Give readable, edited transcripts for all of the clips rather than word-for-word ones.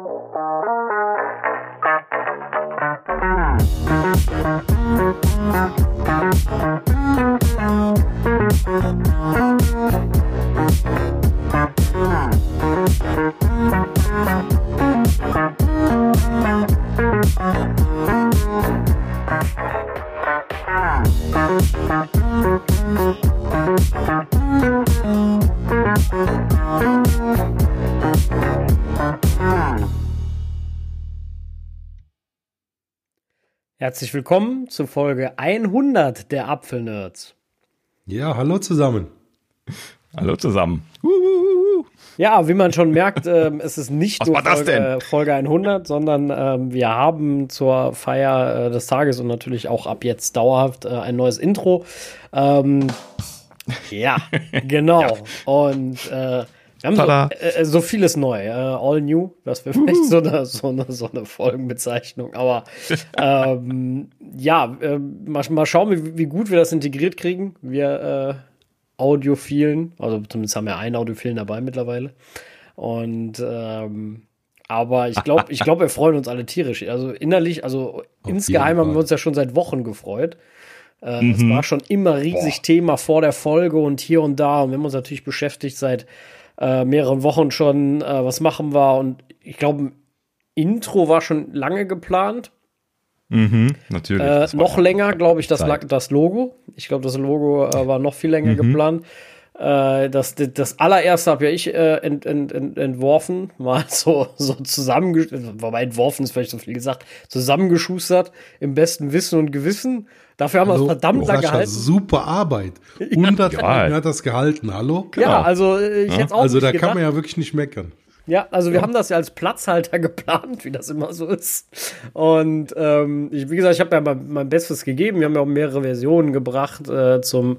Herzlich willkommen zu Folge 100 der Apfelnerds. Ja, hallo zusammen. Hallo zusammen. Ja, wie man schon merkt, es ist nicht nur Folge 100, sondern wir haben zur Feier des Tages und natürlich auch ab jetzt dauerhaft ein neues Intro. Ja, genau. Ja. Und wir haben so vieles neu, all new, das wäre vielleicht so eine Folgenbezeichnung, aber mal schauen, wie gut wir das integriert kriegen, wir Audiophilen, also zumindest haben wir einen Audiophilen dabei mittlerweile und aber ich glaube, wir freuen uns alle tierisch, also innerlich, also insgeheim haben wir uns ja schon seit Wochen gefreut. Es war schon immer riesig Thema vor der Folge und hier und da und wir haben uns natürlich beschäftigt seit mehreren Wochen schon, was machen wir und ich glaube, Intro war schon lange geplant. Natürlich. Noch länger, glaube ich, das Logo. Ich glaube, das Logo war noch viel länger geplant. Das allererste habe ja ich entworfen, mal so zusammengeschustert, wobei entworfen ist vielleicht so viel gesagt, zusammengeschustert, im besten Wissen und Gewissen. Dafür haben wir es verdammt lange gehalten. Super Arbeit. 100 Folgen hat das gehalten, hallo? Genau. Ja, also ich jetzt auch also nicht da gedacht. kann man ja wirklich nicht meckern. Ja, also wir haben das ja als Platzhalter geplant, wie das immer so ist. Und wie gesagt, ich habe ja mein Bestes gegeben. Wir haben ja auch mehrere Versionen gebracht zum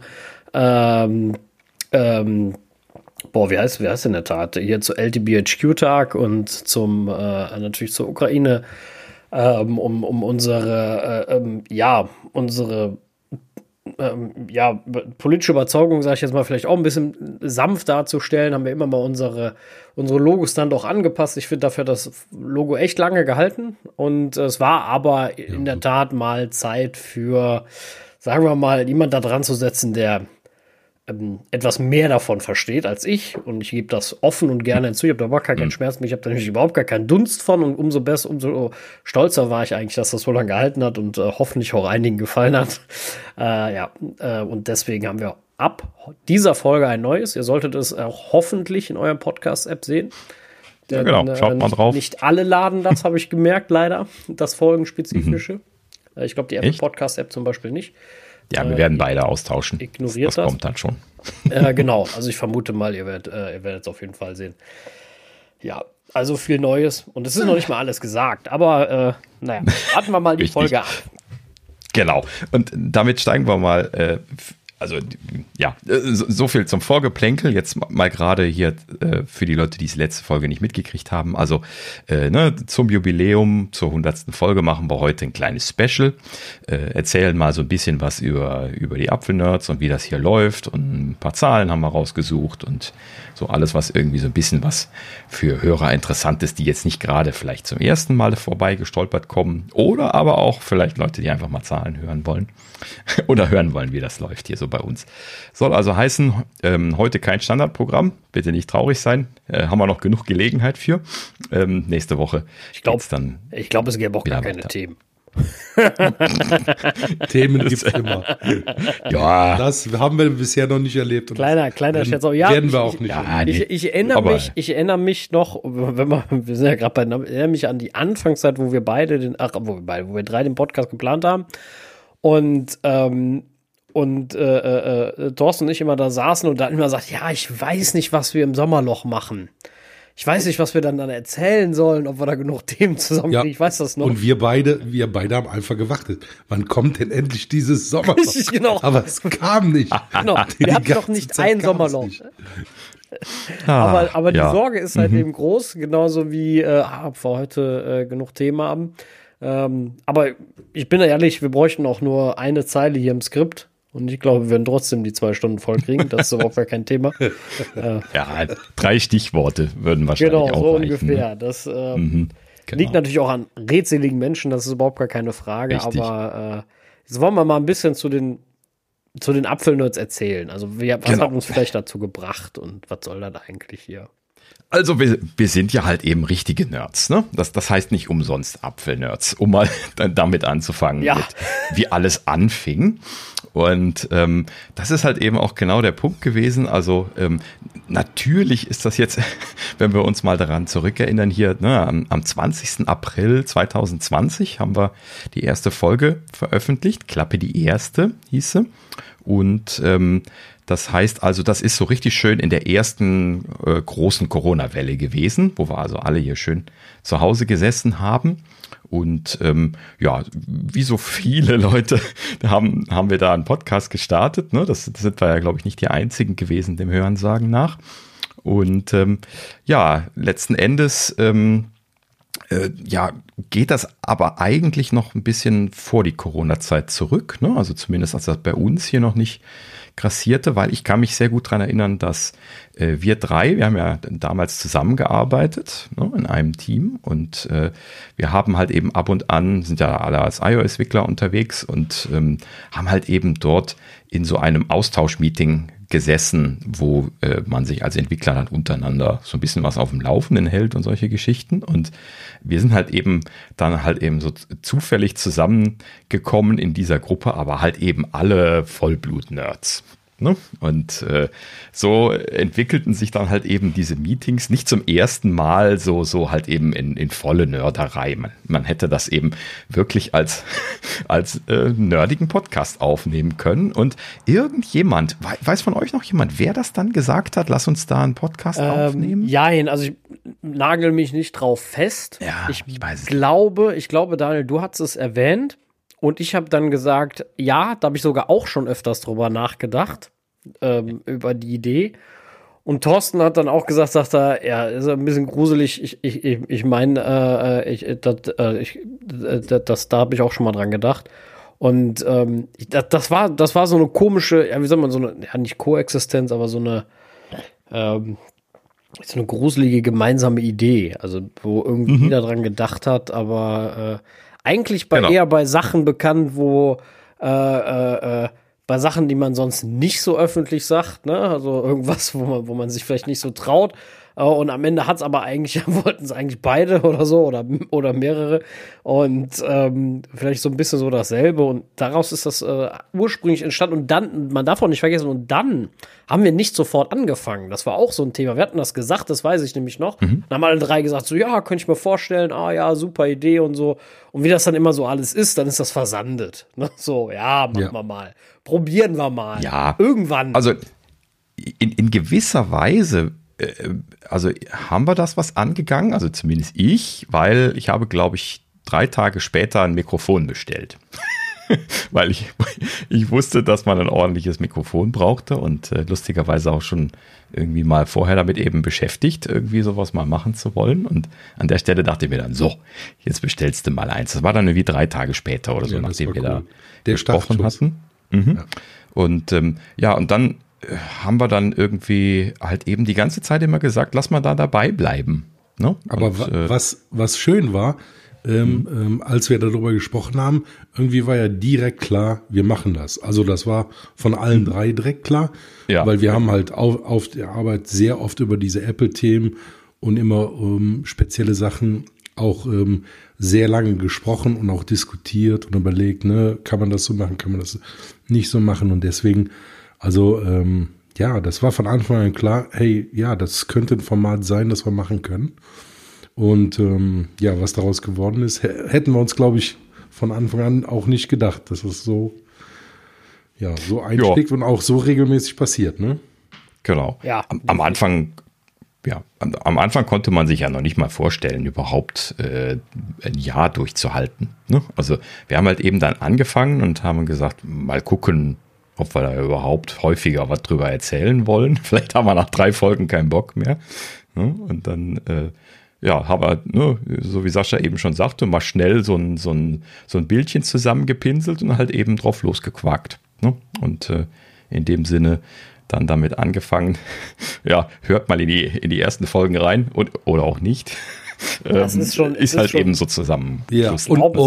wie heißt in der Tat? Hier zu LTBHQ-Tag und zum natürlich zur Ukraine, um unsere politische Überzeugung, sage ich jetzt mal, vielleicht auch ein bisschen sanft darzustellen, haben wir immer mal unsere Logos dann doch angepasst. Ich finde, dafür hat das Logo echt lange gehalten und es war aber in der Tat mal Zeit für, sagen wir mal, jemand da dran zu setzen, der etwas mehr davon versteht als ich und ich gebe das offen und gerne hinzu. Ich habe da überhaupt gar keinen Schmerz mehr, ich habe da nämlich überhaupt gar keinen Dunst von und umso besser, umso stolzer war ich eigentlich, dass das so lange gehalten hat und hoffentlich auch einigen gefallen hat. Und deswegen haben wir ab dieser Folge ein neues. Ihr solltet es auch hoffentlich in eurem Podcast-App sehen. Denn, ja, genau, schaut mal drauf. Nicht alle laden das, habe ich gemerkt, leider, das Folgenspezifische. Ich glaube, die Apple Podcast-App zum Beispiel nicht. Ja, wir werden beide austauschen. Ignoriert das kommt dann schon. Genau, also ich vermute mal, ihr werdet es auf jeden Fall sehen. Ja, also viel Neues. Und es ist noch nicht mal alles gesagt. Aber warten wir mal die Folge ab. Genau. Und damit steigen wir mal so viel zum Vorgeplänkel. Jetzt mal gerade hier für die Leute, die es letzte Folge nicht mitgekriegt haben. Also zum Jubiläum, zur 100. Folge machen wir heute ein kleines Special. Erzählen mal so ein bisschen was über die Apfelnerds und wie das hier läuft. Und ein paar Zahlen haben wir rausgesucht und so alles, was irgendwie so ein bisschen was für Hörer interessant ist, die jetzt nicht gerade vielleicht zum ersten Mal vorbei gestolpert kommen. Oder aber auch vielleicht Leute, die einfach mal Zahlen hören wollen. Oder hören wollen, wie das läuft hier so bei uns. Soll also heißen, heute kein Standardprogramm. Bitte nicht traurig sein. Haben wir noch genug Gelegenheit für. Nächste Woche. Ich glaube, es gäbe auch gar keine Themen. Themen gibt es immer. Ja. Das haben wir bisher noch nicht erlebt. Und kleiner Scherz. Ja, werden wir auch nicht. Ich erinnere mich noch, wir sind ja gerade erinnere mich an die Anfangszeit, wo wir drei den Podcast geplant haben. Und Thorsten und ich immer da saßen und dann immer sagt, ja, ich weiß nicht, was wir im Sommerloch machen. Ich weiß nicht, was wir dann erzählen sollen, ob wir da genug Themen zusammenkriegen. Ich weiß das noch. Und wir beide haben einfach gewartet. Wann kommt denn endlich dieses Sommerloch? Genau. Aber es kam nicht. Genau. Wir hatten noch nicht ein Sommerloch. Aber die Sorge ist halt eben groß, genauso wie ob wir heute genug Themen haben. Aber ich bin ehrlich, wir bräuchten auch nur eine Zeile hier im Skript Und ich glaube, wir werden trotzdem die 2 Stunden voll kriegen. Das ist überhaupt gar kein Thema. Ja, 3 Stichworte würden wahrscheinlich auch so reichen. Ungefähr. Ne? Das Genau. liegt natürlich auch an redseligen Menschen, das ist überhaupt gar keine Frage. Richtig. Aber jetzt wollen wir mal ein bisschen zu den Apfelnerds erzählen. Also was hat uns vielleicht dazu gebracht und was soll das eigentlich hier? Also wir sind ja halt eben richtige Nerds, ne? Das heißt nicht umsonst Apfelnerds, um mal damit anzufangen, mit, wie alles anfing. Und das ist halt eben auch genau der Punkt gewesen. Also natürlich ist das jetzt, wenn wir uns mal daran zurückerinnern, hier am 20. April 2020 haben wir die erste Folge veröffentlicht. Klappe die erste hieße. Und das heißt also, das ist so richtig schön in der ersten großen Corona-Welle gewesen, wo wir also alle hier schön zu Hause gesessen haben. Und wie so viele Leute haben wir da einen Podcast gestartet. Ne? Das sind wir ja, glaube ich, nicht die Einzigen gewesen, dem Hörensagen nach. Und letzten Endes geht das aber eigentlich noch ein bisschen vor die Corona-Zeit zurück. Ne? Also zumindest als das bei uns hier noch nicht grassierte, weil ich kann mich sehr gut daran erinnern, dass wir haben ja damals zusammengearbeitet, ne, in einem Team, und wir haben halt eben ab und an, sind ja alle als iOS-Entwickler unterwegs und haben halt eben dort in so einem Austauschmeeting gesessen, wo man sich als Entwickler dann untereinander so ein bisschen was auf dem Laufenden hält und solche Geschichten. Und wir sind halt eben dann halt eben so zufällig zusammengekommen in dieser Gruppe, aber halt eben alle Vollblut-Nerds. Ne? Und so entwickelten sich dann halt eben diese Meetings nicht zum ersten Mal so halt eben in volle Nörderei. Man hätte das eben wirklich als nerdigen Podcast aufnehmen können. Und irgendjemand, weiß von euch noch jemand, wer das dann gesagt hat, lass uns da einen Podcast aufnehmen? Nein, also ich nagel mich nicht drauf fest. Ja, ich weiß es glaube, Daniel, du hast es erwähnt. Und ich habe dann gesagt, ja, da habe ich sogar auch schon öfters drüber nachgedacht, über die Idee. Und Thorsten hat dann auch gesagt, sagt er, ja, ist ein bisschen gruselig. Ich meine, da habe ich auch schon mal dran gedacht. Und das war so eine komische, ja, wie soll man, so eine, ja, nicht Koexistenz, aber so eine gruselige gemeinsame Idee. Also, wo irgendwie jeder dran gedacht hat, aber eigentlich eher bei Sachen bekannt, wo bei Sachen, die man sonst nicht so öffentlich sagt, ne? Also irgendwas, wo man sich vielleicht nicht so traut. Und am Ende wollten es eigentlich beide oder so oder mehrere. Und vielleicht so ein bisschen so dasselbe. Und daraus ist das ursprünglich entstanden. Und dann, man darf auch nicht vergessen, und dann haben wir nicht sofort angefangen. Das war auch so ein Thema. Wir hatten das gesagt, das weiß ich nämlich noch. Dann haben alle 3 gesagt, so, ja, könnte ich mir vorstellen, ja, super Idee und so. Und wie das dann immer so alles ist, dann ist das versandet. Ne? So, ja, machen wir mal. Probieren wir mal. Ja. Irgendwann. Also in gewisser Weise also haben wir das was angegangen, also zumindest ich, weil ich habe, glaube ich, 3 Tage später ein Mikrofon bestellt. Weil ich wusste, dass man ein ordentliches Mikrofon brauchte und lustigerweise auch schon irgendwie mal vorher damit eben beschäftigt, irgendwie sowas mal machen zu wollen. Und an der Stelle dachte ich mir dann, so, jetzt bestellst du mal eins. Das war dann irgendwie 3 Tage später oder so, nachdem wir da gesprochen hatten. Ja. Und und dann haben wir dann irgendwie halt eben die ganze Zeit immer gesagt, lass mal da dabei bleiben. Ne? Aber was schön war, als wir darüber gesprochen haben, irgendwie war ja direkt klar, wir machen das. Also das war von allen 3 direkt klar, weil wir haben halt auf der Arbeit sehr oft über diese Apple-Themen und immer spezielle Sachen auch sehr lange gesprochen und auch diskutiert und überlegt, ne, kann man das so machen, kann man das nicht so machen, und deswegen, also das war von Anfang an klar, hey, ja, das könnte ein Format sein, das wir machen können. Und was daraus geworden ist, hätten wir uns, glaube ich, von Anfang an auch nicht gedacht, dass es so einschlägt und auch so regelmäßig passiert, ne? Genau. Ja. Am Anfang konnte man sich ja noch nicht mal vorstellen, überhaupt ein Jahr durchzuhalten. Ne? Also wir haben halt eben dann angefangen und haben gesagt, mal gucken, ob wir da überhaupt häufiger was drüber erzählen wollen. Vielleicht haben wir nach 3 Folgen keinen Bock mehr. Ne? Und dann haben wir, ne, so wie Sascha eben schon sagte, mal schnell so ein Bildchen zusammengepinselt und halt eben drauf losgequakt. Ne? Und in dem Sinne dann damit angefangen. Ja, hört mal in die ersten Folgen rein oder auch nicht. Das ist halt eben so zusammen. Ja,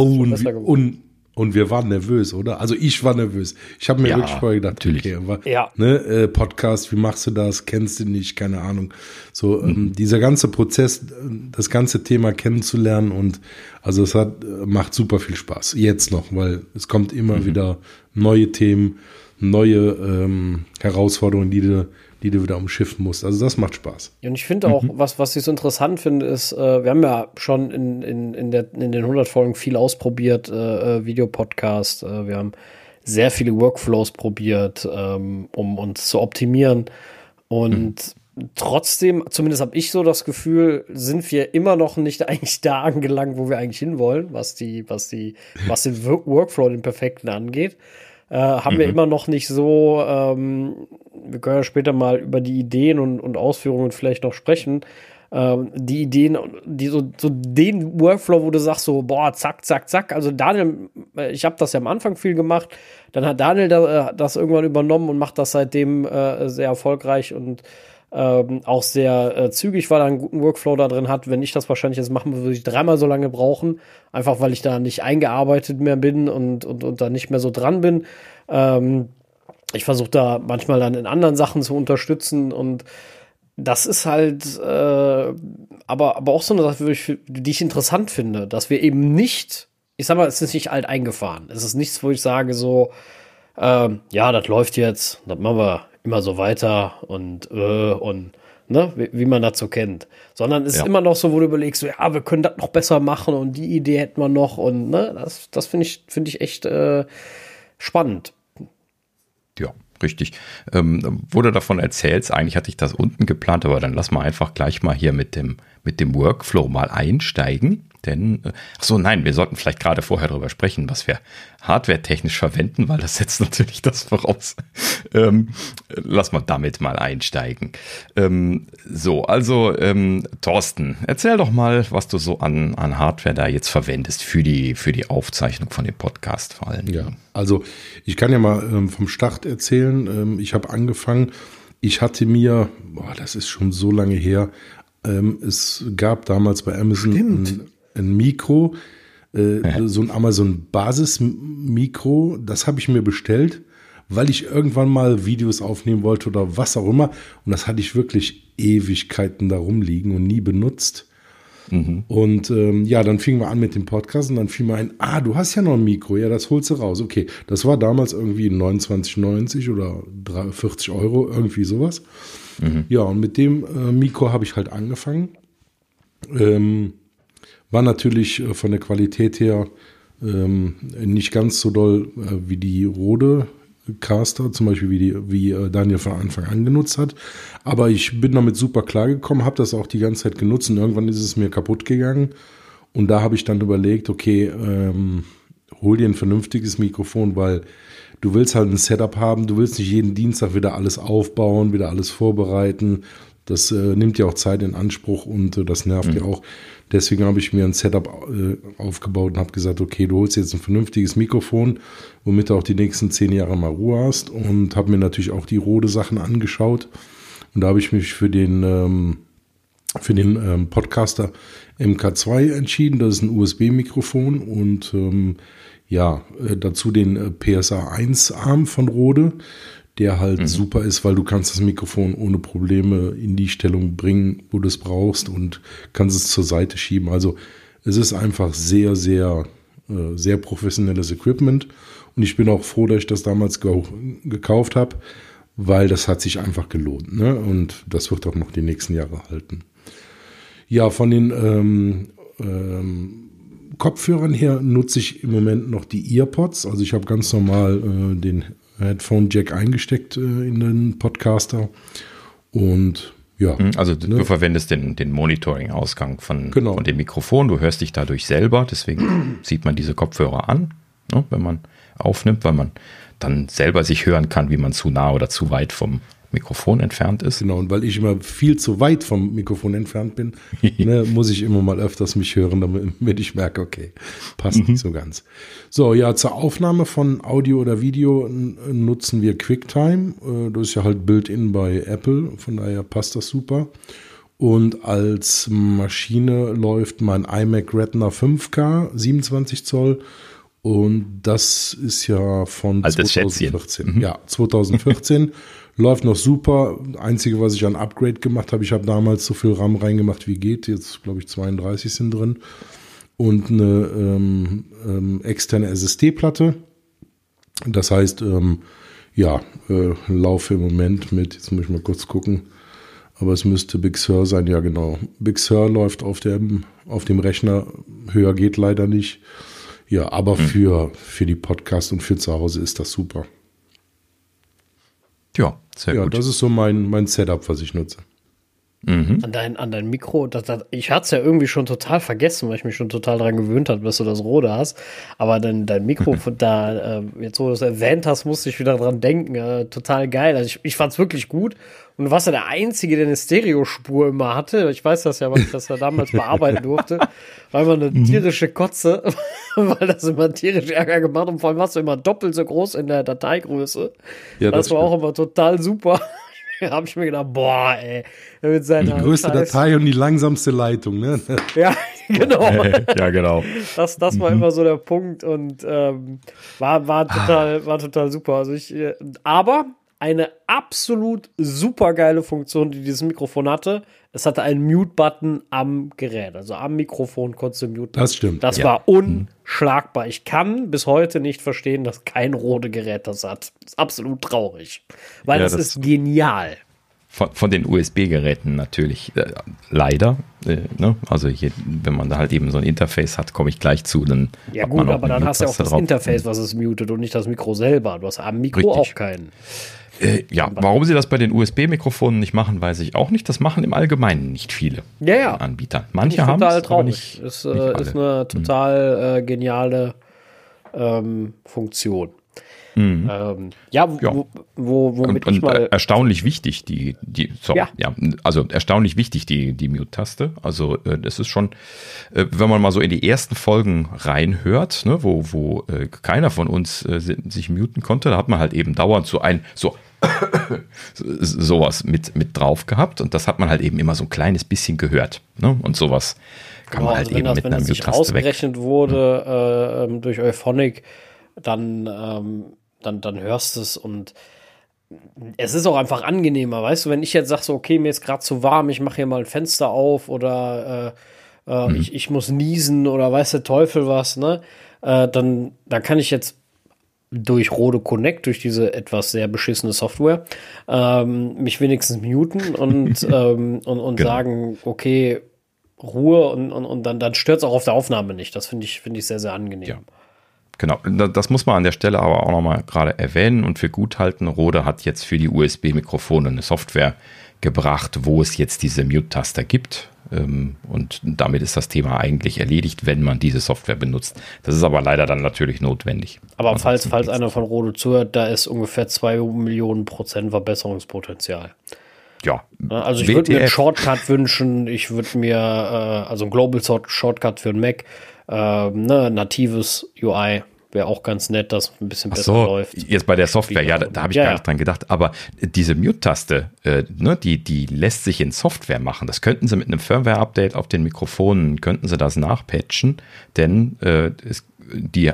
und wir waren nervös, oder? Also ich war nervös. Ich habe mir wirklich vorher gedacht, natürlich. Okay, aber, Podcast, wie machst du das? Kennst du nicht? Keine Ahnung. So, dieser ganze Prozess, das ganze Thema kennenzulernen und also es macht super viel Spaß. Jetzt noch, weil es kommt immer wieder neue Themen, neue Herausforderungen, die du wieder umschiffen musst. Also das macht Spaß. Und ich finde auch, was ich so interessant finde, ist, wir haben ja schon in den 100 Folgen viel ausprobiert, Videopodcast, wir haben sehr viele Workflows probiert, um uns zu optimieren und trotzdem, zumindest habe ich so das Gefühl, sind wir immer noch nicht eigentlich da angelangt, wo wir eigentlich hinwollen, was den Workflow, den perfekten angeht. Haben wir immer noch nicht so, wir können ja später mal über die Ideen und Ausführungen vielleicht noch sprechen, die Ideen, die so den Workflow, wo du sagst so, boah, zack, zack, zack, also Daniel, ich habe das ja am Anfang viel gemacht, dann hat Daniel das irgendwann übernommen und macht das seitdem sehr erfolgreich und auch sehr zügig, weil er einen guten Workflow da drin hat. Wenn ich das wahrscheinlich jetzt machen würde, würde ich 3-mal so lange brauchen, einfach weil ich da nicht eingearbeitet mehr bin und da nicht mehr so dran bin. Ich versuche da manchmal dann in anderen Sachen zu unterstützen und das ist halt aber auch so eine Sache, die ich interessant finde, dass wir eben nicht, ich sag mal, es ist nicht alt eingefahren. Es ist nichts, wo ich sage so, ja, das läuft jetzt, das machen wir immer so weiter und ne, wie man das so kennt. Sondern es ist immer noch so, wo du überlegst, so, ja, wir können das noch besser machen und die Idee hätten wir noch und ne, das finde ich echt spannend. Ja, richtig. Wo du davon erzählst, eigentlich hatte ich das unten geplant, aber dann lass mal einfach gleich mal hier mit dem Workflow mal einsteigen. Denn, wir sollten vielleicht gerade vorher darüber sprechen, was wir hardware-technisch verwenden, weil das setzt natürlich das voraus. Lass mal damit mal einsteigen. Thorsten, erzähl doch mal, was du so an Hardware da jetzt verwendest für die Aufzeichnung von dem Podcast vor allem. Ja, also ich kann ja mal vom Start erzählen. Ich habe angefangen, ich hatte mir, das ist schon so lange her, es gab damals bei Amazon ein Mikro, so ein Amazon-Basis-Mikro, das habe ich mir bestellt, weil ich irgendwann mal Videos aufnehmen wollte oder was auch immer. Und das hatte ich wirklich Ewigkeiten da rumliegen und nie benutzt. Und dann fingen wir an mit dem Podcast und dann fiel mir ein, du hast ja noch ein Mikro, ja, das holst du raus. Okay, das war damals irgendwie 29,90 oder 40 Euro, irgendwie sowas. Ja, und mit dem Mikro habe ich halt angefangen. War natürlich von der Qualität her nicht ganz so doll wie die Rode Caster, zum Beispiel wie Daniel von Anfang an genutzt hat. Aber ich bin damit super klar gekommen, habe das auch die ganze Zeit genutzt und irgendwann ist es mir kaputt gegangen. Und da habe ich dann überlegt, okay, hol dir ein vernünftiges Mikrofon, weil du willst halt ein Setup haben, du willst nicht jeden Dienstag wieder alles aufbauen, wieder alles vorbereiten. Das nimmt ja auch Zeit in Anspruch und das nervt ja auch. Deswegen habe ich mir ein Setup aufgebaut und habe gesagt, okay, du holst jetzt ein vernünftiges Mikrofon, womit du auch die nächsten 10 Jahre mal Ruhe hast, und habe mir natürlich auch die Rode-Sachen angeschaut. Und da habe ich mich für den Podcaster MK2 entschieden. Das ist ein USB-Mikrofon und dazu den PSA 1-Arm von Rode, der halt super ist, weil du kannst das Mikrofon ohne Probleme in die Stellung bringen, wo du es brauchst, und kannst es zur Seite schieben. Also es ist einfach sehr, sehr, sehr professionelles Equipment, und ich bin auch froh, dass ich das damals gekauft habe, weil das hat sich einfach gelohnt, ne? Und das wird auch noch die nächsten Jahre halten. Ja, von den Kopfhörern her nutze ich im Moment noch die EarPods. Also ich habe ganz normal den Headphone-Jack eingesteckt in den Podcaster. Und ja. Also du verwendest den Monitoring-Ausgang von dem Mikrofon. Du hörst dich dadurch selber. Deswegen zieht man diese Kopfhörer an, ne, wenn man aufnimmt, weil man dann selber sich hören kann, wie man zu nah oder zu weit vom Mikrofon entfernt ist. Genau, und weil ich immer viel zu weit vom Mikrofon entfernt bin, ne, muss ich immer mal öfters mich hören, damit ich merke, okay, passt nicht so ganz. So, ja, zur Aufnahme von Audio oder Video nutzen wir QuickTime. Das ist ja halt Built-in bei Apple, von daher passt das super. Und als Maschine läuft mein iMac Retina 5K, 27 Zoll. Und das ist ja von altes 2014. Schätzchen. Ja, 2014. Läuft noch super. Einzige, was ich an Upgrade gemacht habe, ich habe damals so viel RAM reingemacht, wie geht. Jetzt, glaube ich, 32 sind drin. Und eine externe SSD-Platte. Das heißt, laufe im Moment mit, jetzt muss ich mal kurz gucken, aber es müsste Big Sur sein, ja genau. Big Sur läuft auf dem Rechner, höher geht leider nicht. Ja, aber für die Podcast und für zu Hause ist das super. Ja, sehr gut. Ja, das ist so mein Setup, was ich nutze. An dein Mikro, ich hatte es ja irgendwie schon total vergessen, weil ich mich schon total daran gewöhnt habe, dass du das Rode hast. Aber dein Mikro, jetzt wo du es erwähnt hast, musste ich wieder dran denken. Total geil. Also ich fand es wirklich gut. Und du warst ja der Einzige, der eine Stereospur immer hatte. Ich weiß das ja, weil ich das ja damals bearbeiten durfte. War immer eine tierische Kotze, weil das immer tierisch Ärger gemacht hat. Und vor allem warst du immer doppelt so groß in der Dateigröße. Ja, das war auch immer total super. Da habe ich mir gedacht, boah, ey. Mit seiner die größte Datei und die langsamste Leitung, ne? Ja, genau. Ja, genau. Das war immer so der Punkt und war total super. Also aber eine absolut super geile Funktion, die dieses Mikrofon hatte. Es hatte einen Mute-Button am Gerät. Also am Mikrofon konntest du muten. Das stimmt. Das war unschlagbar. Ich kann bis heute nicht verstehen, dass kein Rode-Gerät das hat. Das ist absolut traurig. Weil das ist genial. Von den USB-Geräten natürlich leider. Ne? Also hier, wenn man da halt eben so ein Interface hat, komme ich gleich zu. Dann ja gut, aber dann hast du ja auch das Interface, was es mutet und nicht das Mikro selber. Du hast am Mikro auch keinen. Ja, warum sie das bei den USB-Mikrofonen nicht machen, weiß ich auch nicht. Das machen im Allgemeinen nicht viele Anbieter. Manche haben es, aber nicht. Ist eine total geniale Funktion. Womit ich mal erstaunlich wichtig erstaunlich wichtig die Mute-Taste. Also das ist schon, wenn man mal so in die ersten Folgen reinhört, ne, wo keiner von uns sich muten konnte, da hat man halt eben dauernd sowas mit drauf gehabt und das hat man halt eben immer so ein kleines bisschen gehört, ne? Und sowas kann man halt eben mit einer Mute-Taste weg. Wenn das ausgerechnet wurde durch Euphonic, dann hörst du es und es ist auch einfach angenehmer, weißt du, wenn ich jetzt sage so, okay, mir ist gerade zu warm, ich mache hier mal ein Fenster auf oder ich muss niesen oder weiß der Teufel was, ne, dann kann ich jetzt durch Rode Connect, durch diese etwas sehr beschissene Software, mich wenigstens muten und genau. Sagen, okay, Ruhe und dann stört es auch auf der Aufnahme nicht. Das finde ich sehr, sehr angenehm. Ja. Genau, das muss man an der Stelle aber auch nochmal gerade erwähnen und für gut halten. Rode hat jetzt für die USB-Mikrofone eine Software gebracht, wo es jetzt diese Mute-Taste gibt. Und damit ist das Thema eigentlich erledigt, wenn man diese Software benutzt. Das ist aber leider dann natürlich notwendig. Aber falls einer von Rode zuhört, da ist ungefähr 2 Millionen % Verbesserungspotenzial. Ja. Also ich würde mir einen Shortcut wünschen, ich würde mir also ein Global Shortcut für einen Mac, natives UI wäre auch ganz nett, dass ein bisschen besser läuft. Jetzt bei der Software, da habe ich gar nicht dran gedacht, aber diese Mute-Taste, die lässt sich in Software machen. Das könnten sie mit einem Firmware-Update auf den Mikrofonen, könnten sie das nachpatchen, denn die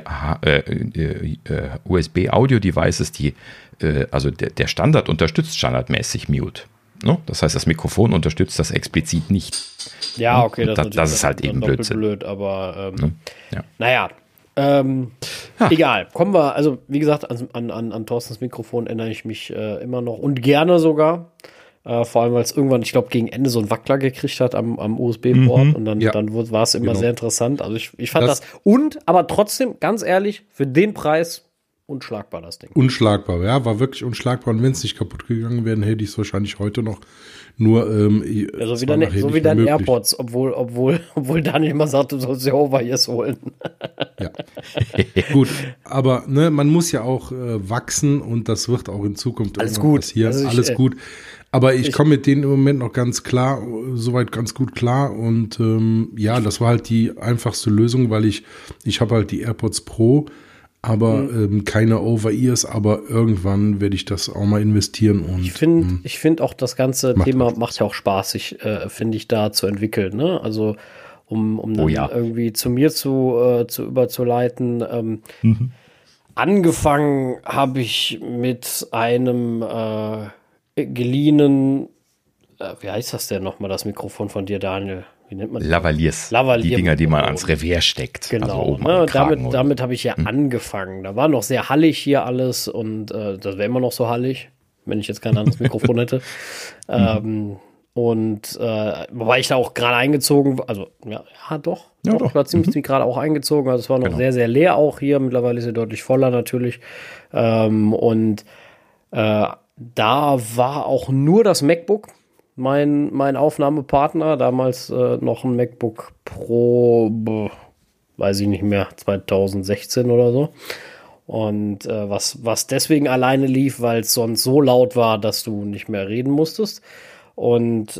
USB-Audio-Devices, also der Standard unterstützt standardmäßig Mute. No? Das heißt, das Mikrofon unterstützt das explizit nicht. Ja, okay. Das ist halt eben Blödsinn. Aber naja, egal. Kommen wir, also wie gesagt, an Thorstens Mikrofon erinnere ich mich immer noch und gerne sogar. Vor allem, weil es irgendwann, ich glaube, gegen Ende so einen Wackler gekriegt hat am USB-Port und dann war es immer sehr interessant. Also ich fand das aber trotzdem, ganz ehrlich, für den Preis unschlagbar, das Ding. Unschlagbar, ja, war wirklich unschlagbar. Und wenn es nicht kaputt gegangen wäre, hätte ich es wahrscheinlich heute noch Nur, so wie deine AirPods, obwohl Daniel immer sagt, du sollst die Over-Ears holen. Ja. Gut, aber ne, man muss ja auch wachsen und das wird auch in Zukunft alles gut passieren. Also alles gut. Aber ich komme mit denen im Moment noch ganz klar, soweit ganz gut klar. Und ja, das war halt die einfachste Lösung, weil ich habe halt die AirPods Pro, aber keine Over-Ears, aber irgendwann werde ich das auch mal investieren. Und ich finde auch das ganze Thema macht ja auch Spaß, finde ich, da zu entwickeln. Ne? Also um dann irgendwie zu mir zu überzuleiten. Angefangen habe ich mit einem geliehenen, wie heißt das denn nochmal, das Mikrofon von dir, Daniel? Wie nennt man das? Lavaliers. Die Dinger, die man ans Revier steckt. Genau, also damit habe ich ja angefangen. Da war noch sehr hallig hier alles und das wäre immer noch so hallig, wenn ich jetzt kein anderes Mikrofon hätte. Wobei ich da auch gerade eingezogen, also doch, ich war ziemlich gerade auch eingezogen, also es war noch sehr, sehr leer auch hier, mittlerweile ist sie deutlich voller natürlich da war auch nur das MacBook mein Aufnahmepartner, damals noch ein MacBook Pro, weiß ich nicht mehr, 2016 oder so. Und was deswegen alleine lief, weil es sonst so laut war, dass du nicht mehr reden musstest. Und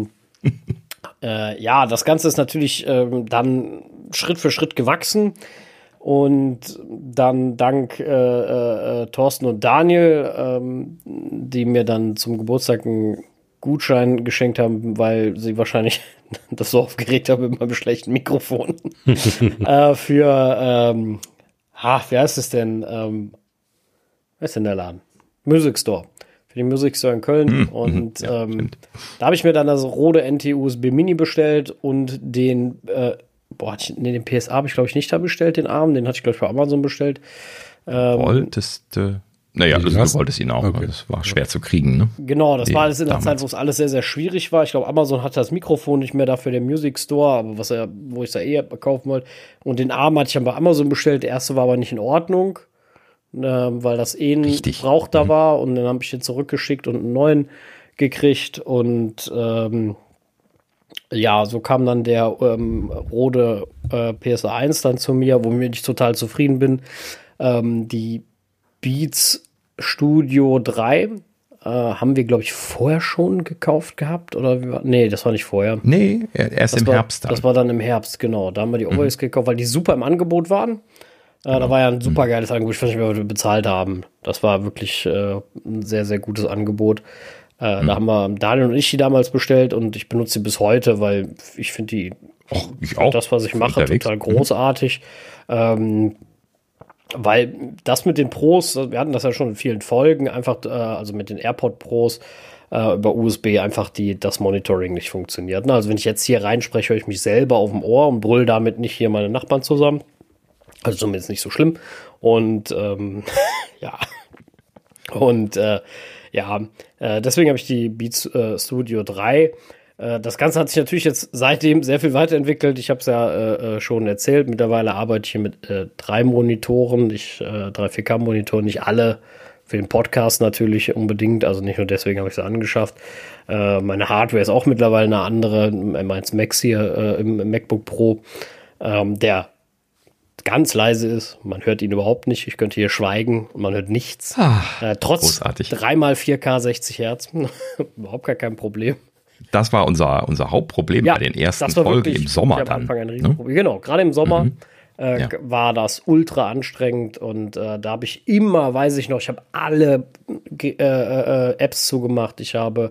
das Ganze ist natürlich dann Schritt für Schritt gewachsen. Und dann dank Thorsten und Daniel, die mir dann zum Geburtstag einen Gutschein geschenkt haben, weil sie wahrscheinlich das so aufgeregt haben mit meinem schlechten Mikrofon. Wie heißt es denn? Wer ist denn der Laden? Music Store. Für den Music Store in Köln. Da habe ich mir dann das Rode NT-USB Mini bestellt und den den PSA habe ich, glaube ich, nicht da bestellt, den Arm. Den hatte ich, glaube ich, bei Amazon bestellt. Wolltest du? Naja, du wolltest ihn auch. Okay. Das war schwer zu kriegen, ne? Genau, das war alles in der Zeit, wo es alles sehr, sehr schwierig war. Ich glaube, Amazon hatte das Mikrofon nicht mehr dafür, der Music Store, aber wo ich es da kaufen wollte. Und den Arm hatte ich dann bei Amazon bestellt. Der erste war aber nicht in Ordnung, weil das ein Brauchter war. Und dann habe ich den zurückgeschickt und einen neuen gekriegt. Und so kam dann der Rode PSA 1 dann zu mir, womit ich total zufrieden bin. Die Beats Studio 3 haben wir, glaube ich, vorher schon gekauft gehabt. Nee, das war nicht vorher. Nee, erst im Herbst. Das war dann im Herbst, genau. Da haben wir die Overlays gekauft, weil die super im Angebot waren. Da war ja ein super geiles Angebot. Ich weiß nicht mehr, was wir bezahlt haben. Das war wirklich ein sehr, sehr gutes Angebot. Da haben wir Daniel und ich die damals bestellt und ich benutze sie bis heute, weil ich finde das, was ich mache, total großartig. Weil das mit den Pros, wir hatten das ja schon in vielen Folgen, einfach, also mit den AirPod Pros über USB einfach das Monitoring nicht funktioniert. Also wenn ich jetzt hier reinspreche, höre ich mich selber auf dem Ohr und brülle damit nicht hier meine Nachbarn zusammen. Also zumindest nicht so schlimm. Und deswegen habe ich die Beats Studio 3. Das Ganze hat sich natürlich jetzt seitdem sehr viel weiterentwickelt. Ich habe es ja schon erzählt. Mittlerweile arbeite ich hier mit 3 Monitoren, 3 4K-Monitoren, nicht alle für den Podcast natürlich unbedingt. Also nicht nur deswegen habe ich sie angeschafft. Meine Hardware ist auch mittlerweile eine andere. Meins Max hier im MacBook Pro, der ganz leise ist. Man hört ihn überhaupt nicht. Ich könnte hier schweigen und man hört nichts. Trotz 3x 4K 60 Hertz. Überhaupt gar kein Problem. Das war unser Hauptproblem bei den ersten Folgen im Sommer dann. Ein Riesenproblem. Genau, gerade im Sommer war das ultra anstrengend und da habe ich immer, weiß ich noch, ich habe alle Apps zugemacht. Ich habe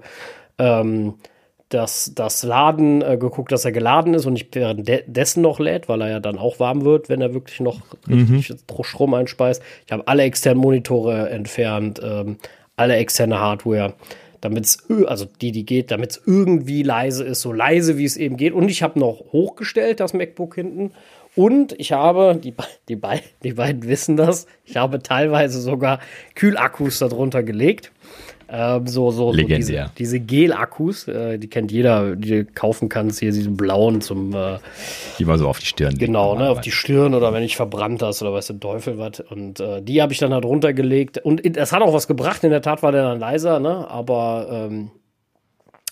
das Laden geguckt, dass er geladen ist und nicht währenddessen noch lädt, weil er ja dann auch warm wird, wenn er wirklich noch richtig Strom einspeist. Ich habe alle externen Monitore entfernt, alle externe Hardware, damit es, also die geht, damit es irgendwie leise ist, so leise wie es eben geht. Und ich habe noch hochgestellt, das MacBook hinten. Und ich habe, die beiden wissen das, ich habe teilweise sogar Kühlakkus darunter gelegt. So diese Gel-Akkus, die kennt jeder, die du kaufen kannst, hier diese blauen die mal so auf die Stirn. Genau, ne, auf die Stirn oder wenn ich verbrannt hast oder weißt du, Teufel was. Und die habe ich dann halt runtergelegt. Und das hat auch was gebracht, in der Tat war der dann leiser, ne, aber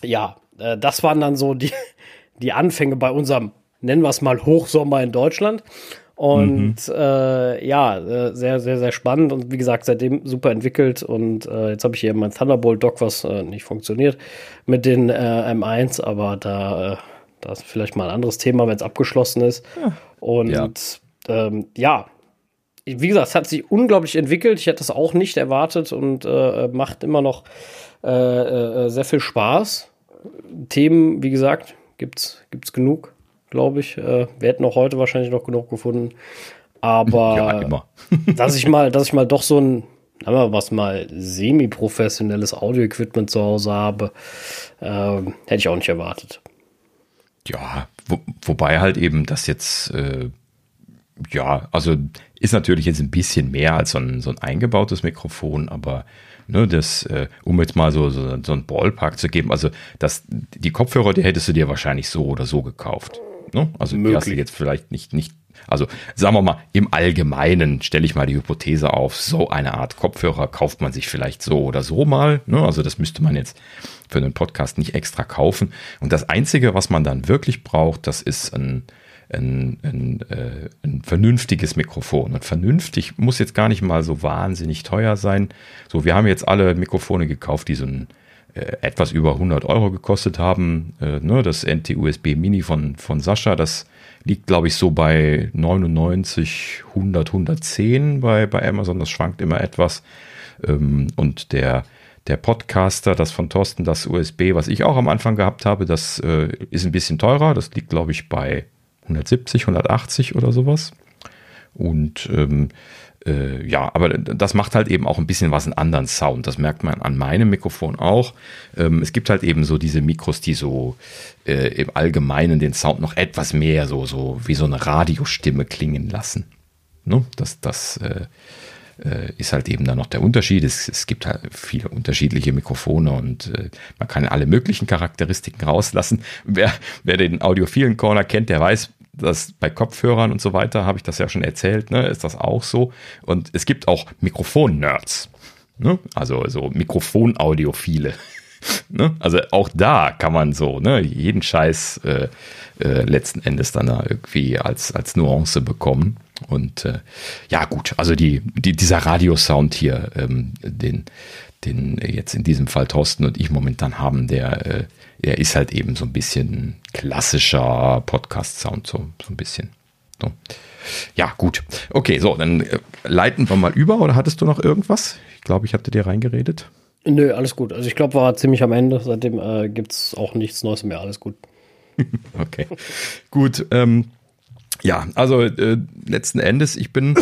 ja, das waren dann so die Anfänge bei unserem, nennen wir es mal, Hochsommer in Deutschland. Und sehr, sehr, sehr spannend und wie gesagt, seitdem super entwickelt und jetzt habe ich hier mein Thunderbolt-Dock, was nicht funktioniert mit den M1, aber da ist vielleicht mal ein anderes Thema, wenn es abgeschlossen ist. Ja. Und wie gesagt, es hat sich unglaublich entwickelt. Ich hätte das auch nicht erwartet und macht immer noch sehr viel Spaß. Themen, wie gesagt, gibt's genug, glaube ich. Wir hätten auch heute wahrscheinlich noch genug gefunden. Aber ja, immer. dass ich mal doch so ein, mal semi-professionelles Audio-Equipment zu Hause habe, hätte ich auch nicht erwartet. Ja, wobei halt eben das jetzt, also ist natürlich jetzt ein bisschen mehr als so ein eingebautes Mikrofon, aber ne, das, um jetzt mal so ein Ballpark zu geben, also die Kopfhörer, die hättest du dir wahrscheinlich so oder so gekauft. Ne? Also die hast du jetzt vielleicht nicht, also sagen wir mal, im Allgemeinen stelle ich mal die Hypothese auf, so eine Art Kopfhörer kauft man sich vielleicht so oder so mal. Ne? Also das müsste man jetzt für einen Podcast nicht extra kaufen. Und das Einzige, was man dann wirklich braucht, das ist ein vernünftiges Mikrofon. Und vernünftig muss jetzt gar nicht mal so wahnsinnig teuer sein. So, wir haben jetzt alle Mikrofone gekauft, die so etwas über 100 € gekostet haben. Das NT-USB Mini von Sascha, das liegt, glaube ich, so bei 99, 100, 110 bei Amazon. Das schwankt immer etwas. Und der Podcaster, das von Thorsten, das USB, was ich auch am Anfang gehabt habe, das ist ein bisschen teurer. Das liegt, glaube ich, bei 170, 180 oder sowas. Und aber das macht halt eben auch ein bisschen was, einen anderen Sound. Das merkt man an meinem Mikrofon auch. Es gibt halt eben so diese Mikros, die so im Allgemeinen den Sound noch etwas mehr so wie so eine Radiostimme klingen lassen. Ne? Das ist halt eben dann noch der Unterschied. Es gibt halt viele unterschiedliche Mikrofone und man kann alle möglichen Charakteristiken rauslassen. Wer den Audiophilen Corner kennt, der weiß, dass bei Kopfhörern und so weiter, habe ich das ja schon erzählt, ne, ist das auch so. Und es gibt auch Mikrofon-Nerds, ne? Also so Mikrofon-Audiophile. Ne? Also auch da kann man so jeden Scheiß letzten Endes dann da irgendwie als Nuance bekommen. Und ja gut, also dieser Radiosound hier, den jetzt in diesem Fall Thorsten und ich momentan haben, der ist halt eben so ein bisschen klassischer Podcast-Sound, so ein bisschen. So. Ja, gut. Okay, so, dann leiten wir mal über, oder hattest du noch irgendwas? Ich glaube, ich hatte dir reingeredet. Nö, alles gut. Also ich glaube, war ziemlich am Ende. Seitdem gibt es auch nichts Neues mehr. Alles gut. Okay, gut. Ja, also letzten Endes, ich bin,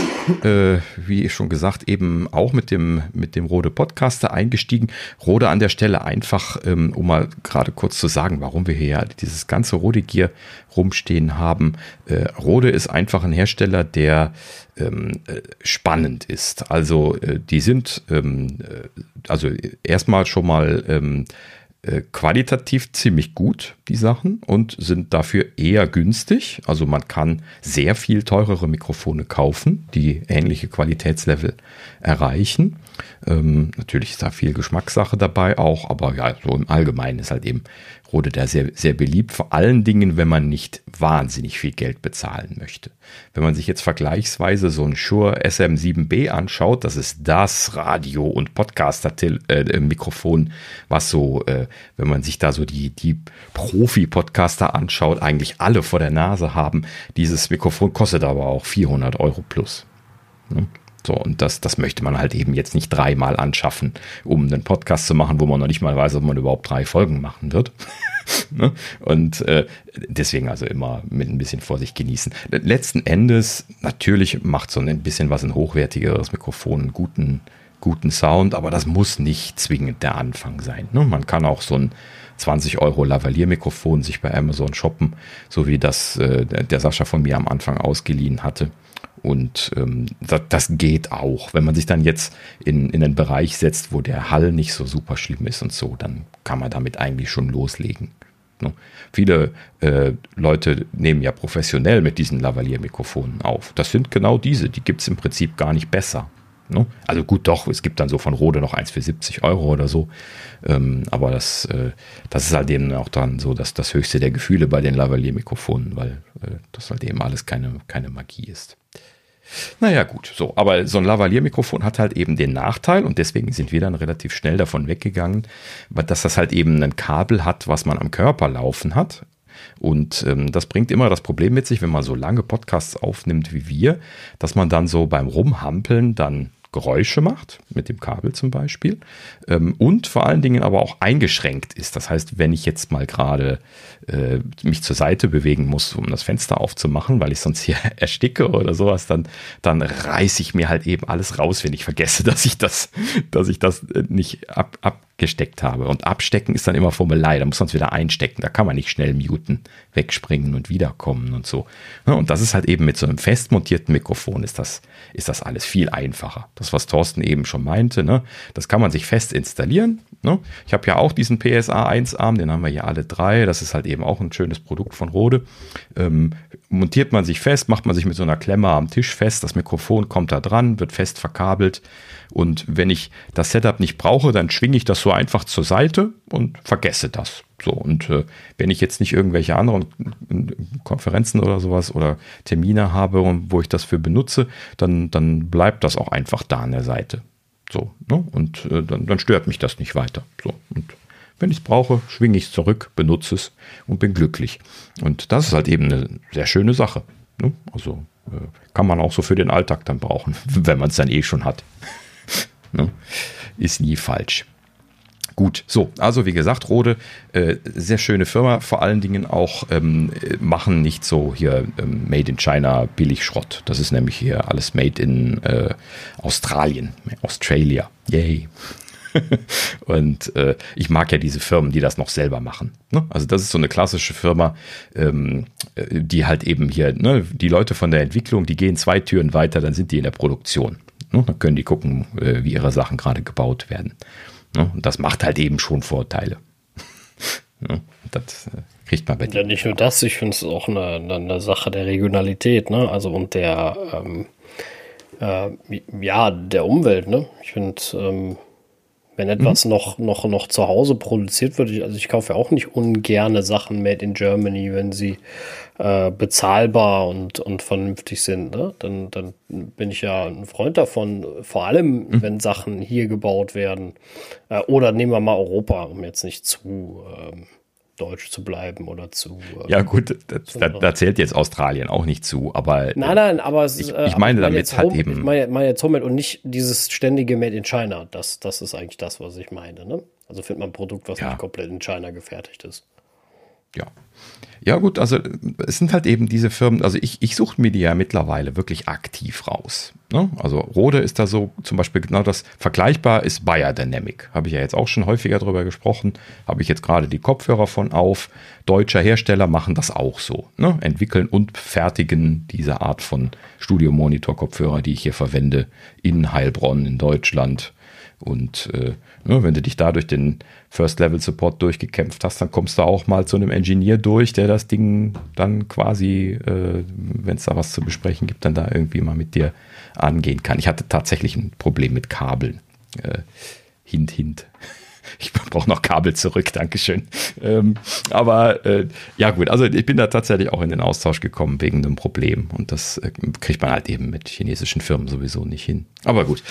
wie schon gesagt, eben auch mit dem Rode Podcaster eingestiegen. Rode an der Stelle einfach, um mal gerade kurz zu sagen, warum wir hier dieses ganze Rode Gear rumstehen haben. Rode ist einfach ein Hersteller, der spannend ist. Also die sind also erstmal schon mal qualitativ ziemlich gut, die Sachen, und sind dafür eher günstig. Also man kann sehr viel teurere Mikrofone kaufen, die ähnliche Qualitätslevel erreichen. Natürlich ist da viel Geschmackssache dabei auch, aber ja, so im Allgemeinen ist halt eben Rode der sehr, sehr beliebt, vor allen Dingen, wenn man nicht wahnsinnig viel Geld bezahlen möchte. Wenn man sich jetzt vergleichsweise so ein Shure SM7B anschaut, das ist das Radio- und Podcaster-Mikrofon, was so, wenn man sich da so die Profi-Podcaster anschaut, eigentlich alle vor der Nase haben. Dieses Mikrofon kostet aber auch 400 € plus. Ne? So, und das möchte man halt eben jetzt nicht dreimal anschaffen, um einen Podcast zu machen, wo man noch nicht mal weiß, ob man überhaupt 3 Folgen machen wird. Ne? Und deswegen also immer mit ein bisschen Vorsicht genießen. Letzten Endes, natürlich macht so ein bisschen was, ein hochwertigeres Mikrofon, einen guten Sound, aber das muss nicht zwingend der Anfang sein. Ne? Man kann auch so ein 20 € Lavalier-Mikrofon sich bei Amazon shoppen, so wie das der Sascha von mir am Anfang ausgeliehen hatte. Und das geht auch. Wenn man sich dann jetzt in einen Bereich setzt, wo der Hall nicht so super schlimm ist und so, dann kann man damit eigentlich schon loslegen. Ne? Viele Leute nehmen ja professionell mit diesen Lavalier-Mikrofonen auf. Das sind genau diese, die gibt es im Prinzip gar nicht besser. Ne? Also gut, doch, es gibt dann so von Rode noch eins für 70 Euro oder so. Aber das ist halt eben auch dann so das höchste der Gefühle bei den Lavalier-Mikrofonen, weil das halt eben alles keine Magie ist. Naja, gut, so. Aber so ein Lavalier-Mikrofon hat halt eben den Nachteil, und deswegen sind wir dann relativ schnell davon weggegangen, dass das halt eben ein Kabel hat, was man am Körper laufen hat. Und das bringt immer das Problem mit sich, wenn man so lange Podcasts aufnimmt wie wir, dass man dann so beim Rumhampeln dann Geräusche macht, mit dem Kabel zum Beispiel, und vor allen Dingen aber auch eingeschränkt ist. Das heißt, wenn ich jetzt mal gerade mich zur Seite bewegen muss, um das Fenster aufzumachen, weil ich sonst hier ersticke oder sowas, dann reiße ich mir halt eben alles raus, wenn ich vergesse, dass ich das nicht abgesteckt habe. Und abstecken ist dann immer Formelei, da muss man es wieder einstecken, da kann man nicht schnell muten, wegspringen und wiederkommen und so. Und das ist halt eben mit so einem fest montierten Mikrofon ist das alles viel einfacher. Das, was Thorsten eben schon meinte, ne, das kann man sich fest installieren. Ne? Ich habe ja auch diesen PSA 1-Arm, den haben wir hier alle drei. Das ist halt eben auch ein schönes Produkt von Rode. Montiert man sich fest, macht man sich mit so einer Klemme am Tisch fest. Das Mikrofon kommt da dran, wird fest verkabelt. Und wenn ich das Setup nicht brauche, dann schwinge ich das so einfach zur Seite und vergesse das. So, und wenn ich jetzt nicht irgendwelche anderen Konferenzen oder sowas oder Termine habe, wo ich das für benutze, dann bleibt das auch einfach da an der Seite. So, ne? Und dann stört mich das nicht weiter. So, und wenn ich es brauche, schwinge ich es zurück, benutze es und bin glücklich. Und das ist halt eben eine sehr schöne Sache. Ne? Also kann man auch so für den Alltag dann brauchen, wenn man es dann eh schon hat. Ne? Ist nie falsch. Gut, so, also wie gesagt, Rode, sehr schöne Firma, vor allen Dingen auch machen nicht so hier Made in China Billigschrott. Das ist nämlich hier alles Made in Australien, Australia, yay. Und ich mag ja diese Firmen, die das noch selber machen. Ne? Also das ist so eine klassische Firma, die halt eben hier, ne, die Leute von der Entwicklung, die gehen 2 Türen weiter, dann sind die in der Produktion. Ne? Dann können die gucken, wie ihre Sachen gerade gebaut werden. Und das macht halt eben schon Vorteile. Das kriegt man bei dir. Ja, nicht nur das, ich finde es auch eine Sache der Regionalität, ne? Also und der der Umwelt, ne? Ich finde, wenn etwas noch zu Hause produziert wird, ich kaufe ja auch nicht ungerne Sachen made in Germany, wenn sie bezahlbar und vernünftig sind, ne? Dann bin ich ja ein Freund davon, vor allem, wenn Sachen hier gebaut werden. Oder nehmen wir mal Europa, um jetzt nicht zu deutsch zu bleiben oder zu... ja gut, da zählt jetzt Australien auch nicht zu, aber... Nein, aber ich meine damit halt eben... Ich meine jetzt Homemade und nicht dieses ständige Made in China. Das ist eigentlich das, was ich meine, ne? Also findet man ein Produkt, was nicht komplett in China gefertigt ist. Ja gut, also es sind halt eben diese Firmen, also ich suche mir die ja mittlerweile wirklich aktiv raus. Ne? Also Rode ist da so zum Beispiel genau das, vergleichbar ist Beyerdynamic. Habe ich ja jetzt auch schon häufiger drüber gesprochen, habe ich jetzt gerade die Kopfhörer von auf. Deutsche Hersteller machen das auch so, ne? Entwickeln und fertigen diese Art von Studio-Monitor-Kopfhörer, die ich hier verwende, in Heilbronn in Deutschland. Und wenn du dich da durch den First-Level-Support durchgekämpft hast, dann kommst du auch mal zu einem Engineer durch, der das Ding dann quasi, wenn es da was zu besprechen gibt, dann da irgendwie mal mit dir angehen kann. Ich hatte tatsächlich ein Problem mit Kabeln. Hint. Ich brauche noch Kabel zurück, Dankeschön. Aber ja gut, also ich bin da tatsächlich auch in den Austausch gekommen wegen einem Problem. Und das kriegt man halt eben mit chinesischen Firmen sowieso nicht hin. Aber gut,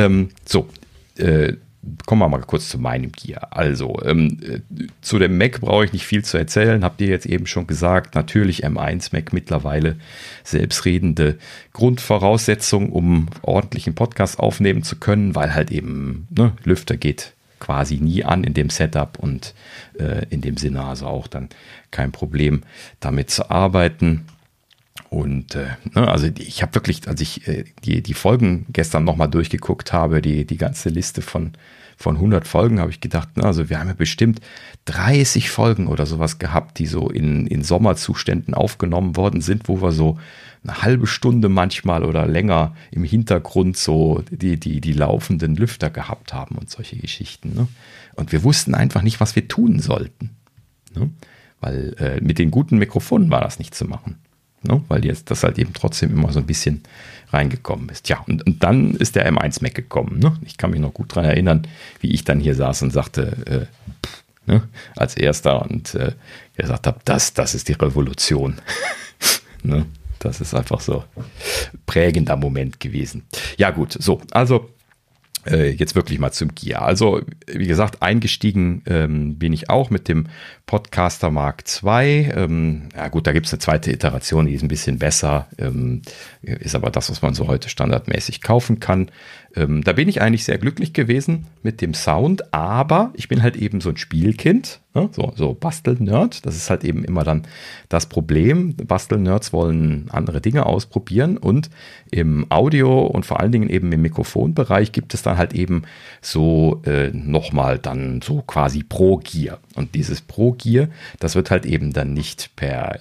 kommen wir mal kurz zu meinem Gear. Also, zu dem Mac brauche ich nicht viel zu erzählen. Habt ihr jetzt eben schon gesagt, natürlich M1 Mac mittlerweile selbstredende Grundvoraussetzung, um ordentlichen Podcast aufnehmen zu können, weil halt eben, Lüfter geht quasi nie an in dem Setup und in dem Sinne also auch dann kein Problem damit zu arbeiten. Und also ich habe wirklich, als ich die Folgen gestern nochmal durchgeguckt habe, die ganze Liste von 100 Folgen, habe ich gedacht, also wir haben ja bestimmt 30 Folgen oder sowas gehabt, die so in Sommerzuständen aufgenommen worden sind, wo wir so eine halbe Stunde manchmal oder länger im Hintergrund so die laufenden Lüfter gehabt haben und solche Geschichten. Ne? Und wir wussten einfach nicht, was wir tun sollten. Ne? Weil mit den guten Mikrofonen war das nicht zu machen. ne? Weil jetzt das halt eben trotzdem immer so ein bisschen reingekommen ist. Ja, und dann ist der M1 Mac gekommen. Ne? Ich kann mich noch gut daran erinnern, wie ich dann hier saß und sagte, ne, als erster und gesagt habe, das ist die Revolution. Ne? Das ist einfach so ein prägender Moment gewesen. Ja gut, so, also jetzt wirklich mal zum Gear. Also, wie gesagt, eingestiegen bin ich auch mit dem Podcaster Mark II. Ja gut, da gibt es eine zweite Iteration, die ist ein bisschen besser, ist aber das, was man so heute standardmäßig kaufen kann. Da bin ich eigentlich sehr glücklich gewesen mit dem Sound, aber ich bin halt eben so ein Spielkind, ne? So Bastel-Nerd. Das ist halt eben immer dann das Problem. Bastel-Nerds wollen andere Dinge ausprobieren und im Audio und vor allen Dingen eben im Mikrofonbereich gibt es dann halt eben so nochmal dann so quasi Pro-Gear. Und dieses Pro-Gear, das wird halt eben dann nicht per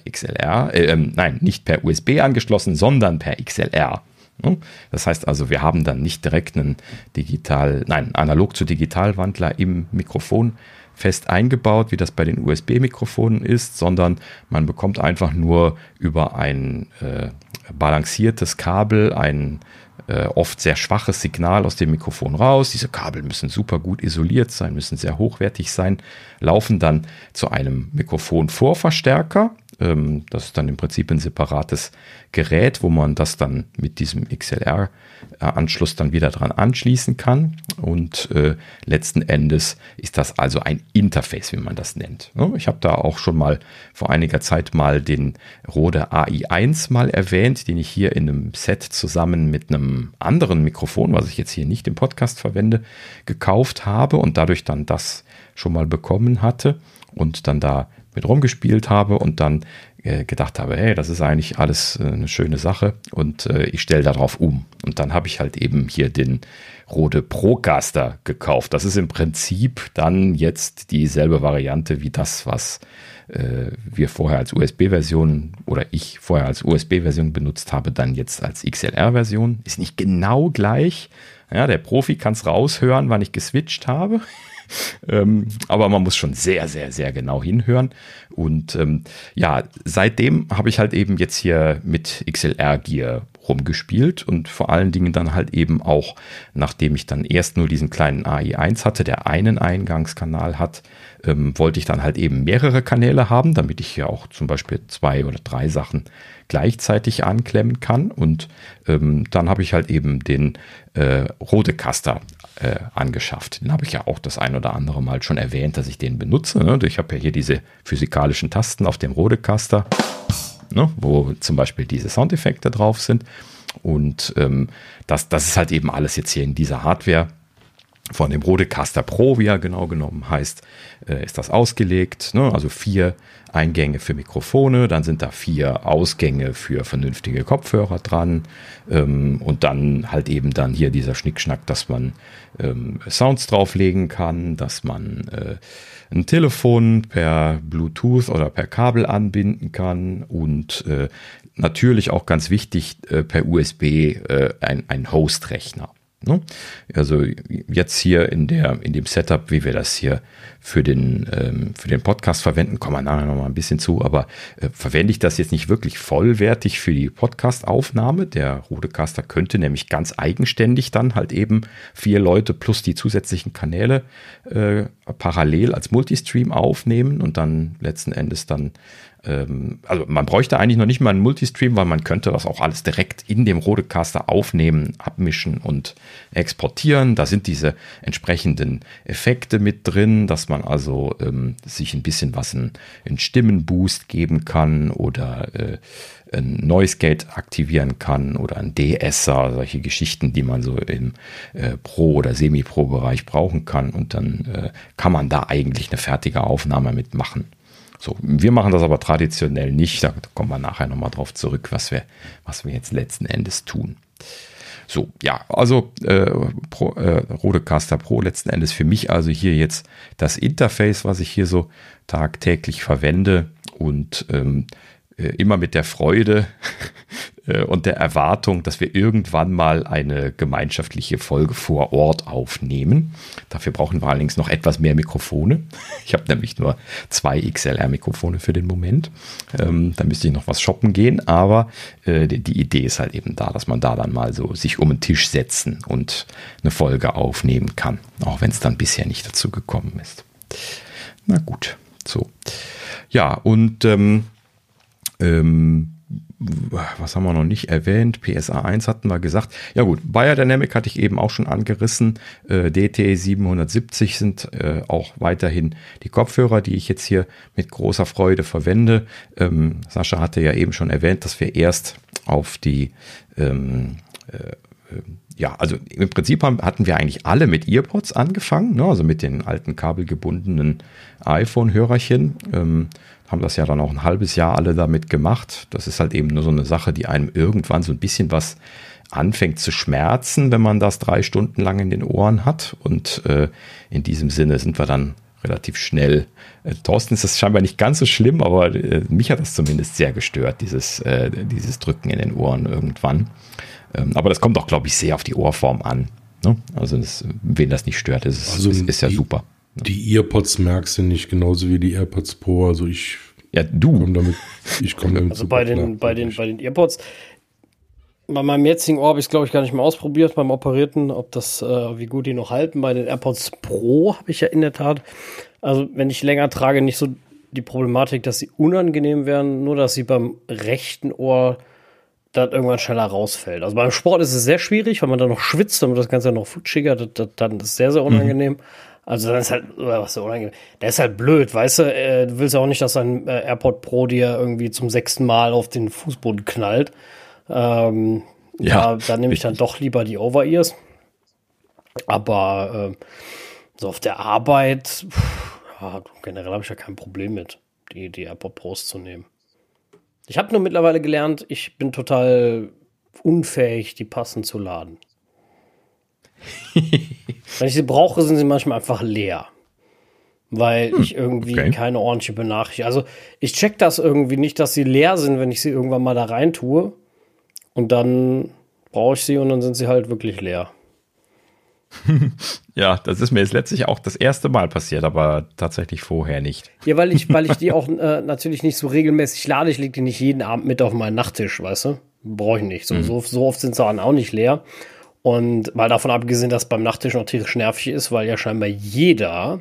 nicht per USB angeschlossen, sondern per XLR. Das heißt also, wir haben dann nicht direkt einen analog zu Digitalwandler im Mikrofon fest eingebaut, wie das bei den USB-Mikrofonen ist, sondern man bekommt einfach nur über ein balanciertes Kabel ein oft sehr schwaches Signal aus dem Mikrofon raus. Diese Kabel müssen super gut isoliert sein, müssen sehr hochwertig sein, laufen dann zu einem Mikrofonvorverstärker. Das ist dann im Prinzip ein separates Gerät, wo man das dann mit diesem XLR-Anschluss dann wieder dran anschließen kann. Und letzten Endes ist das also ein Interface, wie man das nennt. Ich habe da auch schon mal vor einiger Zeit mal den Rode AI1 mal erwähnt, den ich hier in einem Set zusammen mit einem anderen Mikrofon, was ich jetzt hier nicht im Podcast verwende, gekauft habe und dadurch dann das schon mal bekommen hatte und dann da mit rumgespielt habe und dann gedacht habe, hey, das ist eigentlich alles eine schöne Sache und ich stelle darauf um. Und dann habe ich halt eben hier den Rode Procaster gekauft. Das ist im Prinzip dann jetzt dieselbe Variante wie das, was wir vorher als USB-Version oder ich vorher als USB-Version benutzt habe, dann jetzt als XLR-Version. Ist nicht genau gleich. Ja, der Profi kann es raushören, wann ich geswitcht habe. Aber man muss schon sehr, sehr, sehr genau hinhören. Und ja, seitdem habe ich halt eben jetzt hier mit XLR-Gear rumgespielt und vor allen Dingen dann halt eben auch, nachdem ich dann erst nur diesen kleinen AI1 hatte, der einen Eingangskanal hat, wollte ich dann halt eben mehrere Kanäle haben, damit ich hier auch zum Beispiel 2 oder 3 Sachen gleichzeitig anklemmen kann. Und dann habe ich halt eben den Rodecaster angeschafft. Den habe ich ja auch das ein oder andere Mal schon erwähnt, dass ich den benutze. Ne? Ich habe ja hier diese physikalischen Tasten auf dem Rodecaster, ne? Wo zum Beispiel diese Soundeffekte drauf sind. Und das ist halt eben alles jetzt hier in dieser Hardware. Von dem Rodecaster Pro, wie er genau genommen heißt, ist das ausgelegt. Ne? Also 4 Eingänge für Mikrofone, dann sind da 4 Ausgänge für vernünftige Kopfhörer dran und dann halt eben dann hier dieser Schnickschnack, dass man Sounds drauflegen kann, dass man ein Telefon per Bluetooth oder per Kabel anbinden kann und natürlich auch ganz wichtig per USB ein Host-Rechner. Also jetzt hier in dem Setup, wie wir das hier für den Podcast verwenden, kommen wir nachher noch mal ein bisschen zu, aber verwende ich das jetzt nicht wirklich vollwertig für die Podcast-Aufnahme. Der Rodecaster könnte nämlich ganz eigenständig dann halt eben 4 Leute plus die zusätzlichen Kanäle parallel als Multistream aufnehmen und dann letzten Endes dann also man bräuchte eigentlich noch nicht mal einen Multistream, weil man könnte das auch alles direkt in dem Rodecaster aufnehmen, abmischen und exportieren. Da sind diese entsprechenden Effekte mit drin, dass man also sich ein bisschen einen Stimmenboost geben kann oder ein Noise Gate aktivieren kann oder ein De-Esser, solche Geschichten, die man so im Pro- oder Semi-Pro-Bereich brauchen kann. Und dann kann man da eigentlich eine fertige Aufnahme mitmachen. So, wir machen das aber traditionell nicht. Da kommen wir nachher nochmal drauf zurück, was wir jetzt letzten Endes tun. So, ja, also Rodecaster Pro letzten Endes für mich also hier jetzt das Interface, was ich hier so tagtäglich verwende und immer mit der Freude und der Erwartung, dass wir irgendwann mal eine gemeinschaftliche Folge vor Ort aufnehmen. Dafür brauchen wir allerdings noch etwas mehr Mikrofone. Ich habe nämlich nur 2 XLR-Mikrofone für den Moment. Da müsste ich noch was shoppen gehen, aber die Idee ist halt eben da, dass man da dann mal so sich um den Tisch setzen und eine Folge aufnehmen kann, auch wenn es dann bisher nicht dazu gekommen ist. Na gut, so. Ja, und was haben wir noch nicht erwähnt? PSA 1 hatten wir gesagt. Ja gut, Beyerdynamic hatte ich eben auch schon angerissen. DT 770 sind auch weiterhin die Kopfhörer, die ich jetzt hier mit großer Freude verwende. Sascha hatte ja eben schon erwähnt, dass wir erst auf die also im Prinzip hatten wir eigentlich alle mit Earpods angefangen, ne? Also mit den alten kabelgebundenen iPhone-Hörerchen. Haben das ja dann auch ein halbes Jahr alle damit gemacht. Das ist halt eben nur so eine Sache, die einem irgendwann so ein bisschen was anfängt zu schmerzen, wenn man das 3 Stunden lang in den Ohren hat. Und in diesem Sinne sind wir dann relativ schnell. Thorsten ist das scheinbar nicht ganz so schlimm, aber mich hat das zumindest sehr gestört, dieses Drücken in den Ohren irgendwann. Aber das kommt auch, glaube ich, sehr auf die Ohrform an. Ne? Also wen das nicht stört, ist ja super. Die Earpods merkst du nicht, genauso wie die AirPods Pro. Also ich komme damit. Also bei den Earpods, bei meinem jetzigen Ohr habe ich es, glaube ich, gar nicht mehr ausprobiert beim Operierten, wie gut die noch halten. Bei den AirPods Pro habe ich ja in der Tat, also wenn ich länger trage, nicht so die Problematik, dass sie unangenehm werden, nur dass sie beim rechten Ohr dann irgendwann schneller rausfällt. Also beim Sport ist es sehr schwierig, weil man dann noch schwitzt und das Ganze noch futschiger, dann ist es sehr, sehr unangenehm. Also dann ist halt, was so unangenehm. Der ist halt blöd, weißt du? Du willst ja auch nicht, dass dein AirPod Pro dir irgendwie zum 6. Mal auf den Fußboden knallt. Dann nehme ich dann doch lieber die Over-Ears. Aber so auf der Arbeit, generell habe ich ja kein Problem mit, die AirPod Pros zu nehmen. Ich habe nur mittlerweile gelernt, ich bin total unfähig, die passend zu laden. Wenn ich sie brauche, sind sie manchmal einfach leer. Weil ich irgendwie keine ordentliche Benachrichtigung. Also ich check das irgendwie nicht, dass sie leer sind, wenn ich sie irgendwann mal da rein tue. Und dann brauche ich sie und dann sind sie halt wirklich leer. Ja, das ist mir jetzt letztlich auch das erste Mal passiert, aber tatsächlich vorher nicht. Ja, weil ich die auch natürlich nicht so regelmäßig lade. Ich lege die nicht jeden Abend mit auf meinen Nachttisch, weißt du? Brauche ich nicht. So oft sind sie dann auch nicht leer. Und mal davon abgesehen, dass beim Nachttisch noch tierisch nervig ist, weil ja scheinbar jeder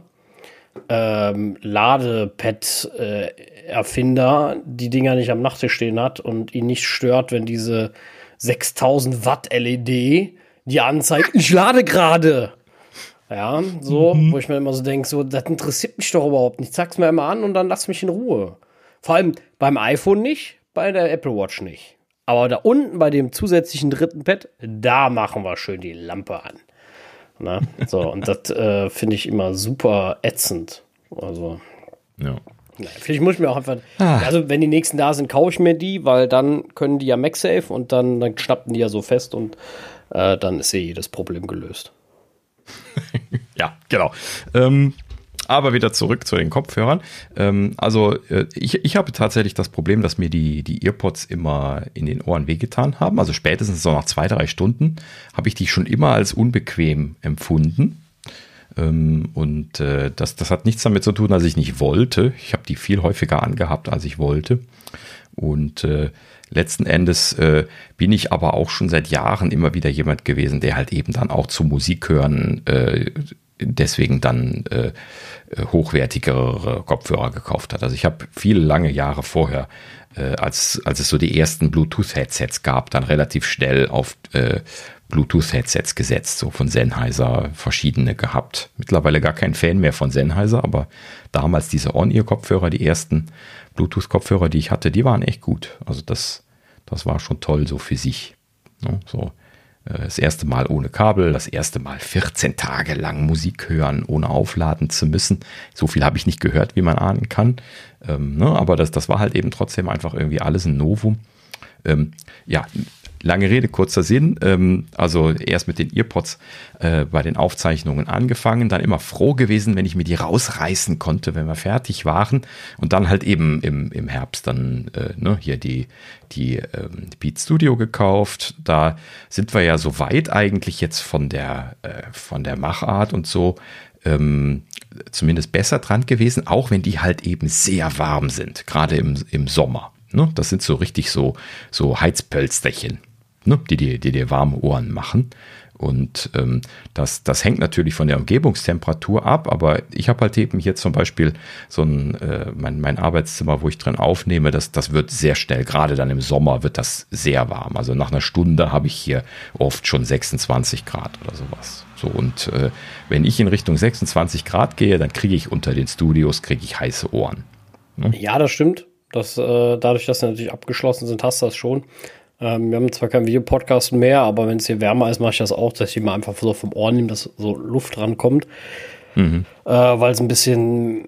Ladepad-Erfinder die Dinger nicht am Nachttisch stehen hat und ihn nicht stört, wenn diese 6000 Watt LED die anzeigt, ich lade gerade. Ja, so, wo ich mir immer so denke, so, das interessiert mich doch überhaupt nicht. Zeig's mir immer an und dann lass mich in Ruhe. Vor allem beim iPhone nicht, bei der Apple Watch nicht. Aber da unten bei dem zusätzlichen dritten Pad, da machen wir schön die Lampe an. Na? So, und das finde ich immer super ätzend. Also, ja. Vielleicht muss ich mir auch einfach, also wenn die nächsten da sind, kaufe ich mir die, weil dann können die ja MagSafe und dann schnappen die ja so fest und dann ist jedes Problem gelöst. Ja, genau. Aber wieder zurück zu den Kopfhörern. Ich habe tatsächlich das Problem, dass mir die Earpods immer in den Ohren wehgetan haben. Also spätestens so nach 2-3 Stunden habe ich die schon immer als unbequem empfunden. Das hat nichts damit zu tun, dass ich nicht wollte. Ich habe die viel häufiger angehabt, als ich wollte. Und letzten Endes bin ich aber auch schon seit Jahren immer wieder jemand gewesen, der halt eben dann auch zu Musik hören deswegen dann hochwertigere Kopfhörer gekauft hat. Also ich habe viele lange Jahre vorher, als es so die ersten Bluetooth-Headsets gab, dann relativ schnell auf Bluetooth-Headsets gesetzt, so von Sennheiser verschiedene gehabt. Mittlerweile gar kein Fan mehr von Sennheiser, aber damals diese On-Ear-Kopfhörer, die ersten Bluetooth-Kopfhörer, die ich hatte, die waren echt gut. Also das war schon toll so für sich. Ne? So das erste Mal ohne Kabel, das erste Mal 14 Tage lang Musik hören, ohne aufladen zu müssen. So viel habe ich nicht gehört, wie man ahnen kann. Aber das war halt eben trotzdem einfach irgendwie alles ein Novum. lange Rede, kurzer Sinn. Also erst mit den Earpods bei den Aufzeichnungen angefangen, dann immer froh gewesen, wenn ich mir die rausreißen konnte, wenn wir fertig waren. Und dann halt eben im Herbst dann hier die Beat Studio gekauft. Da sind wir ja so weit eigentlich jetzt von der Machart und so, zumindest besser dran gewesen, auch wenn die halt eben sehr warm sind, gerade im Sommer. Ne? Das sind so richtig so Heizpölsterchen, ne? die dir warme Ohren machen. Und das hängt natürlich von der Umgebungstemperatur ab, aber ich habe halt eben hier zum Beispiel so mein Arbeitszimmer, wo ich drin aufnehme, das wird sehr schnell, gerade dann im Sommer wird das sehr warm. Also nach einer Stunde habe ich hier oft schon 26 Grad oder sowas. So, und wenn ich in Richtung 26 Grad gehe, dann kriege ich unter den Studios heiße Ohren. Ne? Ja, das stimmt. Dadurch, dass sie natürlich abgeschlossen sind, hast du das schon. Wir haben zwar keinen Videopodcast mehr, aber wenn es hier wärmer ist, mache ich das auch, dass ich mal einfach so vom Ohr nehme, dass so Luft rankommt. Weil es ein bisschen,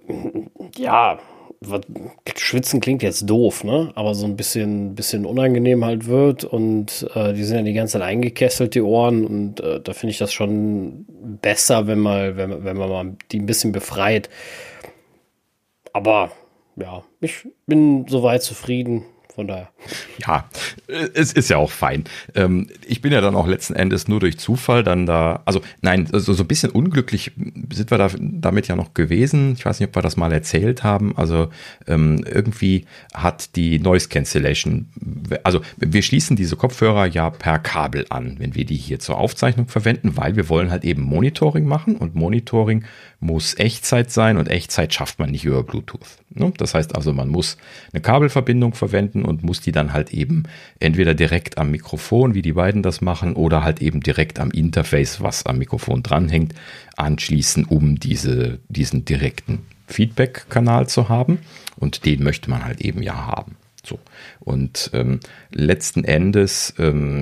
schwitzen klingt jetzt doof, ne? Aber so ein bisschen unangenehm halt wird und die sind ja die ganze Zeit eingekesselt, die Ohren, und da finde ich das schon besser, wenn man mal die ein bisschen befreit. Aber ja, ich bin soweit zufrieden. Von daher. Ja, es ist ja auch fein. Ich bin ja dann auch letzten Endes nur durch Zufall dann da, so ein bisschen unglücklich sind wir damit ja noch gewesen. Ich weiß nicht, ob wir das mal erzählt haben. Also irgendwie hat die Noise Cancellation, also wir schließen diese Kopfhörer ja per Kabel an, wenn wir die hier zur Aufzeichnung verwenden, weil wir wollen halt eben Monitoring machen, und Monitoring muss Echtzeit sein, und Echtzeit schafft man nicht über Bluetooth. Ne? Das heißt also, man muss eine Kabelverbindung verwenden und muss die dann halt eben entweder direkt am Mikrofon, wie die beiden das machen, oder halt eben direkt am Interface, was am Mikrofon dranhängt, anschließen, um diesen direkten Feedback-Kanal zu haben. Und den möchte man halt eben ja haben. So. Und letzten Endes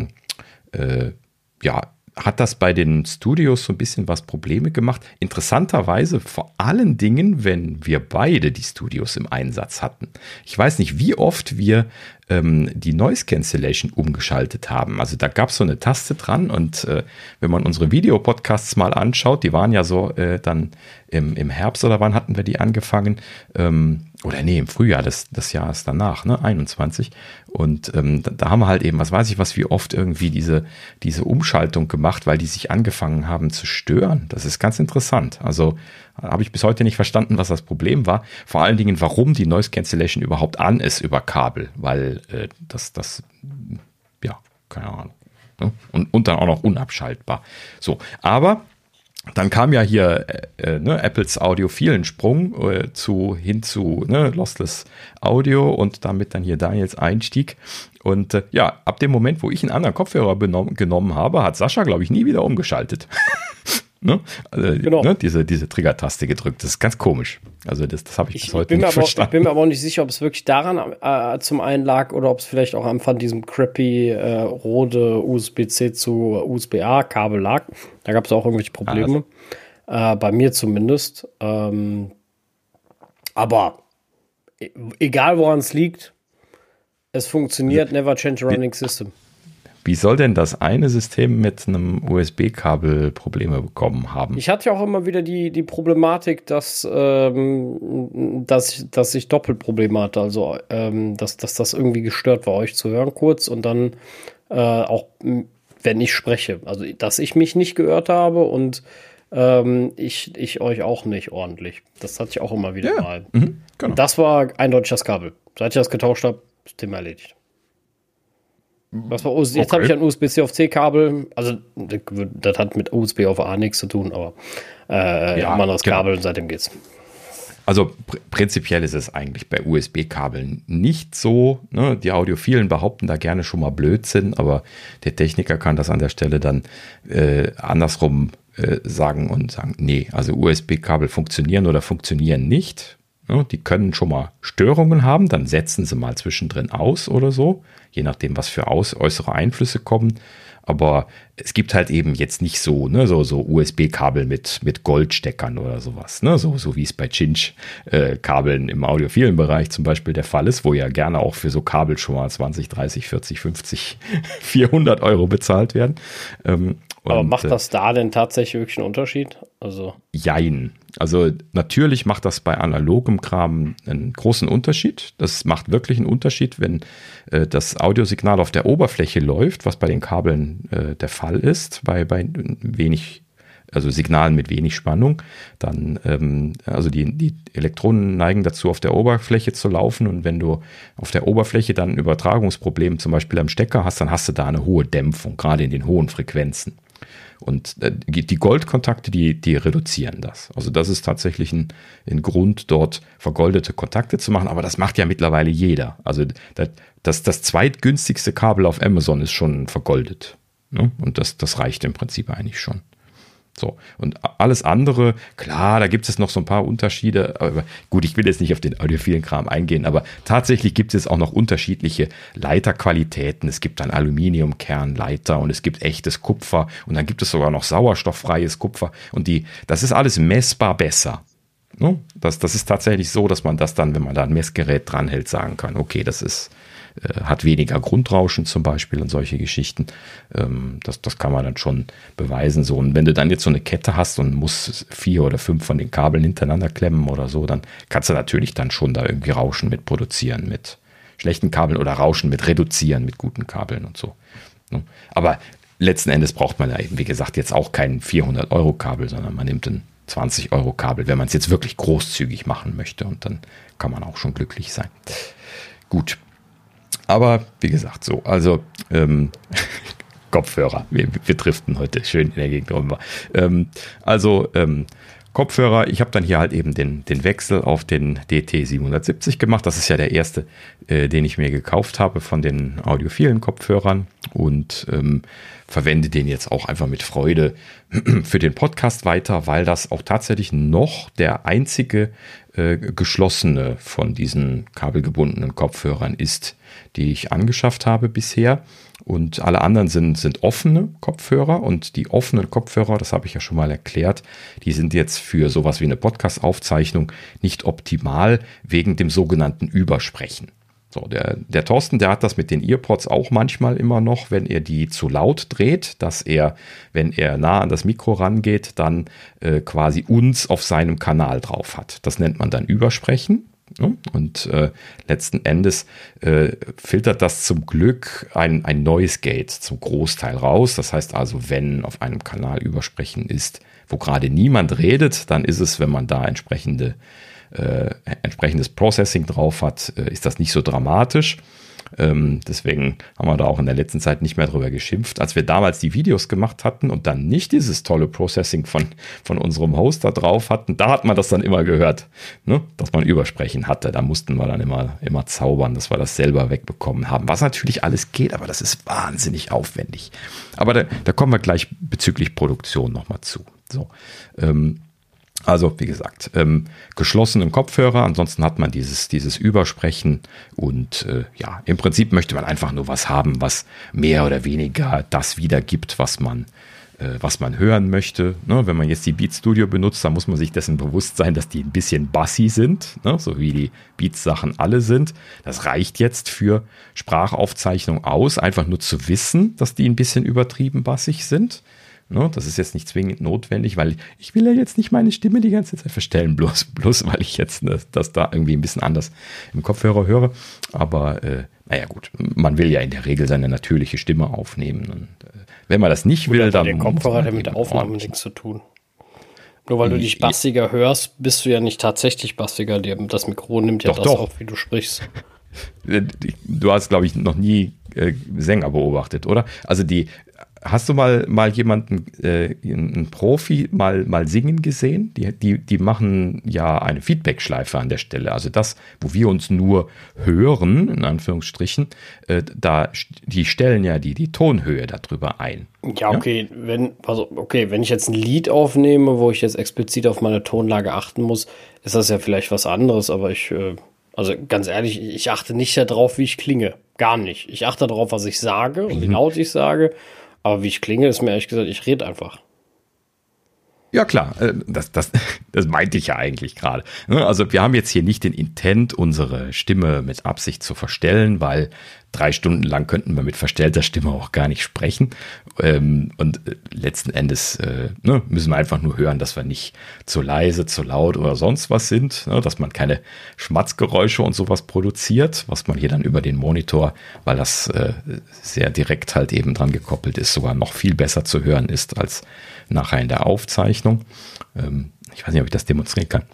hat das bei den Studios so ein bisschen Probleme gemacht. Interessanterweise vor allen Dingen, wenn wir beide die Studios im Einsatz hatten. Ich weiß nicht, wie oft wir die Noise Cancellation umgeschaltet haben. Also da gab es so eine Taste dran, und wenn man unsere Videopodcasts mal anschaut, die waren ja so dann im Herbst oder wann hatten wir die angefangen? Im Frühjahr des Jahres danach, ne, 21. Und da haben wir halt eben, wie oft irgendwie diese Umschaltung gemacht, weil die sich angefangen haben zu stören. Das ist ganz interessant. Also habe ich bis heute nicht verstanden, was das Problem war. Vor allen Dingen, warum die Noise Cancellation überhaupt an ist über Kabel, weil keine Ahnung. Ne? Und dann auch noch unabschaltbar. So, aber dann kam ja hier Apples audiophilen Sprung hin zu Lossless Audio und damit dann hier Daniels Einstieg. Und ab dem Moment, wo ich einen anderen Kopfhörer genommen habe, hat Sascha, glaube ich, nie wieder umgeschaltet. Ne? Also, genau. Diese Trigger-Taste gedrückt. Das ist ganz komisch. Also das habe ich bis heute nicht verstanden. Ich bin mir aber auch nicht sicher, ob es wirklich daran zum einen lag oder ob es vielleicht auch an diesem crappy Rode USB-C zu USB-A-Kabel lag. Da gab es auch irgendwelche Probleme. Bei mir zumindest. Aber egal woran es liegt, es funktioniert. Never change a running system. Wie soll denn das eine System mit einem USB-Kabel Probleme bekommen haben? Ich hatte ja auch immer wieder die Problematik, dass ich Doppelprobleme hatte. Also, dass das irgendwie gestört war, euch zu hören kurz, und dann auch, wenn ich spreche. Also, dass ich mich nicht gehört habe und ich euch auch nicht ordentlich. Das hatte ich auch immer wieder mal. Mhm, genau. Und das war eindeutig das Kabel. Seit ich das getauscht habe, ist das Thema erledigt. Jetzt habe ich ein USB-C auf C-Kabel, also das hat mit USB auf A nichts zu tun, aber ein anderes Kabel, und seitdem geht's. Also prinzipiell ist es eigentlich bei USB-Kabeln nicht so, ne? Die Audiophilen behaupten da gerne schon mal Blödsinn, aber der Techniker kann das an der Stelle dann andersrum sagen, nee, also USB-Kabel funktionieren oder funktionieren nicht. Ja, die können schon mal Störungen haben, dann setzen sie mal zwischendrin aus oder so, je nachdem, was für äußere Einflüsse kommen. Aber es gibt halt eben jetzt nicht so, ne, so USB-Kabel mit Goldsteckern oder sowas, ne, so wie es bei Cinch-Kabeln im audiophilen Bereich zum Beispiel der Fall ist, wo ja gerne auch für so Kabel schon mal 20, 30, 40, 50, 400 Euro bezahlt werden. Aber macht das da denn tatsächlich wirklich einen Unterschied? Also jein. Also natürlich macht das bei analogem Kram einen großen Unterschied. Das macht wirklich einen Unterschied, wenn das Audiosignal auf der Oberfläche läuft, was bei den Kabeln der Fall ist, bei wenig, also Signalen mit wenig Spannung. Dann, also die Elektronen neigen dazu, auf der Oberfläche zu laufen. Und wenn du auf der Oberfläche dann ein Übertragungsproblem zum Beispiel am Stecker hast, dann hast du da eine hohe Dämpfung, gerade in den hohen Frequenzen. Und die Goldkontakte, die reduzieren das. Also das ist tatsächlich ein Grund, dort vergoldete Kontakte zu machen. Aber das macht ja mittlerweile jeder. Also das zweitgünstigste Kabel auf Amazon ist schon vergoldet. Ne? Und das reicht im Prinzip eigentlich schon. So, und alles andere, klar, da gibt es noch so ein paar Unterschiede, aber gut, ich will jetzt nicht auf den audiophilen Kram eingehen, aber tatsächlich gibt es auch noch unterschiedliche Leiterqualitäten. Es gibt dann Aluminiumkernleiter und es gibt echtes Kupfer und dann gibt es sogar noch sauerstofffreies Kupfer und das ist alles messbar besser. Ne? Das ist tatsächlich so, dass man das dann, wenn man da ein Messgerät dranhält, sagen kann, okay, das hat weniger Grundrauschen zum Beispiel und solche Geschichten. Das kann man dann schon beweisen. So. Und wenn du dann jetzt so eine Kette hast und musst 4 oder 5 von den Kabeln hintereinander klemmen oder so, dann kannst du natürlich dann schon da irgendwie Rauschen mit produzieren mit schlechten Kabeln oder Rauschen mit reduzieren mit guten Kabeln und so. Ne? Aber letzten Endes braucht man ja eben, wie gesagt, jetzt auch kein 400-Euro-Kabel, sondern man nimmt ein 20-Euro-Kabel, wenn man es jetzt wirklich großzügig machen möchte. Und dann kann man auch schon glücklich sein. Gut. Aber wie gesagt, so, also Kopfhörer, wir driften heute schön in der Gegend rum. Kopfhörer, ich habe dann hier halt eben den Wechsel auf den DT770 gemacht. Das ist ja der erste, den ich mir gekauft habe von den audiophilen Kopfhörern und verwende den jetzt auch einfach mit Freude für den Podcast weiter, weil das auch tatsächlich noch der einzige geschlossene von diesen kabelgebundenen Kopfhörern ist, die ich angeschafft habe bisher. Und alle anderen sind offene Kopfhörer und die offenen Kopfhörer, das habe ich ja schon mal erklärt, die sind jetzt für sowas wie eine Podcast-Aufzeichnung nicht optimal wegen dem sogenannten Übersprechen. So, der Thorsten, der hat das mit den Earpods auch manchmal immer noch, wenn er die zu laut dreht, dass er, wenn er nah an das Mikro rangeht, dann quasi uns auf seinem Kanal drauf hat. Das nennt man dann Übersprechen. Und letzten Endes filtert das zum Glück ein Noise Gate zum Großteil raus. Das heißt also, wenn auf einem Kanal Übersprechen ist, wo gerade niemand redet, dann ist es, wenn man da entsprechendes Processing drauf hat, ist das nicht so dramatisch. Deswegen haben wir da auch in der letzten Zeit nicht mehr drüber geschimpft. Als wir damals die Videos gemacht hatten und dann nicht dieses tolle Processing von unserem Host da drauf hatten, da hat man das dann immer gehört, ne? Dass man Übersprechen hatte. Da mussten wir dann immer zaubern, dass wir das selber wegbekommen haben. Was natürlich alles geht, aber das ist wahnsinnig aufwendig. Aber da kommen wir gleich bezüglich Produktion nochmal zu. So, also, wie gesagt, geschlossenen Kopfhörer, ansonsten hat man dieses Übersprechen und ja, im Prinzip möchte man einfach nur was haben, was mehr oder weniger das wiedergibt, was man hören möchte. Ne? Wenn man jetzt die Beats Studio benutzt, dann muss man sich dessen bewusst sein, dass die ein bisschen bassy sind, ne? So wie die Beats-Sachen alle sind. Das reicht jetzt für Sprachaufzeichnung aus, einfach nur zu wissen, dass die ein bisschen übertrieben bassig sind. Das ist jetzt nicht zwingend notwendig, weil ich will ja jetzt nicht meine Stimme die ganze Zeit verstellen, bloß weil ich jetzt das da irgendwie ein bisschen anders im Kopfhörer höre. Aber naja gut, man will ja in der Regel seine natürliche Stimme aufnehmen. Und wenn man das nicht will, dann... Der Kopfhörer hat mit der Aufnahme nichts zu tun. Nur weil du dich bassiger hörst, bist du ja nicht tatsächlich bassiger. Das Mikro nimmt ja doch auf, wie du sprichst. Du hast, glaube ich, noch nie Sänger beobachtet, oder? Also hast du mal jemanden, einen Profi mal singen gesehen? Die machen ja eine Feedback-Schleife an der Stelle. Also das, wo wir uns nur hören, in Anführungsstrichen, die stellen ja die Tonhöhe darüber ein. Ja, okay, wenn ich jetzt ein Lied aufnehme, wo ich jetzt explizit auf meine Tonlage achten muss, ist das ja vielleicht was anderes, aber also ganz ehrlich, ich achte nicht darauf, wie ich klinge. Gar nicht. Ich achte darauf, was ich sage und wie laut ich sage, aber wie ich klinge, ist mir ehrlich gesagt, ich rede einfach. Ja klar, das meinte ich ja eigentlich gerade. Also wir haben jetzt hier nicht den Intent, unsere Stimme mit Absicht zu verstellen, weil 3 Stunden lang könnten wir mit verstellter Stimme auch gar nicht sprechen. Und letzten Endes müssen wir einfach nur hören, dass wir nicht zu leise, zu laut oder sonst was sind, dass man keine Schmatzgeräusche und sowas produziert, was man hier dann über den Monitor, weil das sehr direkt halt eben dran gekoppelt ist, sogar noch viel besser zu hören ist als nachher in der Aufzeichnung. Ich weiß nicht, ob ich das demonstrieren kann.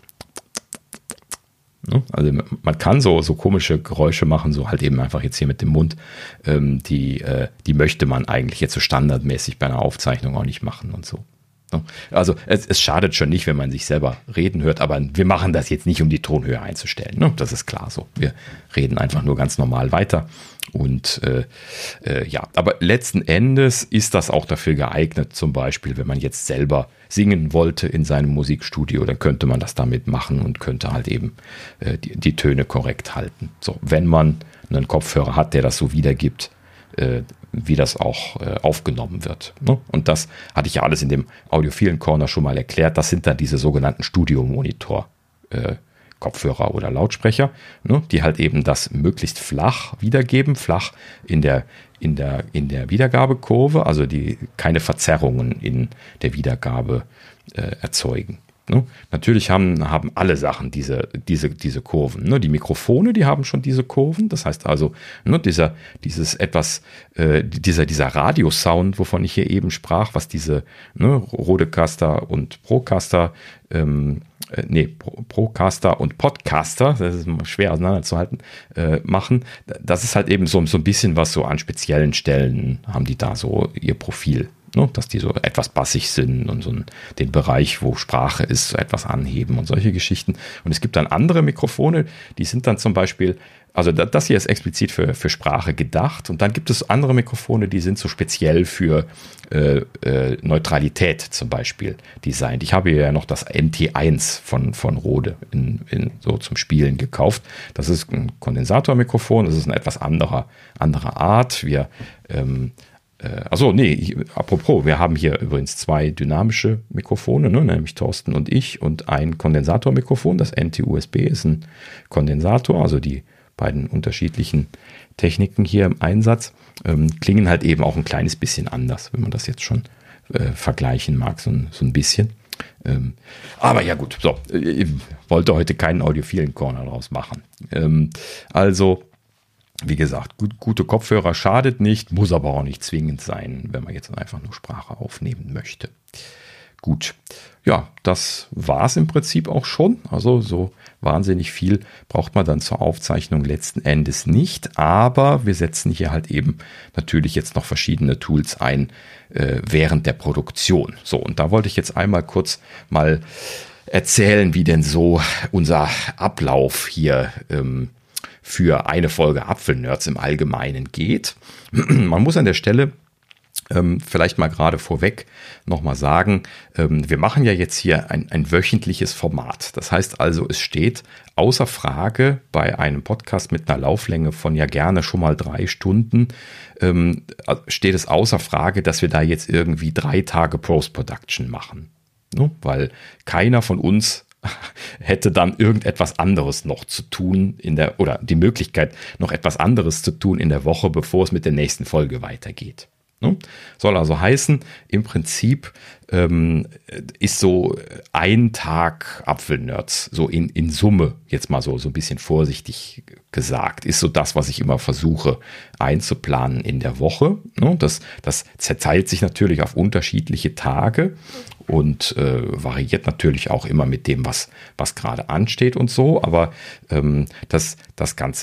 Also man kann so komische Geräusche machen, so halt eben einfach jetzt hier mit dem Mund. Die möchte man eigentlich jetzt so standardmäßig bei einer Aufzeichnung auch nicht machen und so. Also es schadet schon nicht, wenn man sich selber reden hört, aber wir machen das jetzt nicht, um die Tonhöhe einzustellen. Das ist klar so. Wir reden einfach nur ganz normal weiter. Und aber letzten Endes ist das auch dafür geeignet, zum Beispiel, wenn man jetzt selber singen wollte in seinem Musikstudio, dann könnte man das damit machen und könnte halt eben die Töne korrekt halten. So, wenn man einen Kopfhörer hat, der das so wiedergibt, wie das auch aufgenommen wird. Und das hatte ich ja alles in dem Audiophilen Corner schon mal erklärt. Das sind dann diese sogenannten Studio-Monitor Kopfhörer oder Lautsprecher, die halt eben das möglichst flach wiedergeben, flach in der Wiedergabekurve, also die keine Verzerrungen in der Wiedergabe erzeugen. Natürlich haben alle Sachen diese Kurven. Die Mikrofone, die haben schon diese Kurven. Das heißt also, dieser Radiosound, wovon ich hier eben sprach, was diese Rodecaster und Procaster, Procaster und Podcaster, das ist schwer auseinanderzuhalten, machen. Das ist halt eben so ein bisschen was so an speziellen Stellen haben die da so ihr Profil. Dass die so etwas bassig sind und so den Bereich, wo Sprache ist, so etwas anheben und solche Geschichten. Und es gibt dann andere Mikrofone, die sind dann zum Beispiel, also das hier ist explizit für Sprache gedacht. Und dann gibt es andere Mikrofone, die sind so speziell für Neutralität zum Beispiel designt. Ich habe hier ja noch das NT1 von Rode so zum Spielen gekauft. Das ist ein Kondensatormikrofon, das ist eine etwas andere Art. Apropos, wir haben hier übrigens 2 dynamische Mikrofone, nämlich Thorsten und ich, und ein Kondensatormikrofon. Das NT-USB ist ein Kondensator, also die beiden unterschiedlichen Techniken hier im Einsatz, klingen halt eben auch ein kleines bisschen anders, wenn man das jetzt schon vergleichen mag, so ein bisschen. Aber ja gut, so, ich wollte heute keinen audiophilen Corner draus machen. Wie gesagt, gute Kopfhörer schadet nicht, muss aber auch nicht zwingend sein, wenn man jetzt einfach nur Sprache aufnehmen möchte. Gut, ja, das war es im Prinzip auch schon. Also so wahnsinnig viel braucht man dann zur Aufzeichnung letzten Endes nicht. Aber wir setzen hier halt eben natürlich jetzt noch verschiedene Tools ein während der Produktion. So, und da wollte ich jetzt einmal kurz mal erzählen, wie denn so unser Ablauf hier für eine Folge Apfelnerds im Allgemeinen geht. Man muss an der Stelle vielleicht mal gerade vorweg nochmal sagen, wir machen ja jetzt hier ein wöchentliches Format. Das heißt also, es steht außer Frage bei einem Podcast mit einer Lauflänge von ja gerne schon mal 3 Stunden, steht es außer Frage, dass wir da jetzt irgendwie 3 Tage Post-Production machen. Weil keiner von uns hätte dann irgendetwas anderes noch zu tun oder die Möglichkeit, noch etwas anderes zu tun in der Woche, bevor es mit der nächsten Folge weitergeht. Soll also heißen, im Prinzip ist so ein Tag Apfelnerds, so in Summe, jetzt mal so ein bisschen vorsichtig gesagt, ist so das, was ich immer versuche einzuplanen in der Woche. Das zerteilt sich natürlich auf unterschiedliche Tage und variiert natürlich auch immer mit dem, was gerade ansteht und so, aber das Ganze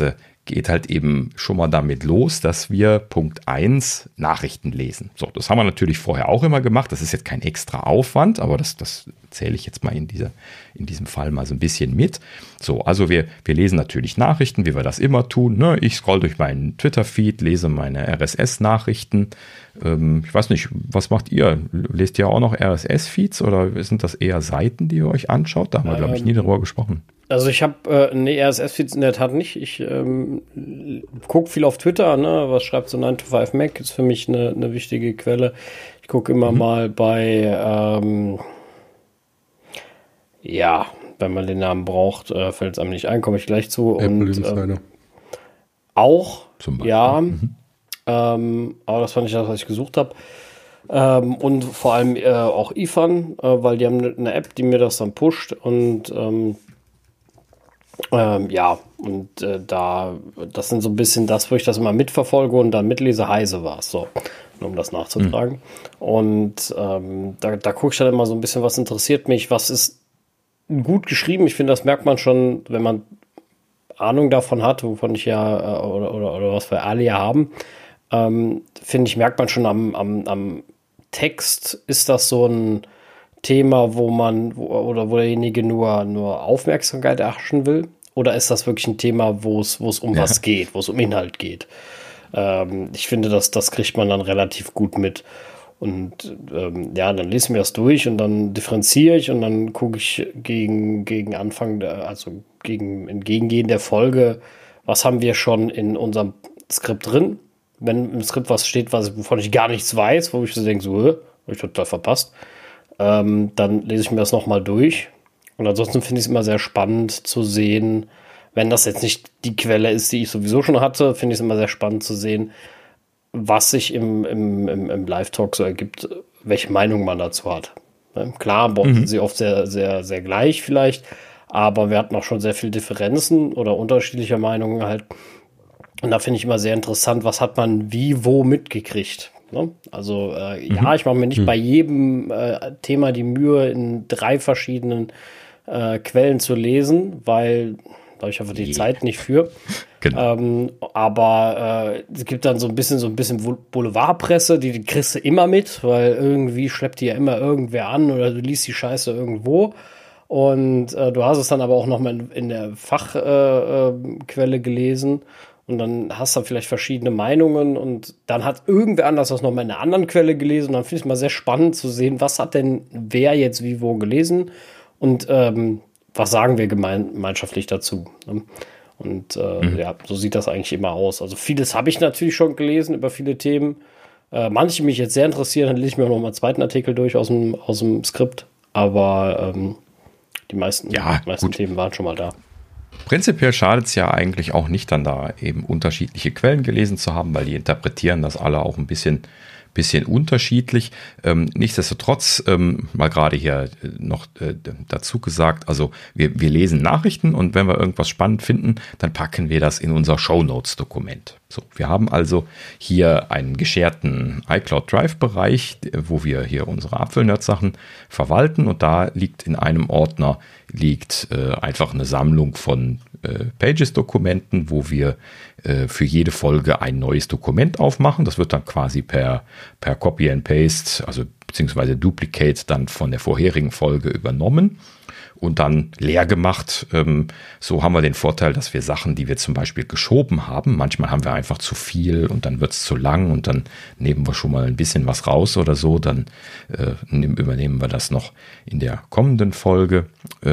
geht halt eben schon mal damit los, dass wir Punkt 1 Nachrichten lesen. So, das haben wir natürlich vorher auch immer gemacht. Das ist jetzt kein extra Aufwand, aber das zähle ich jetzt mal in diesem Fall mal so ein bisschen mit. So, also wir lesen natürlich Nachrichten, wie wir das immer tun. Ne? Ich scroll durch meinen Twitter-Feed, lese meine RSS-Nachrichten. Ich weiß nicht, was macht ihr? Lest ihr auch noch RSS-Feeds oder sind das eher Seiten, die ihr euch anschaut? Da haben wir, glaube ich, nie darüber gesprochen. Also ich habe RSS-Feeds in der Tat nicht. Ich gucke viel auf Twitter, ne? Was schreibt so 9to5Mac? Ist für mich eine wichtige Quelle. Ich gucke immer mal bei, wenn man den Namen braucht, fällt es einem nicht ein, komme ich gleich zu. Apple Insider. Auch, Zum Beispiel. ja. Aber das fand ich das, was ich gesucht habe. Und vor allem auch IFAN, weil die haben eine App, die mir das dann pusht und das sind so ein bisschen das, wo ich das immer mitverfolge und dann mitlese. Heise war es so, nur um das nachzutragen. Und da gucke ich dann immer so ein bisschen, was interessiert mich, was ist gut geschrieben. Ich finde, das merkt man schon, wenn man Ahnung davon hat, wovon ich ja oder was wir alle ja haben. Finde ich, merkt man schon am Text, ist das so ein Thema, wo derjenige nur Aufmerksamkeit erhaschen will? Oder ist das wirklich ein Thema, wo es um was geht, wo es um Inhalt geht? Ich finde, das kriegt man dann relativ gut mit. Und dann lese ich mir das durch und dann differenziere ich und dann gucke ich gegen Anfang, also gegen Entgegengehen der Folge, was haben wir schon in unserem Skript drin? Wenn im Skript was steht, wovon ich gar nichts weiß, wo ich so denke, habe ich total verpasst, dann lese ich mir das nochmal durch. Und ansonsten finde ich es immer sehr spannend zu sehen, wenn das jetzt nicht die Quelle ist, die ich sowieso schon hatte, finde ich es immer sehr spannend zu sehen, was sich im Live-Talk so ergibt, welche Meinung man dazu hat. Klar, sind sie oft sehr, sehr, sehr gleich vielleicht, aber wir hatten auch schon sehr viele Differenzen oder unterschiedliche Meinungen halt. Und da finde ich immer sehr interessant, was hat man wie, wo mitgekriegt. Ne? Also ich mache mir nicht bei jedem Thema die Mühe, in 3 verschiedenen Quellen zu lesen, weil da habe ich einfach die Zeit nicht für. Genau. Aber es gibt dann so ein bisschen Boulevardpresse, die kriegst du immer mit, weil irgendwie schleppt die ja immer irgendwer an oder du liest die Scheiße irgendwo. Und du hast es dann aber auch noch mal in der Fachquelle gelesen. Und dann hast du vielleicht verschiedene Meinungen und dann hat irgendwer anders das nochmal in einer anderen Quelle gelesen. Und dann finde ich es mal sehr spannend zu sehen, was hat denn wer jetzt wie wo gelesen und was sagen wir gemeinschaftlich dazu. Ne? Und so sieht das eigentlich immer aus. Also vieles habe ich natürlich schon gelesen über viele Themen. Manche mich jetzt sehr interessieren, dann lese ich mir auch noch mal einen zweiten Artikel durch aus dem Skript. Aber die meisten Themen waren schon mal da. Prinzipiell schadet es ja eigentlich auch nicht, dann da eben unterschiedliche Quellen gelesen zu haben, weil die interpretieren das alle auch ein bisschen unterschiedlich. Nichtsdestotrotz, mal gerade hier noch dazu gesagt, also wir lesen Nachrichten und wenn wir irgendwas spannend finden, dann packen wir das in unser Shownotes-Dokument. So, wir haben also hier einen gescherten iCloud Drive-Bereich, wo wir hier unsere Apfelnerd-Sachen verwalten und da liegt in einem Ordner einfach eine Sammlung von Pages-Dokumenten, wo wir für jede Folge ein neues Dokument aufmachen. Das wird dann quasi per Copy and Paste, also beziehungsweise Duplicate dann von der vorherigen Folge übernommen und dann leer gemacht. So haben wir den Vorteil, dass wir Sachen, die wir zum Beispiel geschoben haben, manchmal haben wir einfach zu viel und dann wird es zu lang und dann nehmen wir schon mal ein bisschen was raus oder so, dann übernehmen wir das noch in der kommenden Folge.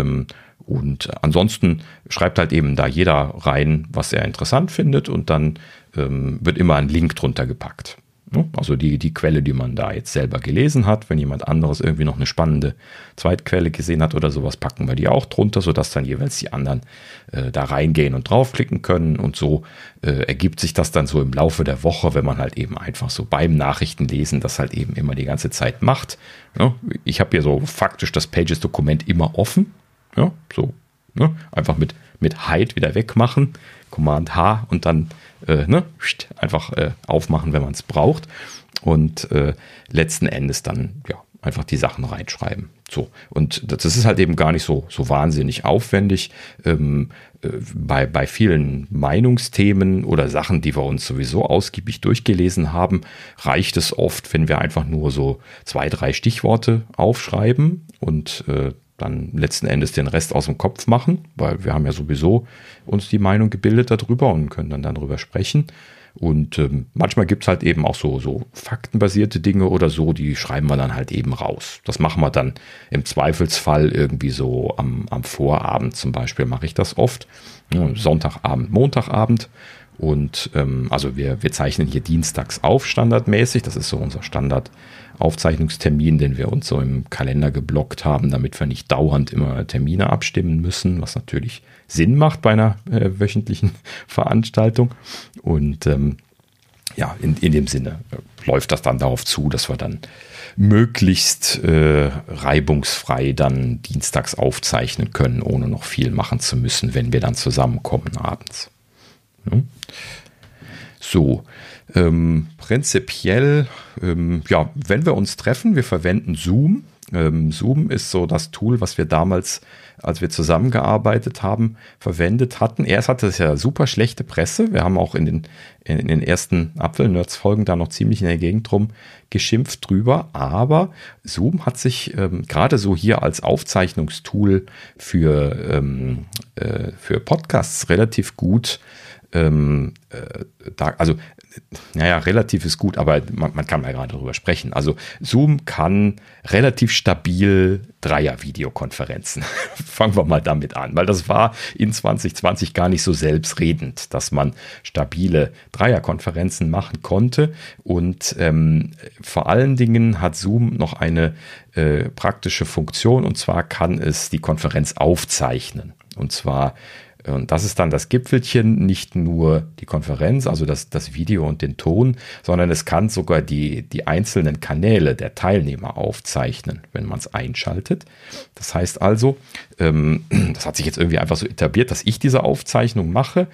Und ansonsten schreibt halt eben da jeder rein, was er interessant findet und dann wird immer ein Link drunter gepackt. Also die Quelle, die man da jetzt selber gelesen hat, wenn jemand anderes irgendwie noch eine spannende Zweitquelle gesehen hat oder sowas, packen wir die auch drunter, sodass dann jeweils die anderen da reingehen und draufklicken können und so ergibt sich das dann so im Laufe der Woche, wenn man halt eben einfach so beim Nachrichtenlesen das halt eben immer die ganze Zeit macht. Ja, ich habe hier so faktisch das Pages-Dokument immer offen. Ja, so, ne? Einfach mit Hide wieder wegmachen, Command H und dann einfach aufmachen, wenn man es braucht und letzten Endes dann einfach die Sachen reinschreiben. So. Und das ist halt eben gar nicht so wahnsinnig aufwendig. Bei vielen Meinungsthemen oder Sachen, die wir uns sowieso ausgiebig durchgelesen haben, reicht es oft, wenn wir einfach nur so 2, 3 Stichworte aufschreiben und dann letzten Endes den Rest aus dem Kopf machen, weil wir haben ja sowieso uns die Meinung gebildet darüber und können dann darüber sprechen. Und manchmal gibt es halt eben auch so faktenbasierte Dinge oder so, die schreiben wir dann halt eben raus. Das machen wir dann im Zweifelsfall irgendwie so am Vorabend zum Beispiel, mache ich das oft. Sonntagabend, Montagabend. Und also wir zeichnen hier dienstags auf, standardmäßig. Das ist so unser Standardaufzeichnungstermin, den wir uns so im Kalender geblockt haben, damit wir nicht dauernd immer Termine abstimmen müssen, was natürlich Sinn macht bei einer wöchentlichen Veranstaltung. Und ja, in dem Sinne läuft das dann darauf zu, dass wir dann möglichst reibungsfrei dann dienstags aufzeichnen können, ohne noch viel machen zu müssen, wenn wir dann zusammenkommen abends. Ja. So, prinzipiell, ja, wenn wir uns treffen, wir verwenden Zoom. Zoom ist so das Tool, was wir damals, als wir zusammengearbeitet haben, verwendet hatten. Erst hatte es ja super schlechte Presse. Wir haben auch in den ersten Apfel-Nerds-Folgen da noch ziemlich in der Gegend drum geschimpft drüber. Aber Zoom hat sich gerade so hier als Aufzeichnungstool für Podcasts relativ gut also, naja, relativ ist gut, aber man kann mal gerade drüber sprechen. Also Zoom kann relativ stabil Dreier-Videokonferenzen. Fangen wir mal damit an, weil das war in 2020 gar nicht so selbstredend, dass man stabile Dreierkonferenzen machen konnte. Und vor allen Dingen hat Zoom noch eine praktische Funktion, und zwar kann es die Konferenz aufzeichnen. Und zwar das ist dann das Gipfelchen, nicht nur die Konferenz, also das Video und den Ton, sondern es kann sogar die einzelnen Kanäle der Teilnehmer aufzeichnen, wenn man es einschaltet. Das heißt also, das hat sich jetzt irgendwie einfach so etabliert, dass ich diese Aufzeichnung mache.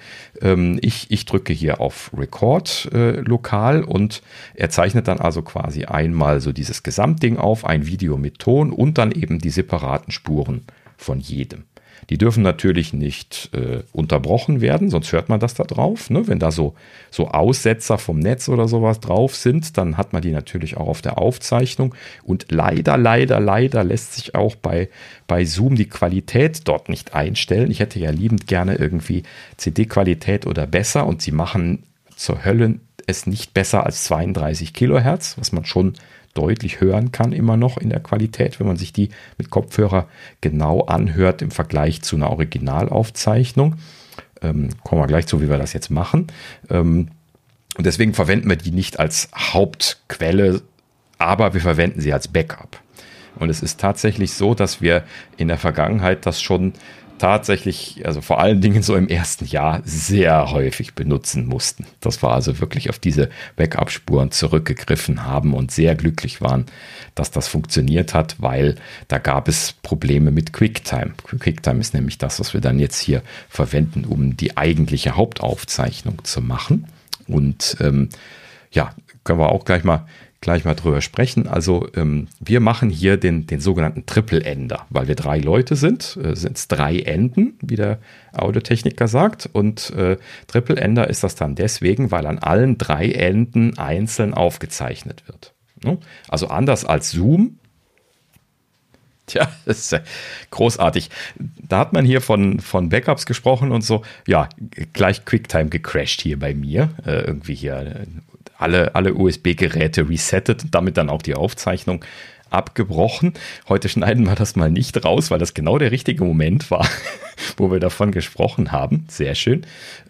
Ich drücke hier auf Record lokal und er zeichnet dann also quasi einmal so dieses Gesamtding auf, ein Video mit Ton und dann eben die separaten Spuren von jedem. Die dürfen natürlich nicht unterbrochen werden, sonst hört man das da drauf. Ne? Wenn da so Aussetzer vom Netz oder sowas drauf sind, dann hat man die natürlich auch auf der Aufzeichnung. Und leider lässt sich auch bei Zoom die Qualität dort nicht einstellen. Ich hätte ja liebend gerne irgendwie CD-Qualität oder besser, und sie machen zur Hölle es nicht besser als 32 Kilohertz, was man schon deutlich hören kann immer noch in der Qualität, wenn man sich die mit Kopfhörer genau anhört im Vergleich zu einer Originalaufzeichnung. Kommen wir gleich zu, wie wir das jetzt machen. Und deswegen verwenden wir die nicht als Hauptquelle, aber wir verwenden sie als Backup. Und es ist tatsächlich so, dass wir in der Vergangenheit das schon tatsächlich, also vor allen Dingen so im ersten Jahr, sehr häufig benutzen mussten. Das war also wirklich auf diese Backup-Spuren zurückgegriffen haben und sehr glücklich waren, dass das funktioniert hat, weil da gab es Probleme mit QuickTime. QuickTime ist nämlich das, was wir dann jetzt hier verwenden, um die eigentliche Hauptaufzeichnung zu machen. Und ja, können wir auch gleich mal drüber sprechen. Also wir machen hier den sogenannten Triple-Ender, weil wir 3 Leute sind es 3 Enden, wie der Audiotechniker sagt. Und Triple-Ender ist das dann deswegen, weil an allen 3 Enden einzeln aufgezeichnet wird. Ne? Also anders als Zoom. Tja, das ist ja großartig. Da hat man hier von Backups gesprochen und so. Ja, gleich QuickTime gecrashed hier bei mir. Irgendwie hier alle USB-Geräte resettet und damit dann auch die Aufzeichnung abgebrochen. Heute schneiden wir das mal nicht raus, weil das genau der richtige Moment war, wo wir davon gesprochen haben. Sehr schön.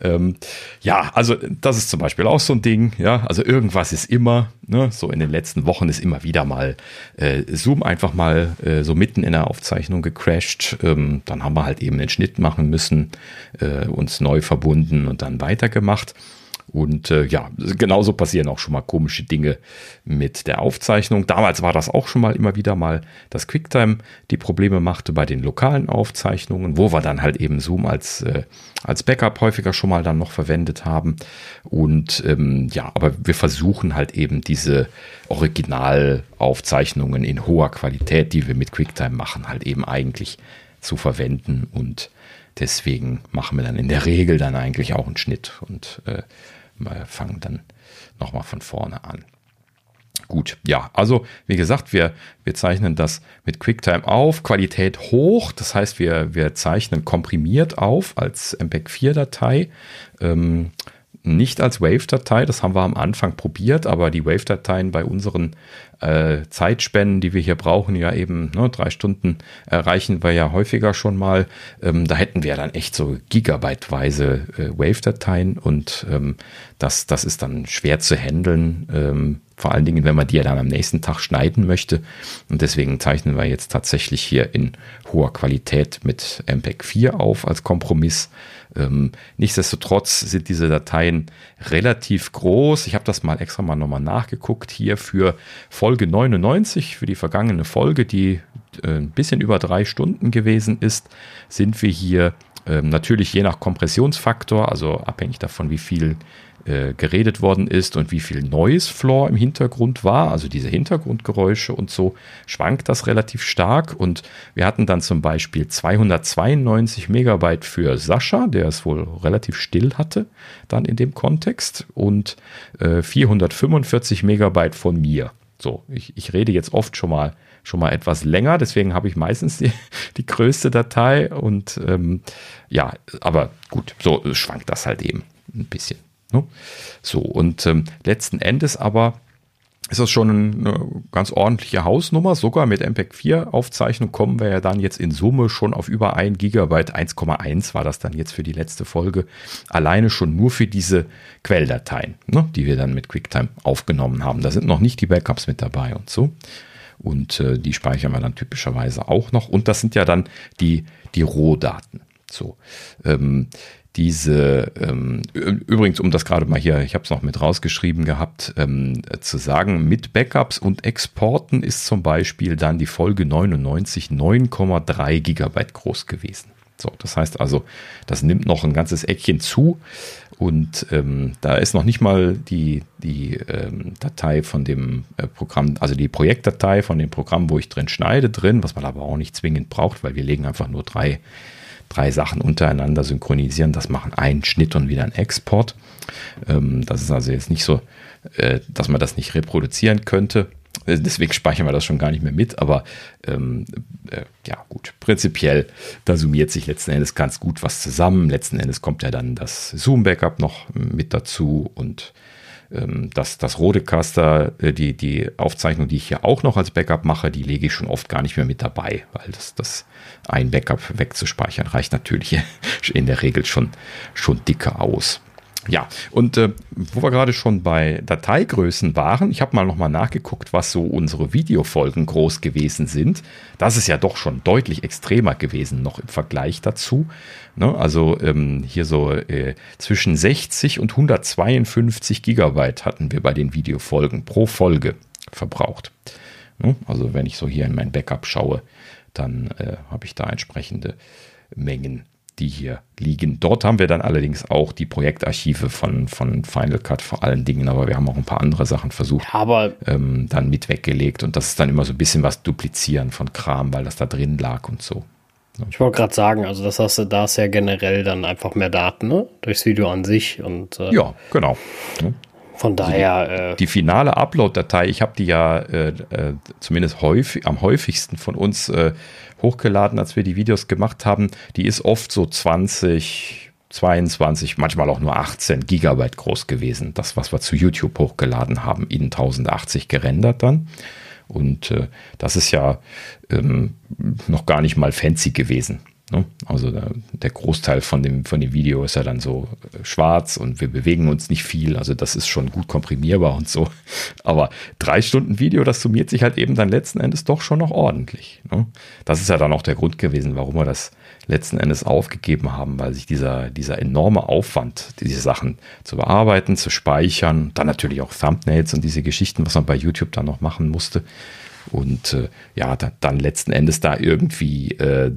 Ja, also das ist zum Beispiel auch so ein Ding. Ja, also irgendwas ist immer, ne, so in den letzten Wochen ist immer wieder mal Zoom einfach mal so mitten in der Aufzeichnung gecrashed. Dann haben wir halt eben den Schnitt machen müssen, uns neu verbunden und dann weitergemacht. Und ja, genauso passieren auch schon mal komische Dinge mit der Aufzeichnung. Damals war das auch schon mal immer wieder mal, dass QuickTime die Probleme machte bei den lokalen Aufzeichnungen, wo wir dann halt eben Zoom als Backup häufiger schon mal dann noch verwendet haben. Und ja, aber wir versuchen halt eben diese Originalaufzeichnungen in hoher Qualität, die wir mit QuickTime machen, halt eben eigentlich zu verwenden. Und deswegen machen wir dann in der Regel dann eigentlich auch einen Schnitt und wir fangen dann nochmal von vorne an. Gut, ja, also wie gesagt, wir zeichnen das mit QuickTime auf, Qualität hoch, das heißt, wir zeichnen komprimiert auf als MPEG-4-Datei, nicht als Wave-Datei, das haben wir am Anfang probiert, aber die Wave-Dateien bei unseren Zeitspannen, die wir hier brauchen, ja eben 3 Stunden erreichen wir ja häufiger schon mal. Da hätten wir dann echt so gigabyteweise Wave-Dateien und das ist dann schwer zu handeln, vor allen Dingen, wenn man die ja dann am nächsten Tag schneiden möchte. Und deswegen zeichnen wir jetzt tatsächlich hier in hoher Qualität mit MPEG-4 auf als Kompromiss. Nichtsdestotrotz sind diese Dateien relativ groß. Ich habe das mal extra nochmal nachgeguckt hier für Folge 99, für die vergangene Folge, die ein bisschen über 3 Stunden gewesen ist, sind wir hier natürlich je nach Kompressionsfaktor, also abhängig davon, wie viel geredet worden ist und wie viel Noise Floor im Hintergrund war, also diese Hintergrundgeräusche und so, schwankt das relativ stark. Und wir hatten dann zum Beispiel 292 Megabyte für Sascha, der es wohl relativ still hatte, dann in dem Kontext, und 445 Megabyte von mir. So, ich rede jetzt oft schon mal etwas länger, deswegen habe ich meistens die größte Datei und ja, aber gut, so schwankt das halt eben ein bisschen. Ne? So, und letzten Endes aber ist das schon eine ganz ordentliche Hausnummer. Sogar mit MPEG-4-Aufzeichnung kommen wir ja dann jetzt in Summe schon auf über 1 Gigabyte, 1,1 war das dann jetzt für die letzte Folge, alleine schon nur für diese Quelldateien, ne, die wir dann mit QuickTime aufgenommen haben. Da sind noch nicht die Backups mit dabei und so. Und die speichern wir dann typischerweise auch noch. Und das sind ja dann die Rohdaten. So, übrigens, um das gerade mal hier, ich habe es noch mit rausgeschrieben gehabt, zu sagen, mit Backups und Exporten ist zum Beispiel dann die Folge 99 9,3 Gigabyte groß gewesen. So, das heißt also, das nimmt noch ein ganzes Eckchen zu und da ist noch nicht mal die Datei von dem Programm, also die Projektdatei von dem Programm, wo ich drin schneide, drin, was man aber auch nicht zwingend braucht, weil wir legen einfach nur drei Sachen untereinander synchronisieren. Das machen einen Schnitt und wieder einen Export. Das ist also jetzt nicht so, dass man das nicht reproduzieren könnte. Deswegen speichern wir das schon gar nicht mehr mit. Aber ja gut, prinzipiell, da summiert sich letzten Endes ganz gut was zusammen. Letzten Endes kommt ja dann das Zoom-Backup noch mit dazu und das Rodecaster, die Aufzeichnung, die ich hier auch noch als Backup mache, die lege ich schon oft gar nicht mehr mit dabei, weil das ein Backup wegzuspeichern reicht natürlich in der Regel schon dicke aus. Ja, und wo wir gerade schon bei Dateigrößen waren, ich habe mal nochmal nachgeguckt, was so unsere Videofolgen groß gewesen sind. Das ist ja doch schon deutlich extremer gewesen noch im Vergleich dazu. Ne? Also hier so zwischen 60 und 152 Gigabyte hatten wir bei den Videofolgen pro Folge verbraucht. Ne? Also wenn ich so hier in mein Backup schaue, dann habe ich da entsprechende Mengen, die hier liegen. Dort haben wir dann allerdings auch die Projektarchive von Final Cut vor allen Dingen, aber wir haben auch ein paar andere Sachen versucht, dann mit weggelegt und das ist dann immer so ein bisschen was duplizieren von Kram, weil das da drin lag und so. Ich wollte gerade sagen, also das hast du, da ist ja generell dann einfach mehr Daten, ne? Durchs Video an sich und ja, genau. Von daher. Die finale Upload-Datei, ich habe die ja zumindest am häufigsten von uns hochgeladen, als wir die Videos gemacht haben. Die ist oft so 20, 22, manchmal auch nur 18 Gigabyte groß gewesen. Das, was wir zu YouTube hochgeladen haben, in 1080 gerendert dann. Und das ist ja noch gar nicht mal fancy gewesen. Ne? Also der Großteil von dem Video ist ja dann so schwarz und wir bewegen uns nicht viel. Also das ist schon gut komprimierbar und so. Aber 3 Stunden Video, das summiert sich halt eben dann letzten Endes doch schon noch ordentlich. Ne? Das ist ja dann auch der Grund gewesen, warum wir das letzten Endes aufgegeben haben, weil sich dieser enorme Aufwand, diese Sachen zu bearbeiten, zu speichern, dann natürlich auch Thumbnails und diese Geschichten, was man bei YouTube dann noch machen musste. Und dann letzten Endes da irgendwie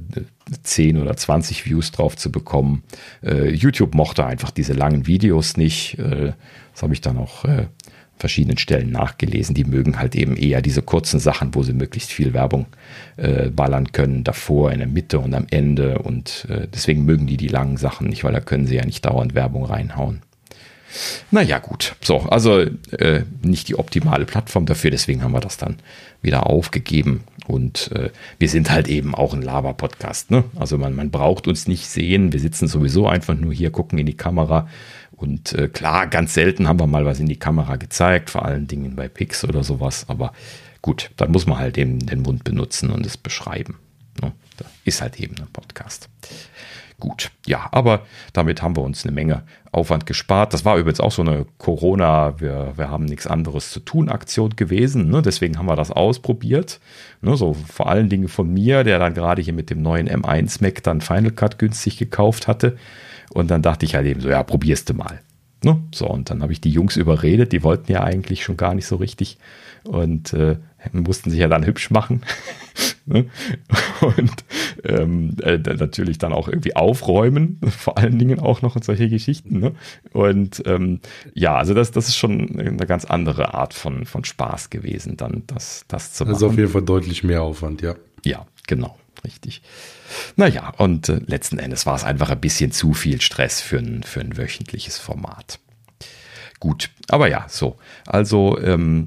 10 oder 20 Views drauf zu bekommen. YouTube mochte einfach diese langen Videos nicht. Das habe ich dann auch verschiedenen Stellen nachgelesen. Die mögen halt eben eher diese kurzen Sachen, wo sie möglichst viel Werbung ballern können, davor, in der Mitte und am Ende. Und deswegen mögen die langen Sachen nicht, weil da können sie ja nicht dauernd Werbung reinhauen. Naja, gut. So, also nicht die optimale Plattform dafür, deswegen haben wir das dann wieder aufgegeben. Und wir sind halt eben auch ein Laber-Podcast. Ne? Also man braucht uns nicht sehen. Wir sitzen sowieso einfach nur hier, gucken in die Kamera. Und klar, ganz selten haben wir mal was in die Kamera gezeigt, vor allen Dingen bei Pix oder sowas. Aber gut, dann muss man halt eben den Mund benutzen und es beschreiben. Ne? Das ist halt eben ein Podcast. Gut, ja, aber damit haben wir uns eine Menge Aufwand gespart. Das war übrigens auch so eine Corona, wir haben nichts anderes zu tun Aktion gewesen. Ne? Deswegen haben wir das ausprobiert. Ne? So vor allen Dingen von mir, der dann gerade hier mit dem neuen M1 Mac dann Final Cut günstig gekauft hatte. Und dann dachte ich halt eben so, ja, probierst du mal. Ne? So, und dann habe ich die Jungs überredet, die wollten ja eigentlich schon gar nicht so richtig und mussten sich ja dann hübsch machen. Ne? Und natürlich dann auch irgendwie aufräumen, vor allen Dingen auch noch und solche Geschichten. Ne? Und also das ist schon eine ganz andere Art von Spaß gewesen, dann das zu machen. Das ist auf jeden Fall deutlich mehr Aufwand, ja. Ja, genau, richtig. Naja, und letzten Endes war es einfach ein bisschen zu viel Stress für ein wöchentliches Format. Gut, aber ja, so. Also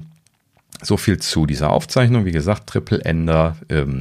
so viel zu dieser Aufzeichnung. Wie gesagt, Triple Ender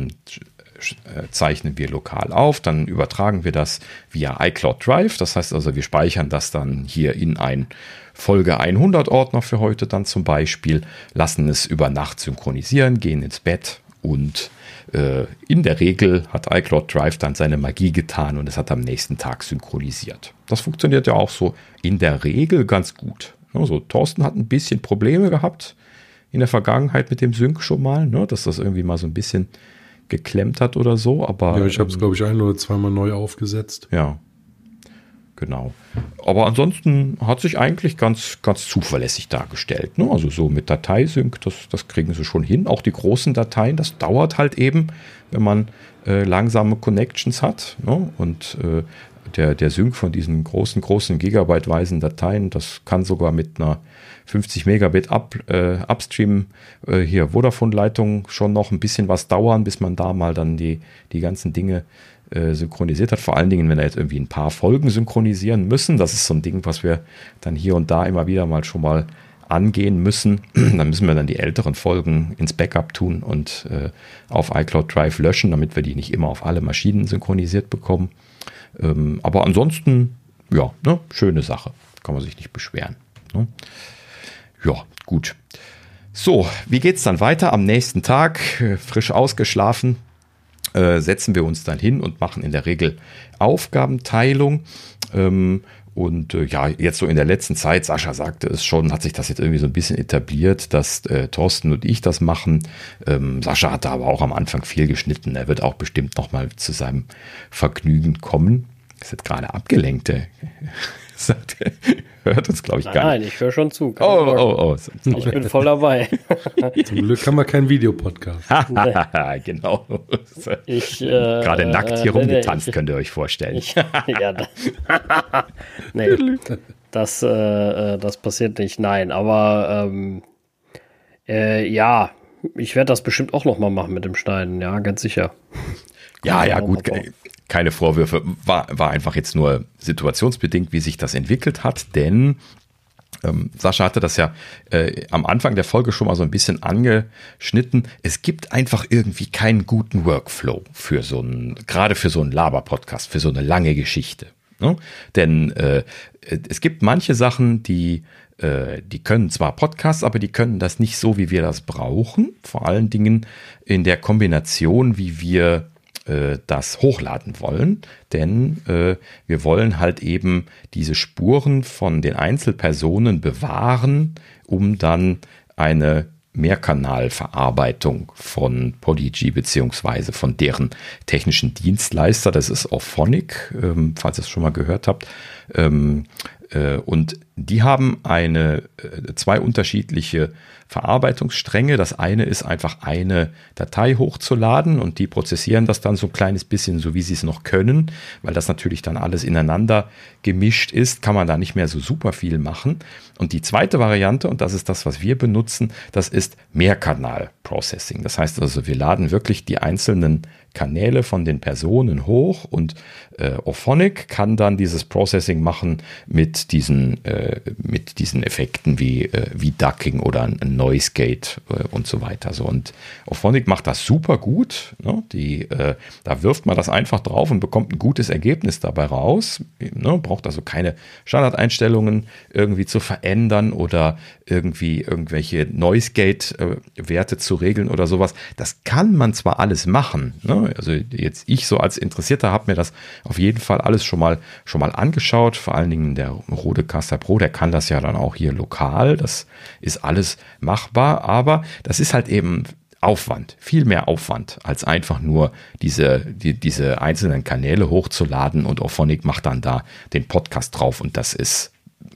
zeichnen wir lokal auf, dann übertragen wir das via iCloud Drive. Das heißt also, wir speichern das dann hier in ein Folge 100 Ordner für heute dann zum Beispiel, lassen es über Nacht synchronisieren, gehen ins Bett und in der Regel hat iCloud Drive dann seine Magie getan und es hat am nächsten Tag synchronisiert. Das funktioniert ja auch so in der Regel ganz gut. Also Thorsten hat ein bisschen Probleme gehabt in der Vergangenheit mit dem Sync schon mal, ne, dass das irgendwie mal so ein bisschen geklemmt hat oder so. Aber ja, ich habe es, glaube ich, 1 oder 2 Mal neu aufgesetzt. Ja, genau. Aber ansonsten hat sich eigentlich ganz, ganz zuverlässig dargestellt. Ne? Also so mit Dateisync, das kriegen sie schon hin. Auch die großen Dateien, das dauert halt eben, wenn man langsame Connections hat. Ne? Und der Sync von diesen großen gigabyteweisen Dateien, das kann sogar mit einer 50 Megabit Upstream hier Vodafone-Leitung schon noch ein bisschen was dauern, bis man da mal dann die ganzen Dinge synchronisiert hat. Vor allen Dingen, wenn er jetzt irgendwie ein paar Folgen synchronisieren müssen. Das ist so ein Ding, was wir dann hier und da immer wieder mal schon mal angehen müssen. Dann müssen wir dann die älteren Folgen ins Backup tun und auf iCloud Drive löschen, damit wir die nicht immer auf alle Maschinen synchronisiert bekommen. Aber ansonsten, ja, ne, schöne Sache. Kann man sich nicht beschweren. Ne? Ja, gut. So, wie geht's dann weiter? Am nächsten Tag, frisch ausgeschlafen, setzen wir uns dann hin und machen in der Regel Aufgabenteilung. Jetzt so in der letzten Zeit, Sascha sagte es schon, hat sich das jetzt irgendwie so ein bisschen etabliert, dass Thorsten und ich das machen. Sascha hat da aber auch am Anfang viel geschnitten. Er wird auch bestimmt nochmal zu seinem Vergnügen kommen. Ist jetzt gerade abgelenkt. Sagt er, hört uns, glaube ich, gar nicht. Nein, ich höre schon zu. Ich bin voll dabei. Zum Glück haben wir keinen Videopodcast. Genau. Gerade nackt hier rumgetanzt, könnt ihr euch vorstellen. Das passiert nicht. Nein, aber ich werde das bestimmt auch noch mal machen mit dem Schneiden. Ja, ganz sicher. Ja, gut. Keine Vorwürfe, war einfach jetzt nur situationsbedingt, wie sich das entwickelt hat, denn Sascha hatte das ja am Anfang der Folge schon mal so ein bisschen angeschnitten. Es gibt einfach irgendwie keinen guten Workflow gerade für so einen Laber-Podcast, für so eine lange Geschichte. Ne? Denn es gibt manche Sachen, die können zwar Podcasts, aber die können das nicht so, wie wir das brauchen. Vor allen Dingen in der Kombination, wie wir das hochladen wollen, denn wir wollen halt eben diese Spuren von den Einzelpersonen bewahren, um dann eine Mehrkanalverarbeitung von Podigy beziehungsweise von deren technischen Dienstleister, das ist Auphonic, falls ihr es schon mal gehört habt, und die haben zwei unterschiedliche Verarbeitungsstränge. Das eine ist einfach eine Datei hochzuladen und die prozessieren das dann so ein kleines bisschen, so wie sie es noch können, weil das natürlich dann alles ineinander gemischt ist, kann man da nicht mehr so super viel machen. Und die zweite Variante, und das ist das, was wir benutzen, das ist Mehrkanal-Processing. Das heißt also, wir laden wirklich die einzelnen Kanäle von den Personen hoch und Auphonic kann dann dieses Processing machen mit diesen Effekten wie Ducking oder ein Noise Gate und so weiter. So, und Auphonic macht das super gut. Ne? Da wirft man das einfach drauf und bekommt ein gutes Ergebnis dabei raus. Ne? Braucht also keine Standardeinstellungen irgendwie zu verändern oder irgendwie irgendwelche Noise Gate Werte zu regeln oder sowas. Das kann man zwar alles machen. Ne? Also jetzt ich so als Interessierter habe mir das auf jeden Fall alles schon mal angeschaut. Vor allen Dingen der Rodecaster Pro, der kann das ja dann auch hier lokal. Das ist alles machbar, aber das ist halt eben Aufwand, viel mehr Aufwand, als einfach nur diese einzelnen Kanäle hochzuladen und Auphonic macht dann da den Podcast drauf und das ist,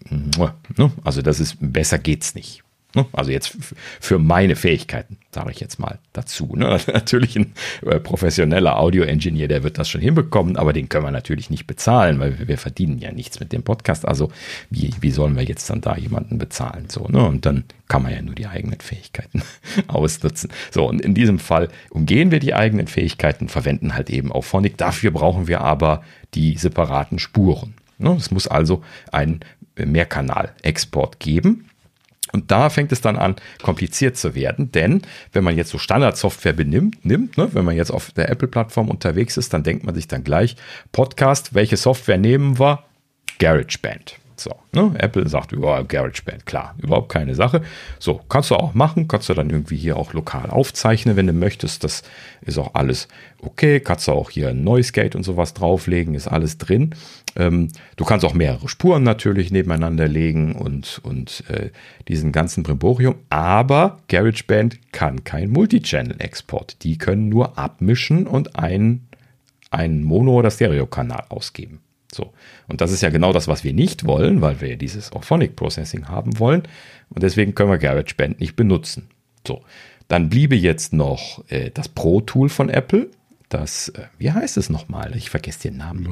also das ist, besser geht's nicht. Also jetzt für meine Fähigkeiten, sage ich jetzt mal dazu. Natürlich ein professioneller Audio-Engineer, der wird das schon hinbekommen, aber den können wir natürlich nicht bezahlen, weil wir verdienen ja nichts mit dem Podcast. Also wie sollen wir jetzt dann da jemanden bezahlen? So, ne? Und dann kann man ja nur die eigenen Fähigkeiten ausnutzen. So, und in diesem Fall umgehen wir die eigenen Fähigkeiten, verwenden halt eben Auphonic. Dafür brauchen wir aber die separaten Spuren. Es muss also einen Mehrkanal-Export geben. Und da fängt es dann an, kompliziert zu werden, denn wenn man jetzt so Standardsoftware nimmt, wenn man jetzt auf der Apple-Plattform unterwegs ist, dann denkt man sich dann gleich, Podcast, welche Software nehmen wir? GarageBand. So, Apple sagt, GarageBand, klar, überhaupt keine Sache. So, kannst du auch machen, kannst du dann irgendwie hier auch lokal aufzeichnen, wenn du möchtest. Das ist auch alles okay. Kannst du auch hier ein Noise Gate und sowas drauflegen, ist alles drin. Du kannst auch mehrere Spuren natürlich nebeneinander legen und diesen ganzen Brimborium. Aber GarageBand kann kein Multichannel-Export. Die können nur abmischen und einen Mono- oder Stereokanal ausgeben. So. Und das ist ja genau das, was wir nicht wollen, weil wir ja dieses Auphonic Processing haben wollen. Und deswegen können wir GarageBand nicht benutzen. So. Dann bliebe jetzt noch das Pro-Tool von Apple. Das, wie heißt es nochmal? Ich vergesse den Namen.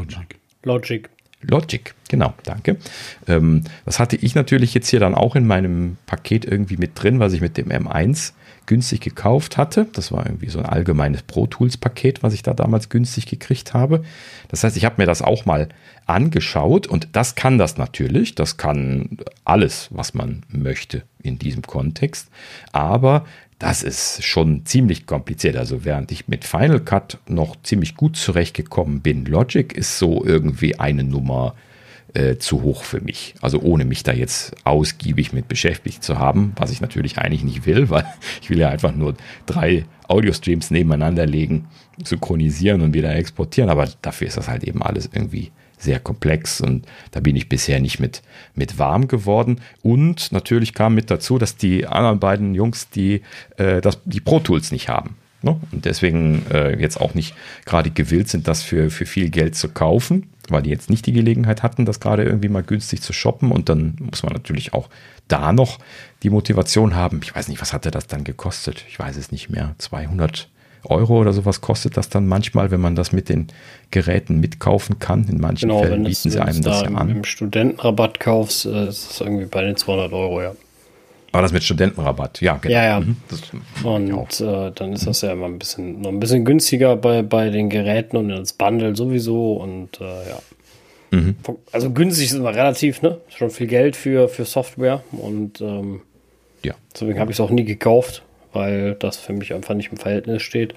Logic, genau, danke. Das hatte ich natürlich jetzt hier dann auch in meinem Paket irgendwie mit drin, was ich mit dem M1 günstig gekauft hatte. Das war irgendwie so ein allgemeines Pro Tools Paket, was ich da damals günstig gekriegt habe. Das heißt, ich habe mir das auch mal angeschaut und das kann das natürlich. Das kann alles, was man möchte in diesem Kontext. Aber das ist schon ziemlich kompliziert. Also während ich mit Final Cut noch ziemlich gut zurechtgekommen bin, Logic ist so irgendwie eine Nummer zu hoch für mich. Also ohne mich da jetzt ausgiebig mit beschäftigt zu haben, was ich natürlich eigentlich nicht will, weil ich will ja einfach nur 3 Audio-Streams nebeneinander legen, synchronisieren und wieder exportieren. Aber dafür ist das halt eben alles irgendwie sehr komplex und da bin ich bisher nicht mit warm geworden. Und natürlich kam mit dazu, dass die anderen beiden Jungs die Pro Tools nicht haben. Ne? Und deswegen jetzt auch nicht gerade gewillt sind, das für viel Geld zu kaufen, weil die jetzt nicht die Gelegenheit hatten, das gerade irgendwie mal günstig zu shoppen. Und dann muss man natürlich auch da noch die Motivation haben. Ich weiß nicht, was hatte das dann gekostet? Ich weiß es nicht mehr. 200 Euro oder sowas kostet das dann manchmal, wenn man das mit den Geräten mitkaufen kann. In manchen Fällen bieten sie einem das ja an. Im Studentenrabatt kaufst, ist es irgendwie bei den 200 Euro, ja. Aber das mit Studentenrabatt, ja, genau. Ja. Und dann ist das ja immer noch ein bisschen günstiger bei den Geräten und das Bundle sowieso und ja. Mhm. Also günstig ist immer relativ, ne? Schon viel Geld für Software und ja. Deswegen habe ich es auch nie gekauft, weil das für mich einfach nicht im Verhältnis steht.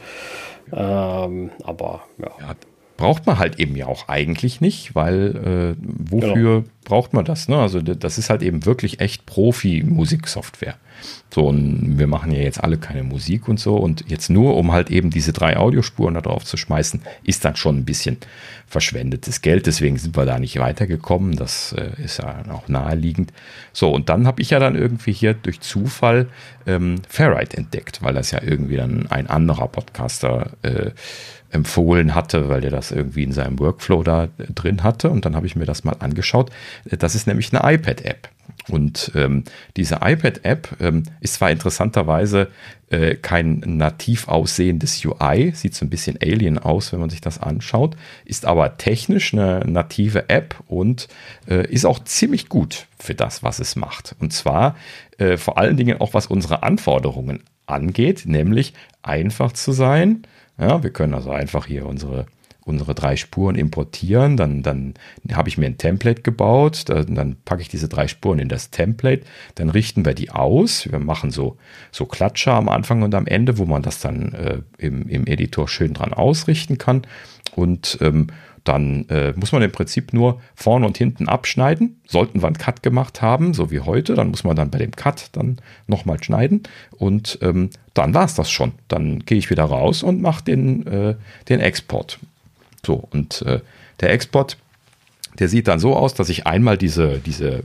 Aber ja. Braucht man halt eben ja auch eigentlich nicht, weil wofür braucht man das? Ne? Also das ist halt eben wirklich echt Profi-Musiksoftware. So, und wir machen ja jetzt alle keine Musik und so. Und jetzt nur, um halt eben diese 3 Audiospuren da drauf zu schmeißen, ist dann schon ein bisschen verschwendetes Geld. Deswegen sind wir da nicht weitergekommen. Das ist ja auch naheliegend. So, und dann habe ich ja dann irgendwie hier durch Zufall Ferrite entdeckt, weil das ja irgendwie dann ein anderer Podcaster empfohlen hatte, weil der das irgendwie in seinem Workflow da drin hatte. Und dann habe ich mir das mal angeschaut. Das ist nämlich eine iPad-App. Und diese iPad-App ist zwar interessanterweise kein nativ aussehendes UI, sieht so ein bisschen alien aus, wenn man sich das anschaut, ist aber technisch eine native App und ist auch ziemlich gut für das, was es macht. Und zwar vor allen Dingen auch, was unsere Anforderungen angeht, nämlich einfach zu sein. Ja, wir können also einfach hier unsere 3 Spuren importieren, dann habe ich mir ein Template gebaut, dann packe ich diese 3 Spuren in das Template, dann richten wir die aus, wir machen so Klatscher am Anfang und am Ende, wo man das dann im Editor schön dran ausrichten kann und dann muss man im Prinzip nur vorne und hinten abschneiden. Sollten wir einen Cut gemacht haben, so wie heute, dann muss man dann bei dem Cut dann nochmal schneiden und dann war es das schon. Dann gehe ich wieder raus und mache den Export. So, und der Export, der sieht dann so aus, dass ich einmal diese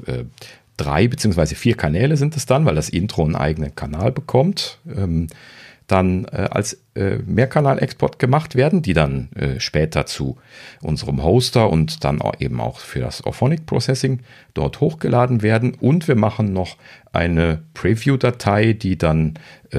3 bzw. 4 Kanäle sind es dann, weil das Intro einen eigenen Kanal bekommt, dann als Mehrkanal-Export gemacht werden, die dann später zu unserem Hoster und dann eben auch für das Auphonic Processing dort hochgeladen werden. Und wir machen noch eine Preview-Datei, die dann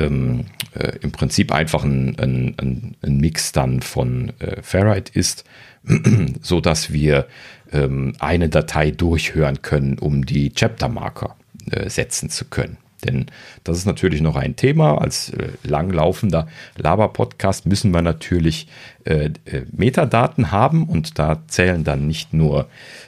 im Prinzip einfach ein Mix dann von Ferrite ist, so dass wir eine Datei durchhören können, um die Chapter-Marker setzen zu können. Denn das ist natürlich noch ein Thema. Als langlaufender Laber-Podcast müssen wir natürlich Metadaten haben und da zählen dann nicht nur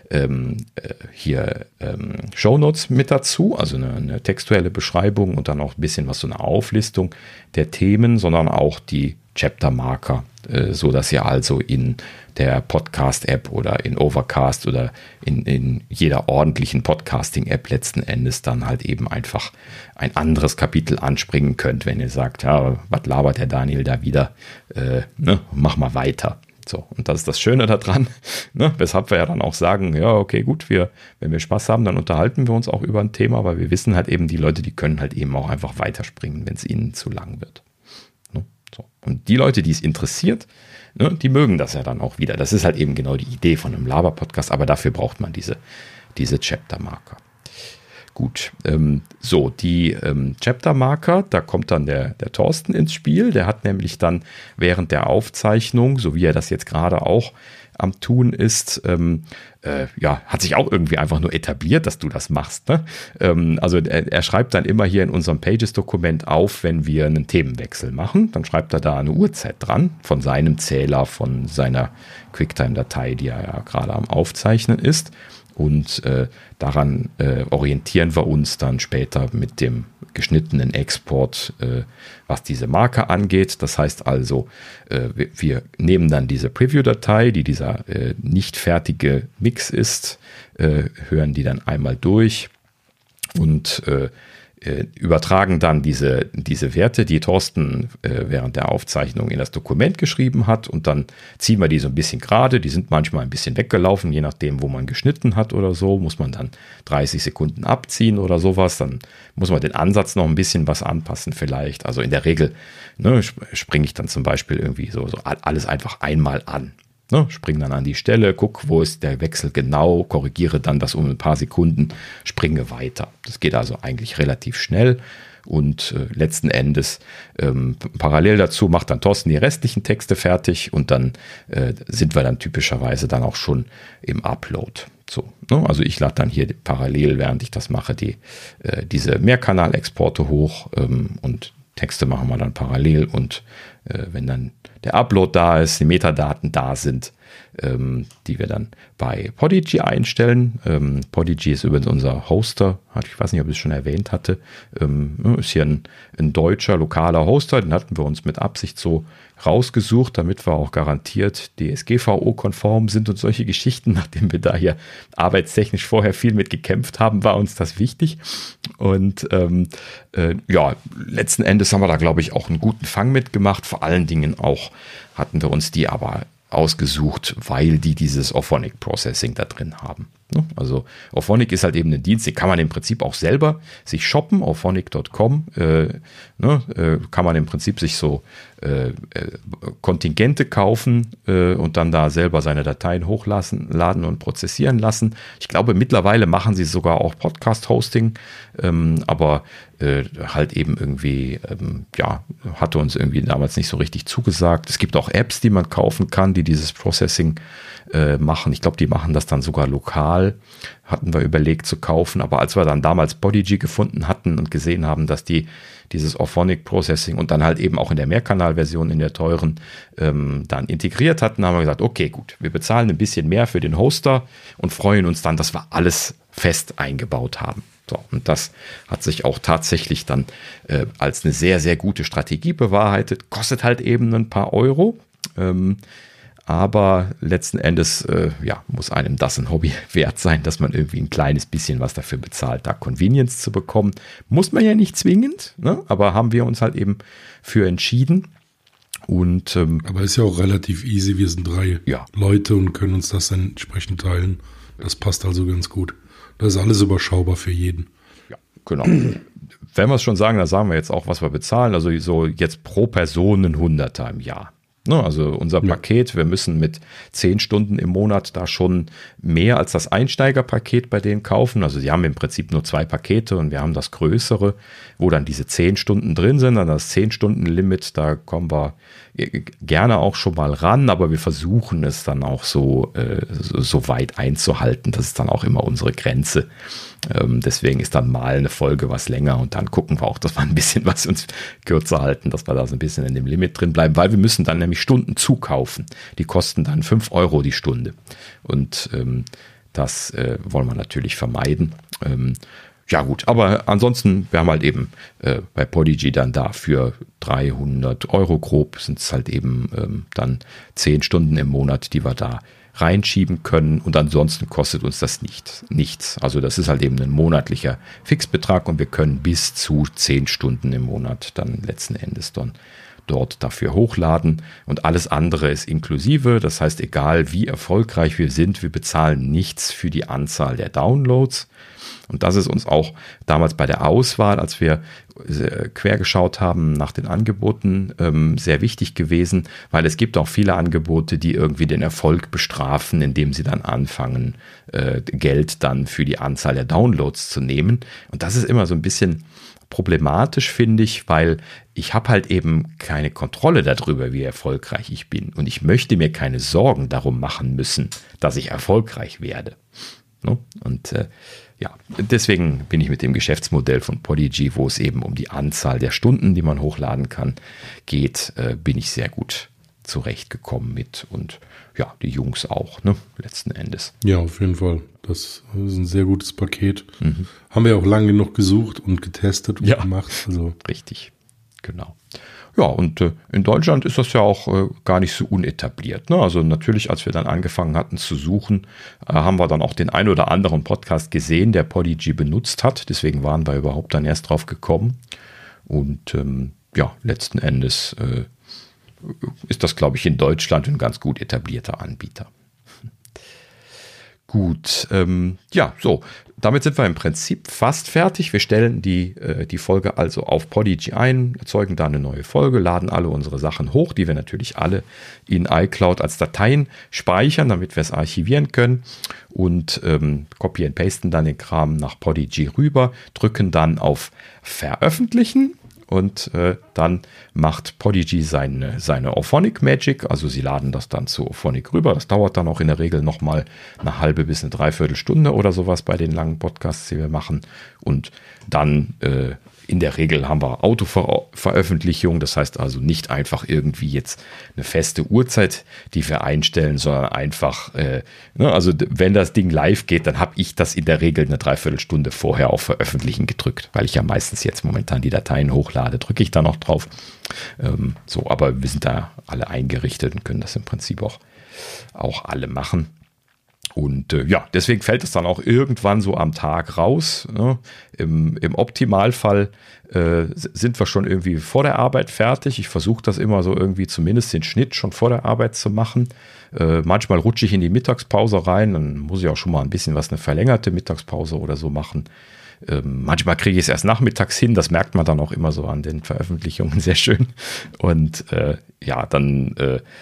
Shownotes mit dazu, also eine textuelle Beschreibung und dann auch ein bisschen was, so eine Auflistung der Themen, sondern auch die Chapter-Marker, so dass ihr also in der Podcast-App oder in Overcast oder in jeder ordentlichen Podcasting-App letzten Endes dann halt eben einfach ein anderes Kapitel anspringen könnt, wenn ihr sagt, ja, was labert der Daniel da wieder, mach mal weiter. So, und das ist das Schöne daran, ne? Weshalb wir ja dann auch sagen, ja, okay, gut, wenn wir Spaß haben, dann unterhalten wir uns auch über ein Thema, weil wir wissen halt eben, die Leute, die können halt eben auch einfach weiterspringen, wenn es ihnen zu lang wird. Ne? So. Und die Leute, die es interessiert, ne, die mögen das ja dann auch wieder. Das ist halt eben genau die Idee von einem Laber-Podcast, aber dafür braucht man diese Chapter-Marker. Gut, die Chapter-Marker, da kommt dann der Thorsten ins Spiel. Der hat nämlich dann während der Aufzeichnung, so wie er das jetzt gerade auch am Tun ist, hat sich auch irgendwie einfach nur etabliert, dass du das machst. Ne? Also er schreibt dann immer hier in unserem Pages-Dokument auf, wenn wir einen Themenwechsel machen. Dann schreibt er da eine Uhrzeit dran von seinem Zähler, von seiner QuickTime-Datei, die er ja gerade am Aufzeichnen ist. Und daran orientieren wir uns dann später mit dem geschnittenen Export, was diese Marker angeht. Das heißt also, wir nehmen dann diese Preview-Datei, die dieser nicht fertige Mix ist, hören die dann einmal durch und übertragen dann diese Werte, die Thorsten während der Aufzeichnung in das Dokument geschrieben hat, und dann ziehen wir die so ein bisschen gerade. Die sind manchmal ein bisschen weggelaufen, je nachdem, wo man geschnitten hat oder so, muss man dann 30 Sekunden abziehen oder sowas. Dann muss man den Ansatz noch ein bisschen was anpassen vielleicht. Also in der Regel springe ich dann zum Beispiel irgendwie so alles einfach einmal an. Spring dann an die Stelle, guck, wo ist der Wechsel genau, korrigiere dann das um ein paar Sekunden, springe weiter. Das geht also eigentlich relativ schnell und letzten Endes parallel dazu macht dann Thorsten die restlichen Texte fertig und dann sind wir dann typischerweise dann auch schon im Upload. So, also ich lade dann hier parallel, während ich das mache, diese Mehrkanalexporte hoch und Texte machen wir dann parallel und wenn dann der Upload da ist, die Metadaten da sind, die wir dann bei Podigy einstellen. Podigy ist übrigens unser Hoster. Ich weiß nicht, ob ich es schon erwähnt hatte. Ist hier ein deutscher, lokaler Hoster. Den hatten wir uns mit Absicht so rausgesucht, damit wir auch garantiert DSGVO-konform sind und solche Geschichten. Nachdem wir da hier arbeitstechnisch vorher viel mit gekämpft haben, war uns das wichtig. Und letzten Endes haben wir da, glaube ich, auch einen guten Fang mitgemacht. Vor allen Dingen auch hatten wir uns die aber ausgesucht, weil die dieses Auphonic Processing da drin haben. Also Auphonic ist halt eben ein Dienst, den kann man im Prinzip auch selber sich shoppen, auphonic.com, kann man im Prinzip sich so Kontingente kaufen und dann da selber seine Dateien hochladen und prozessieren lassen. Ich glaube, mittlerweile machen sie sogar auch Podcast-Hosting, aber halt eben irgendwie, hatte uns irgendwie damals nicht so richtig zugesagt. Es gibt auch Apps, die man kaufen kann, die dieses Processing machen. Ich glaube, die machen das dann sogar lokal. Hatten wir überlegt zu kaufen, aber als wir dann damals Podigy gefunden hatten und gesehen haben, dass die dieses Auphonic Processing und dann halt eben auch in der Mehrkanalversion, in der teuren, dann integriert hatten, haben wir gesagt, okay, gut, wir bezahlen ein bisschen mehr für den Hoster und freuen uns dann, dass wir alles fest eingebaut haben. So, und das hat sich auch tatsächlich dann als eine sehr, sehr gute Strategie bewahrheitet. Kostet halt eben ein paar Euro. Aber letzten Endes muss einem das ein Hobby wert sein, dass man irgendwie ein kleines bisschen was dafür bezahlt, da Convenience zu bekommen. Muss man ja nicht zwingend, ne? Aber haben wir uns halt eben für entschieden. Und, aber ist ja auch relativ easy. Wir sind 3 Leute und können uns das dann entsprechend teilen. Das passt also ganz gut. Das ist alles überschaubar für jeden. Ja, genau. Wenn wir es schon sagen, dann sagen wir jetzt auch, was wir bezahlen. Also so jetzt pro Person ein 100er im Jahr. Also unser Paket, wir müssen mit 10 Stunden im Monat da schon mehr als das Einsteigerpaket bei denen kaufen. Also die haben im Prinzip nur 2 Pakete und wir haben das größere, wo dann diese 10 Stunden drin sind. Dann das 10-Stunden-Limit, da kommen wir gerne auch schon mal ran, aber wir versuchen es dann auch so weit einzuhalten. Das ist dann auch immer unsere Grenze. Deswegen ist dann mal eine Folge was länger und dann gucken wir auch, dass wir ein bisschen was uns kürzer halten, dass wir da so ein bisschen in dem Limit drin bleiben, weil wir müssen dann nämlich Stunden zukaufen. Die kosten dann 5 Euro die Stunde und das wollen wir natürlich vermeiden. Ja gut, aber ansonsten, wir haben halt eben bei Podigy dann da für 300 Euro grob, sind es halt eben dann 10 Stunden im Monat, die wir da reinschieben können und ansonsten kostet uns das nichts. Also das ist halt eben ein monatlicher Fixbetrag und wir können bis zu 10 Stunden im Monat dann letzten Endes dann dort dafür hochladen und alles andere ist inklusive. Das heißt, egal wie erfolgreich wir sind, wir bezahlen nichts für die Anzahl der Downloads. Und das ist uns auch damals bei der Auswahl, als wir quer geschaut haben nach den Angeboten, sehr wichtig gewesen, weil es gibt auch viele Angebote, die irgendwie den Erfolg bestrafen, indem sie dann anfangen, Geld dann für die Anzahl der Downloads zu nehmen. Und das ist immer so ein bisschen problematisch, finde ich, weil ich habe halt eben keine Kontrolle darüber, wie erfolgreich ich bin. Und ich möchte mir keine Sorgen darum machen müssen, dass ich erfolgreich werde. No? Und deswegen bin ich mit dem Geschäftsmodell von Podigy, wo es eben um die Anzahl der Stunden, die man hochladen kann, geht, bin ich sehr gut zurechtgekommen mit und ja, die Jungs auch, ne, letzten Endes. Ja, auf jeden Fall. Das ist ein sehr gutes Paket. Mhm. Haben wir auch lange genug gesucht und getestet und gemacht. Also. Richtig, genau. Ja, und in Deutschland ist das ja auch gar nicht so unetabliert. Ne? Also natürlich, als wir dann angefangen hatten zu suchen, haben wir dann auch den ein oder anderen Podcast gesehen, der Podigy benutzt hat. Deswegen waren wir überhaupt dann erst drauf gekommen. Und letzten Endes ist das, glaube ich, in Deutschland ein ganz gut etablierter Anbieter. Gut, damit sind wir im Prinzip fast fertig. Wir stellen die Folge also auf Podigy ein, erzeugen da eine neue Folge, laden alle unsere Sachen hoch, die wir natürlich alle in iCloud als Dateien speichern, damit wir es archivieren können und copy and pasten dann den Kram nach Podigy rüber, drücken dann auf Veröffentlichen. Und dann macht Podigy seine Auphonic Magic, also sie laden das dann zu Auphonic rüber. Das dauert dann auch in der Regel nochmal eine halbe bis eine Dreiviertelstunde oder sowas bei den langen Podcasts, die wir machen. Und dann in der Regel haben wir Autoveröffentlichung, das heißt also nicht einfach irgendwie jetzt eine feste Uhrzeit, die wir einstellen, sondern einfach, also wenn das Ding live geht, dann habe ich das in der Regel eine Dreiviertelstunde vorher auf Veröffentlichen gedrückt, weil ich ja meistens jetzt momentan die Dateien hochlade, drücke ich da noch drauf. Aber wir sind da alle eingerichtet und können das im Prinzip auch alle machen. Und deswegen fällt es dann auch irgendwann so am Tag raus. Ne? Im Optimalfall sind wir schon irgendwie vor der Arbeit fertig. Ich versuche das immer so irgendwie zumindest den Schnitt schon vor der Arbeit zu machen. Manchmal rutsche ich in die Mittagspause rein, dann muss ich auch schon mal ein bisschen eine verlängerte Mittagspause oder so machen. Manchmal kriege ich es erst nachmittags hin, das merkt man dann auch immer so an den Veröffentlichungen sehr schön. Und dann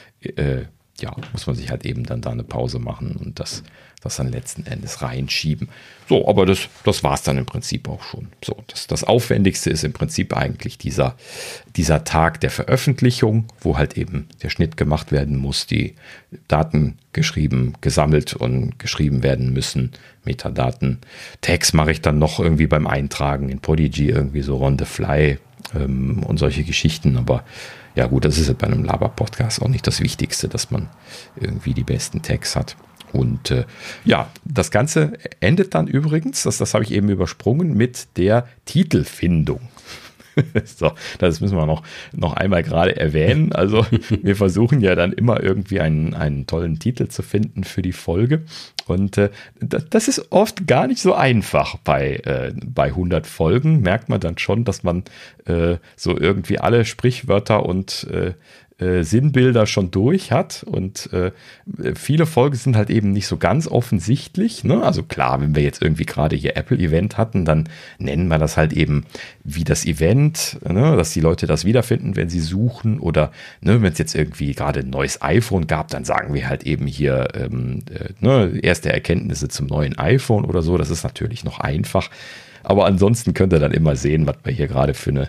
muss man sich halt eben dann da eine Pause machen und das dann letzten Endes reinschieben. So, aber das war es dann im Prinzip auch schon. So, das Aufwendigste ist im Prinzip eigentlich dieser Tag der Veröffentlichung, wo halt eben der Schnitt gemacht werden muss, die Daten gesammelt und geschrieben werden müssen, Metadaten. Tags mache ich dann noch irgendwie beim Eintragen in Podigy, irgendwie so on the fly und solche Geschichten, aber ja gut, das ist halt bei einem Laber-Podcast auch nicht das Wichtigste, dass man irgendwie die besten Tags hat. Und das Ganze endet dann übrigens, das habe ich eben übersprungen, mit der Titelfindung. So, das müssen wir noch einmal gerade erwähnen. Also wir versuchen ja dann immer irgendwie einen tollen Titel zu finden für die Folge. Und das ist oft gar nicht so einfach bei 100 Folgen. Merkt man dann schon, dass man so irgendwie alle Sprichwörter und Sinnbilder schon durch hat und viele Folgen sind halt eben nicht so ganz offensichtlich. Ne? Also klar, wenn wir jetzt irgendwie gerade hier Apple-Event hatten, dann nennen wir das halt eben wie das Event, ne? Dass die Leute das wiederfinden, wenn sie suchen oder wenn es jetzt irgendwie gerade ein neues iPhone gab, dann sagen wir halt eben hier erste Erkenntnisse zum neuen iPhone oder so. Das ist natürlich noch einfach. Aber ansonsten könnt ihr dann immer sehen, was wir hier gerade für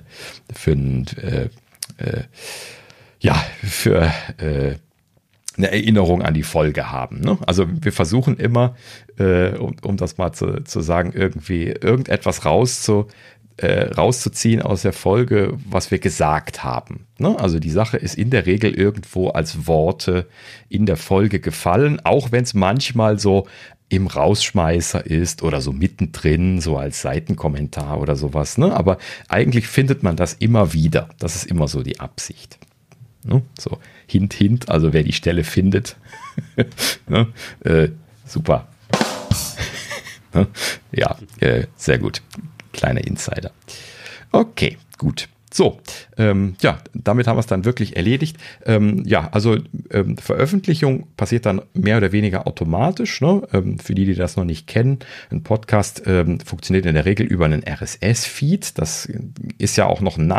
eine Erinnerung an die Folge haben. Ne? Also wir versuchen immer, um das mal zu sagen, irgendwie irgendetwas rauszuziehen aus der Folge, was wir gesagt haben. Ne? Also die Sache ist in der Regel irgendwo als Worte in der Folge gefallen, auch wenn es manchmal so im Rausschmeißer ist oder so mittendrin, so als Seitenkommentar oder sowas. Ne? Aber eigentlich findet man das immer wieder. Das ist immer so die Absicht. Ne? So, hint, also wer die Stelle findet. Ne? Super. Ne? Ja, sehr gut. Kleiner Insider. Okay, gut. So, damit haben wir es dann wirklich erledigt. Veröffentlichung passiert dann mehr oder weniger automatisch. Ne? Für die das noch nicht kennen, ein Podcast funktioniert in der Regel über einen RSS-Feed. Das ist ja auch noch ein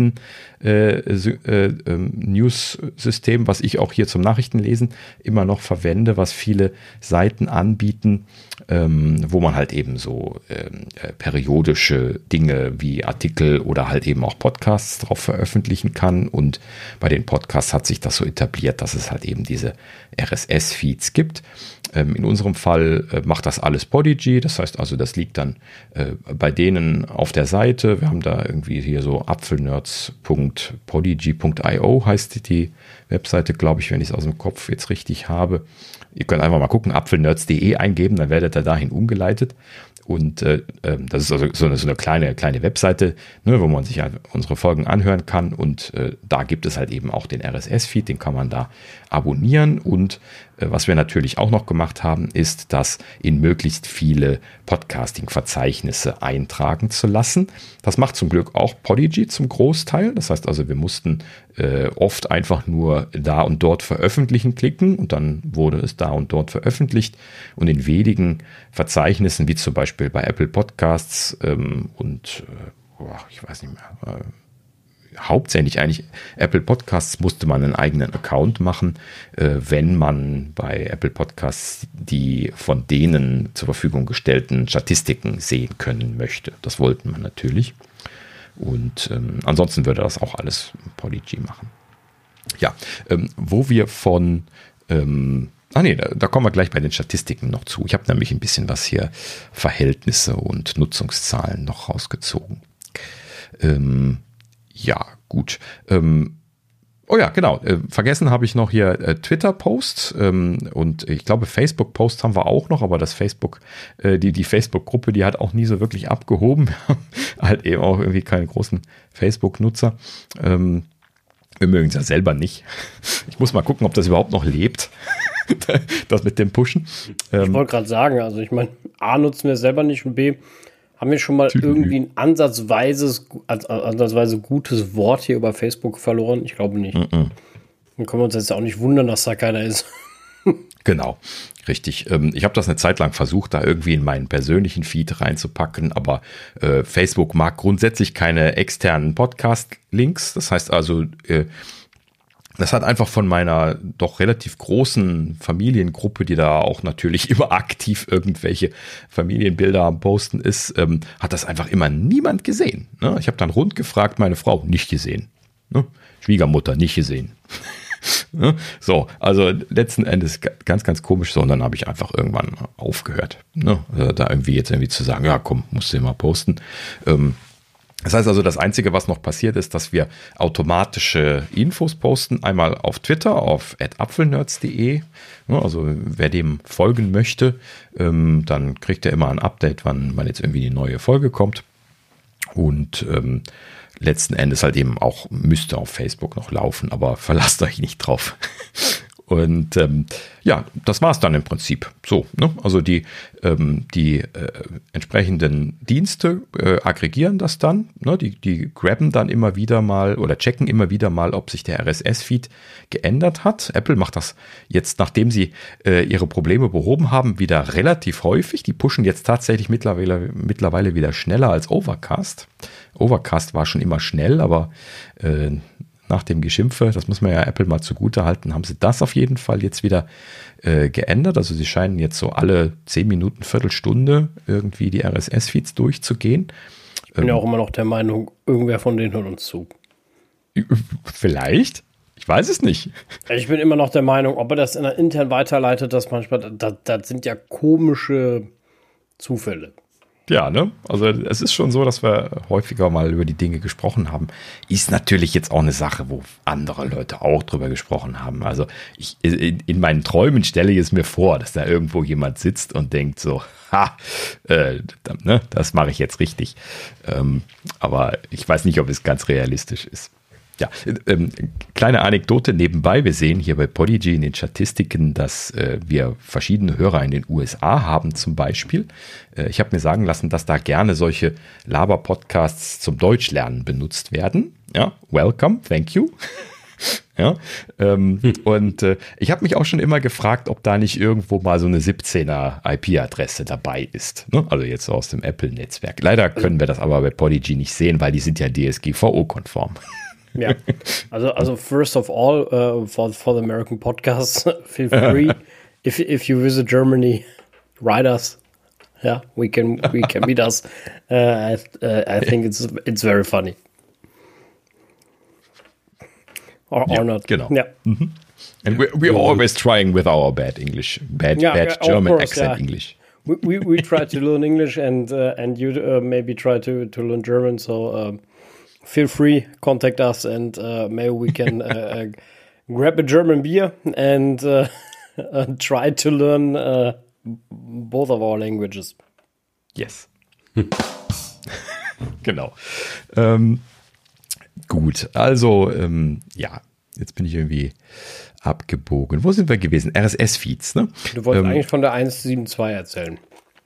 News-System, was ich auch hier zum Nachrichtenlesen immer noch verwende, was viele Seiten anbieten, wo man halt eben so periodische Dinge wie Artikel oder halt eben auch Podcasts drauf veröffentlichen kann. Und bei den Podcasts hat sich das so etabliert, dass es halt eben diese RSS-Feeds gibt. In unserem Fall macht das alles Podigy, das heißt also, das liegt dann bei denen auf der Seite. Wir haben da irgendwie hier so apfelnerds.podigy.io heißt die Webseite, glaube ich, wenn ich es aus dem Kopf jetzt richtig habe. Ihr könnt einfach mal gucken, apfelnerds.de eingeben, dann werdet ihr dahin umgeleitet. Und das ist also so eine kleine Webseite, ne, wo man sich halt unsere Folgen anhören kann. Und da gibt es halt eben auch den RSS-Feed, den kann man da abonnieren. Und was wir natürlich auch noch gemacht haben, ist, das in möglichst viele Podcasting-Verzeichnisse eintragen zu lassen. Das macht zum Glück auch Podigy zum Großteil. Das heißt also, wir mussten oft einfach nur da und dort veröffentlichen klicken und dann wurde es da und dort veröffentlicht. Und in wenigen Verzeichnissen, wie zum Beispiel bei Apple Podcasts ich weiß nicht mehr, hauptsächlich eigentlich Apple Podcasts musste man einen eigenen Account machen, wenn man bei Apple Podcasts die von denen zur Verfügung gestellten Statistiken sehen können möchte. Das wollten wir natürlich. Und ansonsten würde das auch alles Podigy machen. Ja, wo wir von da kommen wir gleich bei den Statistiken noch zu. Ich habe nämlich ein bisschen was hier, Verhältnisse und Nutzungszahlen noch rausgezogen. Ja, gut. Oh ja, genau. Vergessen habe ich noch hier Twitter-Posts und ich glaube Facebook-Posts haben wir auch noch, aber das Facebook, die Facebook-Gruppe, die hat auch nie so wirklich abgehoben. Wir haben halt eben auch irgendwie keine großen Facebook-Nutzer. Wir mögen es ja selber nicht. Ich muss mal gucken, ob das überhaupt noch lebt. Das mit dem Pushen. Ich wollte gerade sagen, also ich meine, A, nutzen wir selber nicht und B, haben wir schon mal irgendwie ein ansatzweise gutes Wort hier über Facebook verloren? Ich glaube nicht. Dann können wir uns jetzt auch nicht wundern, dass da keiner ist. Genau, richtig. Ich habe das eine Zeit lang versucht, da irgendwie in meinen persönlichen Feed reinzupacken, aber Facebook mag grundsätzlich keine externen Podcast-Links. Das heißt also, das hat einfach von meiner doch relativ großen Familiengruppe, die da auch natürlich immer aktiv irgendwelche Familienbilder am Posten ist, hat das einfach immer niemand gesehen. Ne? Ich habe dann rund gefragt, meine Frau nicht gesehen. Ne? Schwiegermutter nicht gesehen. Ne? So, also letzten Endes ganz, ganz komisch. So, und dann habe ich einfach irgendwann aufgehört. Ne? Da irgendwie zu sagen, ja komm, musst du mal posten. Das heißt also, das Einzige, was noch passiert, ist, dass wir automatische Infos posten. Einmal auf Twitter, auf @apfelnerds.de. Also wer dem folgen möchte, dann kriegt er immer ein Update, wann jetzt irgendwie die neue Folge kommt. Und letzten Endes halt eben auch, müsste auf Facebook noch laufen, aber verlasst euch nicht drauf. Und ja, das war es dann im Prinzip. So, ne? Also die entsprechenden Dienste aggregieren das dann. Ne? Die grabben dann immer wieder mal oder checken immer wieder mal, ob sich der RSS-Feed geändert hat. Apple macht das jetzt, nachdem sie ihre Probleme behoben haben, wieder relativ häufig. Die pushen jetzt tatsächlich mittlerweile wieder schneller als Overcast. Overcast war schon immer schnell, aber nach dem Geschimpfe, das muss man ja Apple mal zugute halten, haben sie das auf jeden Fall jetzt wieder geändert. Also sie scheinen jetzt so alle 10 Minuten, Viertelstunde irgendwie die RSS-Feeds durchzugehen. Ich bin ja auch immer noch der Meinung, irgendwer von denen hört uns zu. Vielleicht? Ich weiß es nicht. Ich bin immer noch der Meinung, ob er das intern weiterleitet, das manchmal, das sind ja komische Zufälle. Ja, ne? Also es ist schon so, dass wir häufiger mal über die Dinge gesprochen haben. Ist natürlich jetzt auch eine Sache, wo andere Leute auch drüber gesprochen haben. Also in meinen Träumen stelle ich es mir vor, dass da irgendwo jemand sitzt und denkt so, das mache ich jetzt richtig. Aber ich weiß nicht, ob es ganz realistisch ist. Ja, kleine Anekdote nebenbei. Wir sehen hier bei Podigy in den Statistiken, dass wir verschiedene Hörer in den USA haben zum Beispiel. Ich habe mir sagen lassen, dass da gerne solche Laber-Podcasts zum Deutschlernen benutzt werden. Ja, welcome, thank you. Ja, und ich habe mich auch schon immer gefragt, ob da nicht irgendwo mal so eine 17er IP-Adresse dabei ist. Ne? Also jetzt so aus dem Apple-Netzwerk. Leider können wir das aber bei Podigy nicht sehen, weil die sind ja DSGVO-konform. Ja, also first of all, for the American podcasts, feel free. if you visit Germany, write us. Yeah, we can meet us. I think it's very funny. Or not. Genau. Yeah. Mm-hmm. And we're always trying with our bad English, bad German course, accent English. We try to learn English and you maybe try to learn German. So feel free, contact us, and maybe we can grab a German beer and try to learn both of our languages. Yes. Genau. Gut, also ja, jetzt bin ich irgendwie abgebogen. Wo sind wir gewesen? RSS-Feeds, ne? Du wolltest eigentlich von der 1.7.2 erzählen.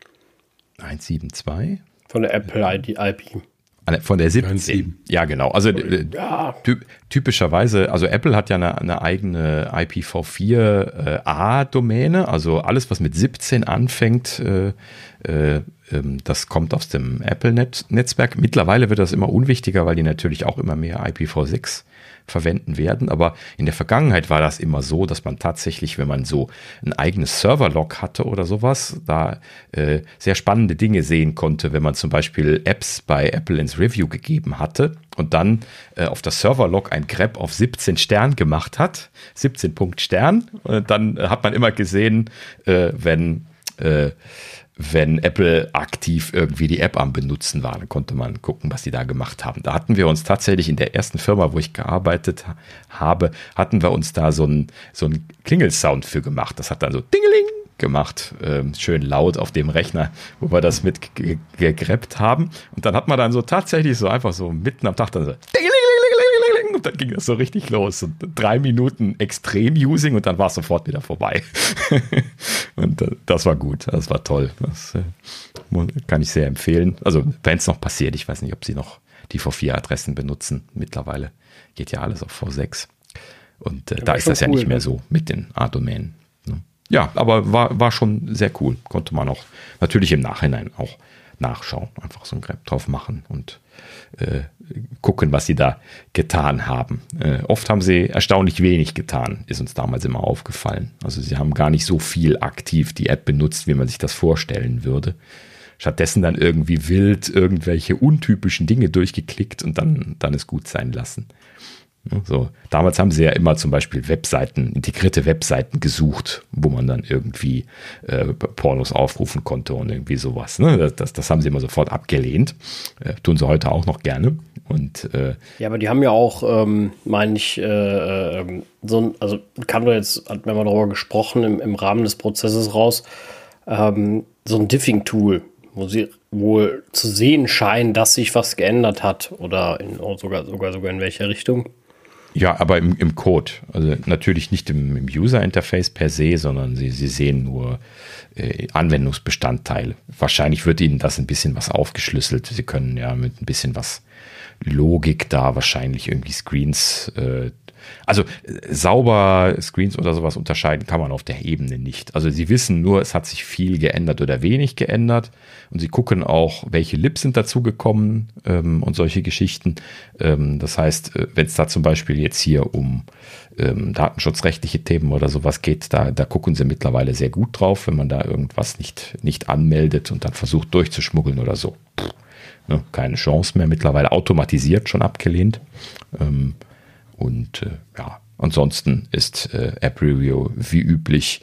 1.7.2? Von der Apple IP. Von der 17. Ja, genau. Also typischerweise, also Apple hat ja eine eigene IPv4-A-Domäne, also alles, was mit 17 anfängt, das kommt aus dem Apple-Netzwerk. Mittlerweile wird das immer unwichtiger, weil die natürlich auch immer mehr IPv6 verwenden werden. Aber in der Vergangenheit war das immer so, dass man tatsächlich, wenn man so ein eigenes Serverlog hatte oder sowas, da sehr spannende Dinge sehen konnte, wenn man zum Beispiel Apps bei Apple ins Review gegeben hatte und dann auf das Serverlog ein Grep auf 17 Stern gemacht hat, 17 Punkt Stern, dann hat man immer gesehen, wenn wenn Apple aktiv irgendwie die App am Benutzen war. Dann konnte man gucken, was die da gemacht haben. Da hatten wir uns tatsächlich in der ersten Firma, wo ich gearbeitet habe, hatten wir uns da so einen Klingelsound für gemacht. Das hat dann so Dingeling gemacht, schön laut auf dem Rechner, wo wir das mit gegreppt haben. Und dann hat man dann so tatsächlich so einfach so mitten am Tag dann so Dingeling, und dann ging das so richtig los. Und 3 Minuten Extrem-Using und dann war es sofort wieder vorbei. Und das war gut, das war toll. Das kann ich sehr empfehlen. Also wenn es noch passiert, ich weiß nicht, ob sie noch die V4-Adressen benutzen. Mittlerweile geht ja alles auf V6. Und da ist das ja nicht mehr so mit den A-Domänen. Ne? Ja, aber war schon sehr cool. Konnte man auch natürlich im Nachhinein auch nachschauen. Einfach so ein Grab drauf machen und gucken, was sie da getan haben. Oft haben sie erstaunlich wenig getan, ist uns damals immer aufgefallen. Also sie haben gar nicht so viel aktiv die App benutzt, wie man sich das vorstellen würde. Stattdessen dann irgendwie wild irgendwelche untypischen Dinge durchgeklickt und dann es gut sein lassen. So, damals haben sie ja immer zum Beispiel integrierte Webseiten gesucht, wo man dann irgendwie Pornos aufrufen konnte und irgendwie sowas. Ne? Das haben sie immer sofort abgelehnt. Tun sie heute auch noch gerne. Und, ja, aber die haben ja auch, meine ich, also kam da jetzt, hat man mal darüber gesprochen, im Rahmen des Prozesses raus, so ein Diffing-Tool, wo sie wohl zu sehen scheinen, dass sich was geändert hat oder sogar in welche Richtung. Ja, aber im Code. Also natürlich nicht im User-Interface per se, sondern sie sehen nur Anwendungsbestandteile. Wahrscheinlich wird ihnen das ein bisschen was aufgeschlüsselt. Sie können ja mit ein bisschen was Logik da wahrscheinlich irgendwie Screens, also sauber Screens oder sowas unterscheiden kann man auf der Ebene nicht. Also sie wissen nur, es hat sich viel geändert oder wenig geändert und sie gucken auch, welche Lips sind dazugekommen und solche Geschichten. Das heißt, wenn es da zum Beispiel jetzt hier um datenschutzrechtliche Themen oder sowas geht, da gucken sie mittlerweile sehr gut drauf, wenn man da irgendwas nicht anmeldet und dann versucht durchzuschmuggeln oder so. Keine Chance mehr, mittlerweile automatisiert schon abgelehnt. Und ja, ansonsten ist App Review wie üblich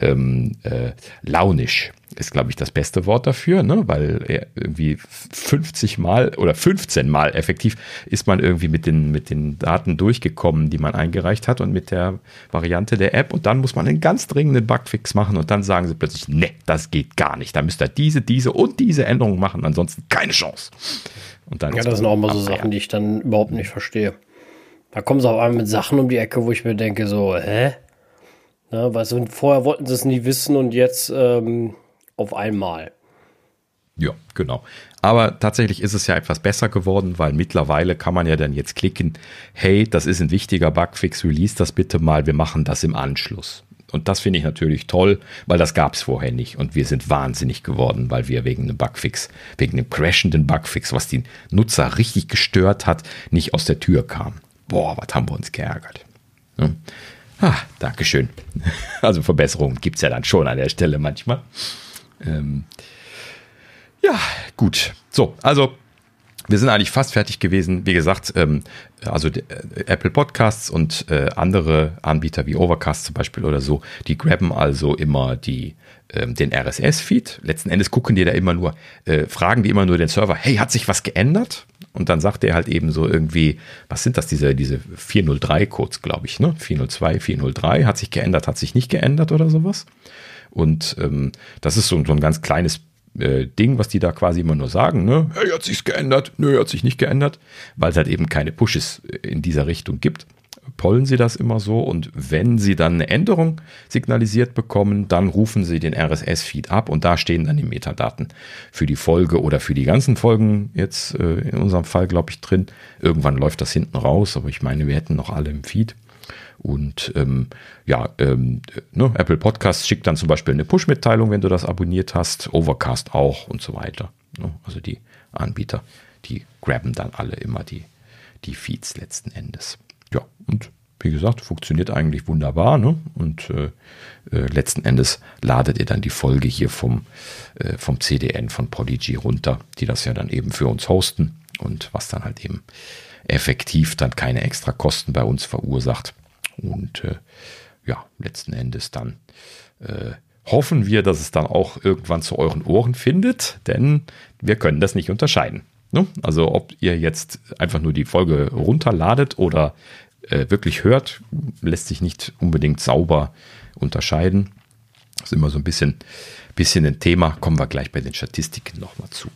launisch. Ist, glaube ich, das beste Wort dafür, ne? Weil irgendwie 50 Mal oder 15 Mal effektiv ist man irgendwie mit den Daten durchgekommen, die man eingereicht hat und mit der Variante der App und dann muss man einen ganz dringenden Bugfix machen und dann sagen sie plötzlich, ne, das geht gar nicht. Da müsst ihr diese und diese Änderungen machen, ansonsten keine Chance. Und dann ja, das sind auch mal so Sachen, die ich dann überhaupt nicht verstehe. Da kommen sie auf einmal mit Sachen um die Ecke, wo ich mir denke, so, hä? Na, weißt du, vorher wollten sie es nie wissen und jetzt auf einmal. Ja, genau. Aber tatsächlich ist es ja etwas besser geworden, weil mittlerweile kann man ja dann jetzt klicken, hey, das ist ein wichtiger Bugfix, release das bitte mal, wir machen das im Anschluss. Und das finde ich natürlich toll, weil das gab es vorher nicht. Und wir sind wahnsinnig geworden, weil wir wegen einem Bugfix, wegen einem crashenden Bugfix, was die Nutzer richtig gestört hat, nicht aus der Tür kamen. Boah, was haben wir uns geärgert. Ja. Dankeschön. Also Verbesserungen gibt es ja dann schon an der Stelle manchmal. Ja, gut. So, also wir sind eigentlich fast fertig gewesen. Wie gesagt, also Apple Podcasts und andere Anbieter wie Overcast zum Beispiel oder so, die grabben also immer den RSS-Feed. Letzten Endes gucken die da immer nur, fragen die immer nur den Server, hey, hat sich was geändert? Und dann sagt er halt eben so irgendwie, was sind das, diese 403-Codes, glaube ich, ne? 402, 403, hat sich geändert, hat sich nicht geändert oder sowas. Und das ist so ein ganz kleines Ding, was die da quasi immer nur sagen, ne? Hey, hat sich's geändert? Nö, hat sich nicht geändert, weil es halt eben keine Pushes in dieser Richtung gibt. Pollen sie das immer so und wenn sie dann eine Änderung signalisiert bekommen, dann rufen sie den RSS-Feed ab und da stehen dann die Metadaten für die Folge oder für die ganzen Folgen jetzt in unserem Fall, glaube ich, drin. Irgendwann läuft das hinten raus, aber ich meine, wir hätten noch alle im Feed. Und Apple Podcasts schickt dann zum Beispiel eine Push-Mitteilung, wenn du das abonniert hast, Overcast auch und so weiter. Ne? Also die Anbieter, die grabben dann alle immer die Feeds letzten Endes. Ja, und wie gesagt, funktioniert eigentlich wunderbar. Ne? Und letzten Endes ladet ihr dann die Folge hier vom CDN von Podigy runter, die das ja dann eben für uns hosten und was dann halt eben effektiv dann keine extra Kosten bei uns verursacht. Und letzten Endes dann hoffen wir, dass es dann auch irgendwann zu euren Ohren findet, denn wir können das nicht unterscheiden. Ne? Also ob ihr jetzt einfach nur die Folge runterladet oder wirklich hört, lässt sich nicht unbedingt sauber unterscheiden. Das ist immer so ein bisschen ein Thema, kommen wir gleich bei den Statistiken nochmal zu.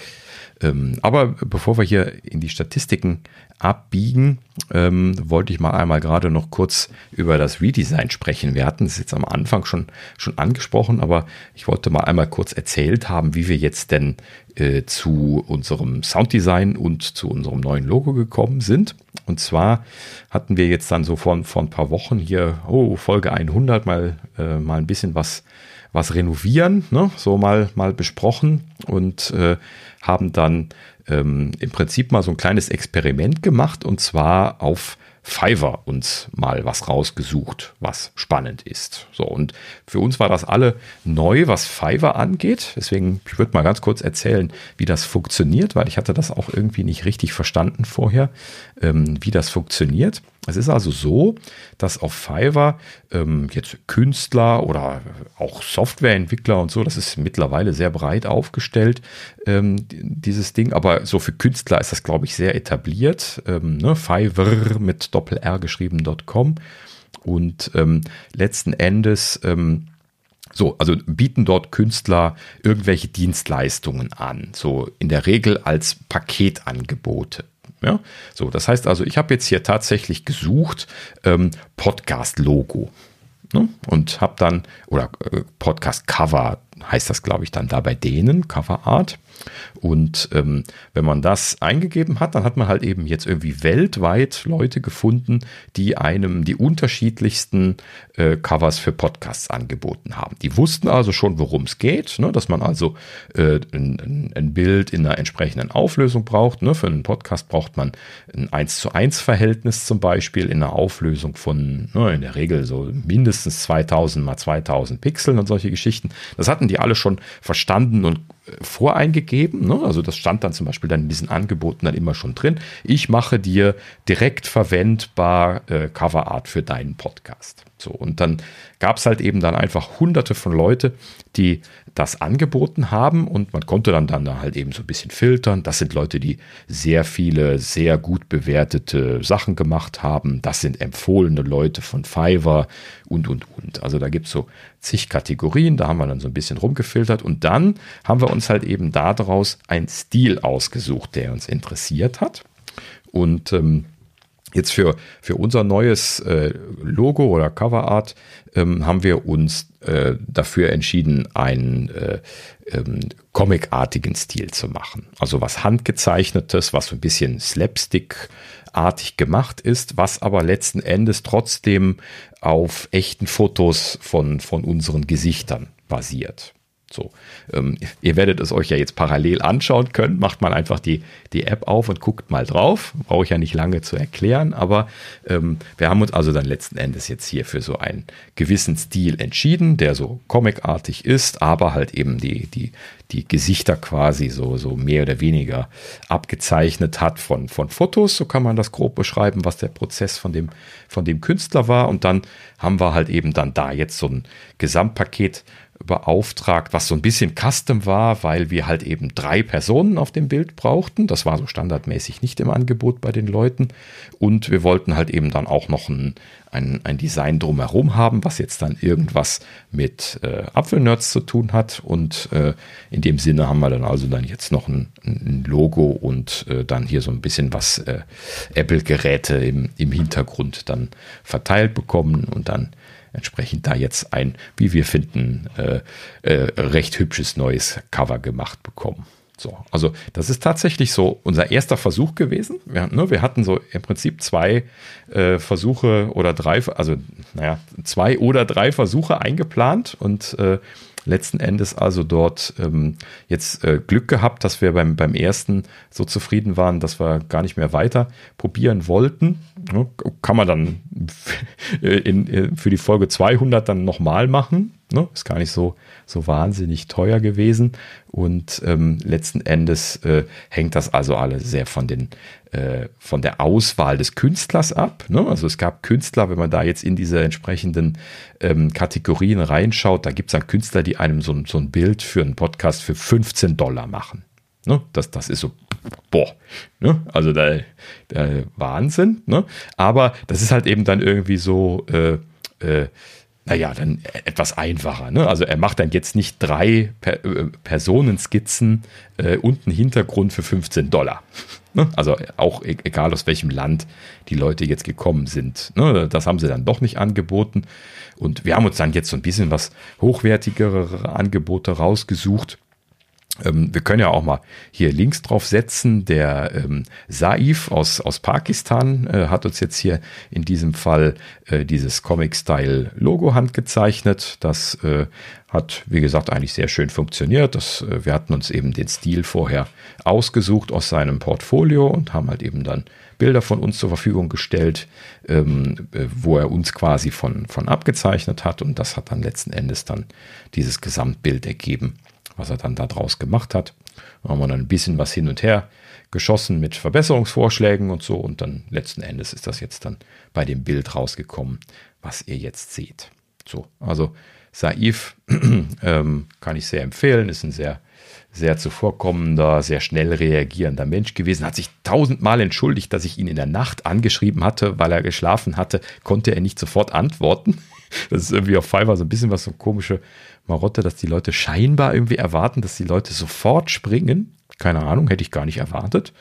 Aber bevor wir hier in die Statistiken abbiegen, wollte ich mal einmal gerade noch kurz über das Redesign sprechen. Wir hatten es jetzt am Anfang schon angesprochen, aber ich wollte mal einmal kurz erzählt haben, wie wir jetzt denn zu unserem Sounddesign und zu unserem neuen Logo gekommen sind. Und zwar hatten wir jetzt dann so vor ein paar Wochen hier, Folge 100, mal ein bisschen was renovieren, ne? So mal besprochen und haben dann im Prinzip mal so ein kleines Experiment gemacht und zwar auf Fiverr uns mal was rausgesucht, was spannend ist. So, und für uns war das alle neu, was Fiverr angeht. Deswegen, ich würde mal ganz kurz erzählen, wie das funktioniert, weil ich hatte das auch irgendwie nicht richtig verstanden vorher, wie das funktioniert. Es ist also so, dass auf Fiverr jetzt Künstler oder auch Softwareentwickler und so, das ist mittlerweile sehr breit aufgestellt, dieses Ding, aber so für Künstler ist das, glaube ich, sehr etabliert. Fiverr mit Doppel-R geschrieben.com und letzten Endes also bieten dort Künstler irgendwelche Dienstleistungen an, so in der Regel als Paketangebote. Ja, so, das heißt also, ich habe jetzt hier tatsächlich gesucht, Podcast-Logo, ne? Und habe dann, oder Podcast-Cover heißt das, glaube ich, dann da bei denen, Cover-Art. Und wenn man das eingegeben hat, dann hat man halt eben jetzt irgendwie weltweit Leute gefunden, die einem die unterschiedlichsten Covers für Podcasts angeboten haben. Die wussten also schon, worum es geht, ne? Dass man also ein Bild in einer entsprechenden Auflösung braucht. Ne? Für einen Podcast braucht man ein 1:1 Verhältnis zum Beispiel in einer Auflösung von in der Regel so mindestens 2000 mal 2000 Pixeln und solche Geschichten. Das hatten die alle schon verstanden und voreingegeben, ne? Also das stand dann zum Beispiel dann in diesen Angeboten dann immer schon drin. Ich mache dir direkt verwendbar Coverart für deinen Podcast. So, und dann gab es halt eben dann einfach hunderte von Leute, die das angeboten haben und man konnte dann halt eben so ein bisschen filtern. Das sind Leute, die sehr viele, sehr gut bewertete Sachen gemacht haben. Das sind empfohlene Leute von Fiverr und. Also da gibt es so zig Kategorien, da haben wir dann so ein bisschen rumgefiltert und dann haben wir uns halt eben daraus einen Stil ausgesucht, der uns interessiert hat. Und jetzt für unser neues Logo oder Coverart haben wir uns dafür entschieden, einen comicartigen Stil zu machen. Also was handgezeichnetes, was so ein bisschen Slapstick-artig gemacht ist, was aber letzten Endes trotzdem auf echten Fotos von unseren Gesichtern basiert. So, ihr werdet es euch ja jetzt parallel anschauen können. Macht mal einfach die App auf und guckt mal drauf. Brauche ich ja nicht lange zu erklären, aber wir haben uns also dann letzten Endes jetzt hier für so einen gewissen Stil entschieden, der so comicartig ist, aber halt eben die Gesichter quasi so mehr oder weniger abgezeichnet hat von Fotos. So kann man das grob beschreiben, was der Prozess von dem Künstler war. Und dann haben wir halt eben dann da jetzt so ein Gesamtpaket beauftragt, was so ein bisschen custom war, weil wir halt eben 3 Personen auf dem Bild brauchten. Das war so standardmäßig nicht im Angebot bei den Leuten. Und wir wollten halt eben dann auch noch ein Design drumherum haben, was jetzt dann irgendwas mit Apfelnerds zu tun hat. Und in dem Sinne haben wir dann also dann jetzt noch ein Logo und dann hier so ein bisschen was Apple-Geräte im Hintergrund dann verteilt bekommen und dann entsprechend da jetzt ein, wie wir finden, recht hübsches neues Cover gemacht bekommen. So, also das ist tatsächlich so unser erster Versuch gewesen. Wir hatten so im Prinzip 2 Versuche oder 3, also 2 oder 3 Versuche eingeplant und letzten Endes also dort jetzt Glück gehabt, dass wir beim ersten so zufrieden waren, dass wir gar nicht mehr weiter probieren wollten. Kann man dann für die Folge 200 dann nochmal machen. Ne? Ist gar nicht so wahnsinnig teuer gewesen. Und letzten Endes hängt das also alles sehr von der Auswahl des Künstlers ab. Ne? Also es gab Künstler, wenn man da jetzt in diese entsprechenden Kategorien reinschaut, da gibt es dann Künstler, die einem so ein Bild für einen Podcast für $15 machen. Ne? Das ist so, boah, ne? Also der Wahnsinn. Ne? Aber das ist halt eben dann irgendwie so, naja, dann etwas einfacher. Ne? Also er macht dann jetzt nicht 3 Personenskizzen und einen Hintergrund für $15. Ne? Also auch egal aus welchem Land die Leute jetzt gekommen sind. Ne? Das haben sie dann doch nicht angeboten. Und wir haben uns dann jetzt so ein bisschen was hochwertigere Angebote rausgesucht. Wir können ja auch mal hier Links drauf setzen. Der Saif aus Pakistan hat uns jetzt hier in diesem Fall dieses Comic-Style-Logo handgezeichnet. Das hat, wie gesagt, eigentlich sehr schön funktioniert. Wir hatten uns eben den Stil vorher ausgesucht aus seinem Portfolio und haben halt eben dann Bilder von uns zur Verfügung gestellt, wo er uns quasi von abgezeichnet hat. Und das hat dann letzten Endes dann dieses Gesamtbild ergeben, was er dann da draus gemacht hat. Da haben wir dann ein bisschen was hin und her geschossen mit Verbesserungsvorschlägen und so. Und dann letzten Endes ist das jetzt dann bei dem Bild rausgekommen, was ihr jetzt seht. So, also Saif kann ich sehr empfehlen, ist ein sehr, sehr zuvorkommender, sehr schnell reagierender Mensch gewesen, hat sich 1000-mal entschuldigt, dass ich ihn in der Nacht angeschrieben hatte, weil er geschlafen hatte, konnte er nicht sofort antworten. Das ist irgendwie auf Fiverr so ein bisschen was so komische Marotte, dass die Leute scheinbar irgendwie erwarten, dass die Leute sofort springen. Keine Ahnung, hätte ich gar nicht erwartet.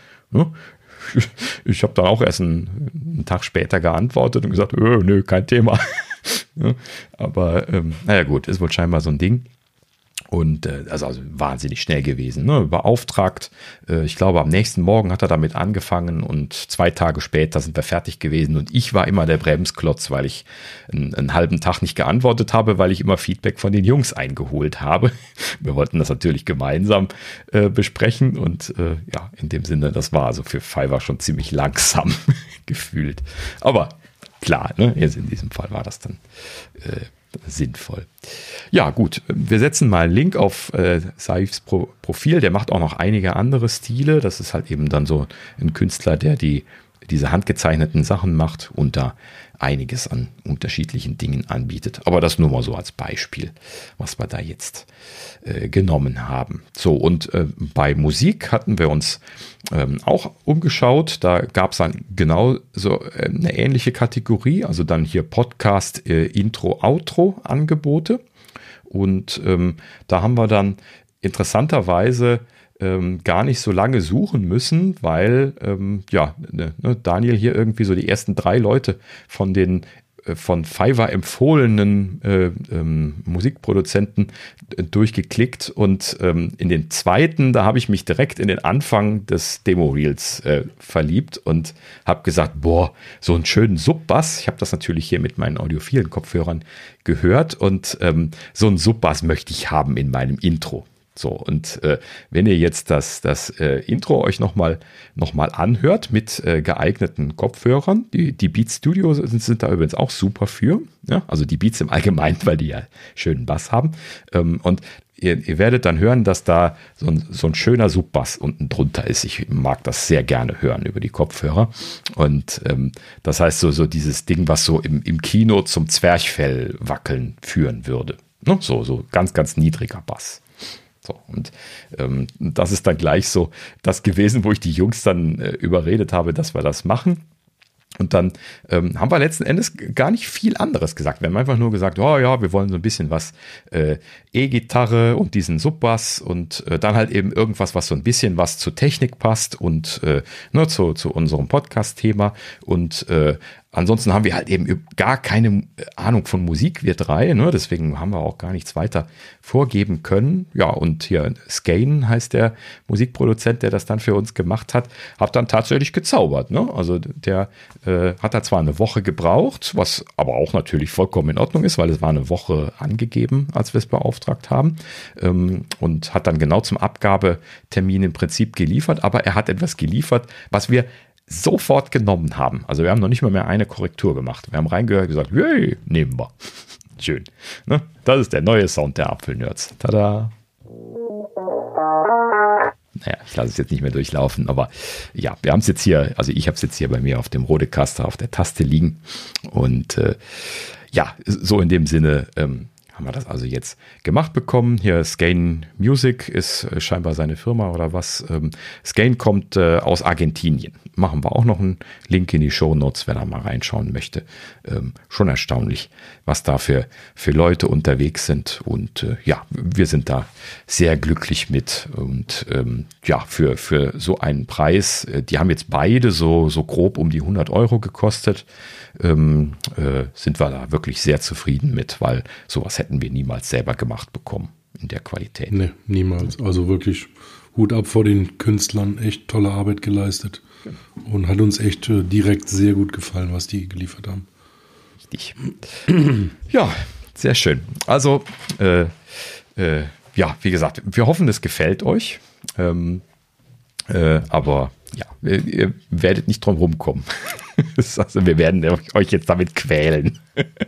Ich habe dann auch erst einen Tag später geantwortet und gesagt, nö, kein Thema. Aber naja gut, ist wohl scheinbar so ein Ding. Und also wahnsinnig schnell gewesen, ne? Beauftragt. Ich glaube, am nächsten Morgen hat er damit angefangen und 2 Tage später sind wir fertig gewesen. Und ich war immer der Bremsklotz, weil ich einen halben Tag nicht geantwortet habe, weil ich immer Feedback von den Jungs eingeholt habe. Wir wollten das natürlich gemeinsam besprechen und ja, in dem Sinne, das war also für Fiverr schon ziemlich langsam gefühlt. Aber klar, ne? Jetzt in diesem Fall war das dann sinnvoll. Ja, gut. Wir setzen mal einen Link auf Saifs Profil. Der macht auch noch einige andere Stile. Das ist halt eben dann so ein Künstler, der diese handgezeichneten Sachen macht und da einiges an unterschiedlichen Dingen anbietet. Aber das nur mal so als Beispiel, was wir da jetzt genommen haben. So, und bei Musik hatten wir uns auch umgeschaut. Da gab es dann genau so eine ähnliche Kategorie, also dann hier Podcast, Intro, Outro Angebote. Und da haben wir dann interessanterweise gar nicht so lange suchen müssen, weil Daniel hier irgendwie so die ersten 3 Leute von den von Fiverr empfohlenen Musikproduzenten durchgeklickt und in den zweiten, da habe ich mich direkt in den Anfang des Demo-Reels verliebt und habe gesagt, boah, so einen schönen Subbass, ich habe das natürlich hier mit meinen audiophilen Kopfhörern gehört und so einen Subbass möchte ich haben in meinem Intro. So, und wenn ihr jetzt das Intro euch noch mal anhört mit geeigneten Kopfhörern, die Beats Studio sind da übrigens auch super für, ja? Also die Beats im Allgemeinen, weil die ja schönen Bass haben. Und ihr werdet dann hören, dass da so ein schöner Subbass unten drunter ist. Ich mag das sehr gerne hören über die Kopfhörer. Und das heißt so dieses Ding, was so im Kino zum Zwerchfell wackeln führen würde. Ne? So ganz, ganz niedriger Bass. So, und das ist dann gleich so das gewesen, wo ich die Jungs dann überredet habe, dass wir das machen. Und dann haben wir letzten Endes gar nicht viel anderes gesagt. Wir haben einfach nur gesagt, oh ja, wir wollen so ein bisschen was E-Gitarre und diesen Subbass und dann halt eben irgendwas, was so ein bisschen was zur Technik passt und zu unserem Podcast-Thema. Und ansonsten haben wir halt eben gar keine Ahnung von Musik, wir 3, ne? Deswegen haben wir auch gar nichts weiter vorgeben können. Ja, und hier Skane heißt der Musikproduzent, der das dann für uns gemacht hat dann tatsächlich gezaubert. Ne? Also der hat da zwar eine Woche gebraucht, was aber auch natürlich vollkommen in Ordnung ist, weil es war eine Woche angegeben, als wir es beauftragt haben, und hat dann genau zum Abgabetermin im Prinzip geliefert, aber er hat etwas geliefert, was wir sofort genommen haben. Also wir haben noch nicht mal mehr eine Korrektur gemacht. Wir haben reingehört und gesagt, hey, nehmen wir. Schön. Ne? Das ist der neue Sound der Apfelnerds. Tada! Naja, ich lasse es jetzt nicht mehr durchlaufen, aber ja, wir haben es jetzt hier, also ich habe es jetzt hier bei mir auf dem Rodecaster auf der Taste liegen und ja, so in dem Sinne haben wir das also jetzt gemacht bekommen. Hier Skane Music ist scheinbar seine Firma oder was. Skane kommt aus Argentinien. Machen wir auch noch einen Link in die Shownotes, wer da mal reinschauen möchte. Schon erstaunlich, was da für Leute unterwegs sind. Und ja, wir sind da sehr glücklich mit. Und ja, für so einen Preis, die haben jetzt beide so grob um die 100 Euro gekostet, sind wir da wirklich sehr zufrieden mit, weil sowas hätten wir niemals selber gemacht bekommen in der Qualität. Nee, niemals. Also wirklich Hut ab vor den Künstlern. Echt tolle Arbeit geleistet. Und hat uns echt direkt sehr gut gefallen, was die geliefert haben. Richtig. Ja, sehr schön. Also, ja, wie gesagt, wir hoffen, es gefällt euch. Aber ja, ihr werdet nicht drum rumkommen. Also, wir werden euch jetzt damit quälen.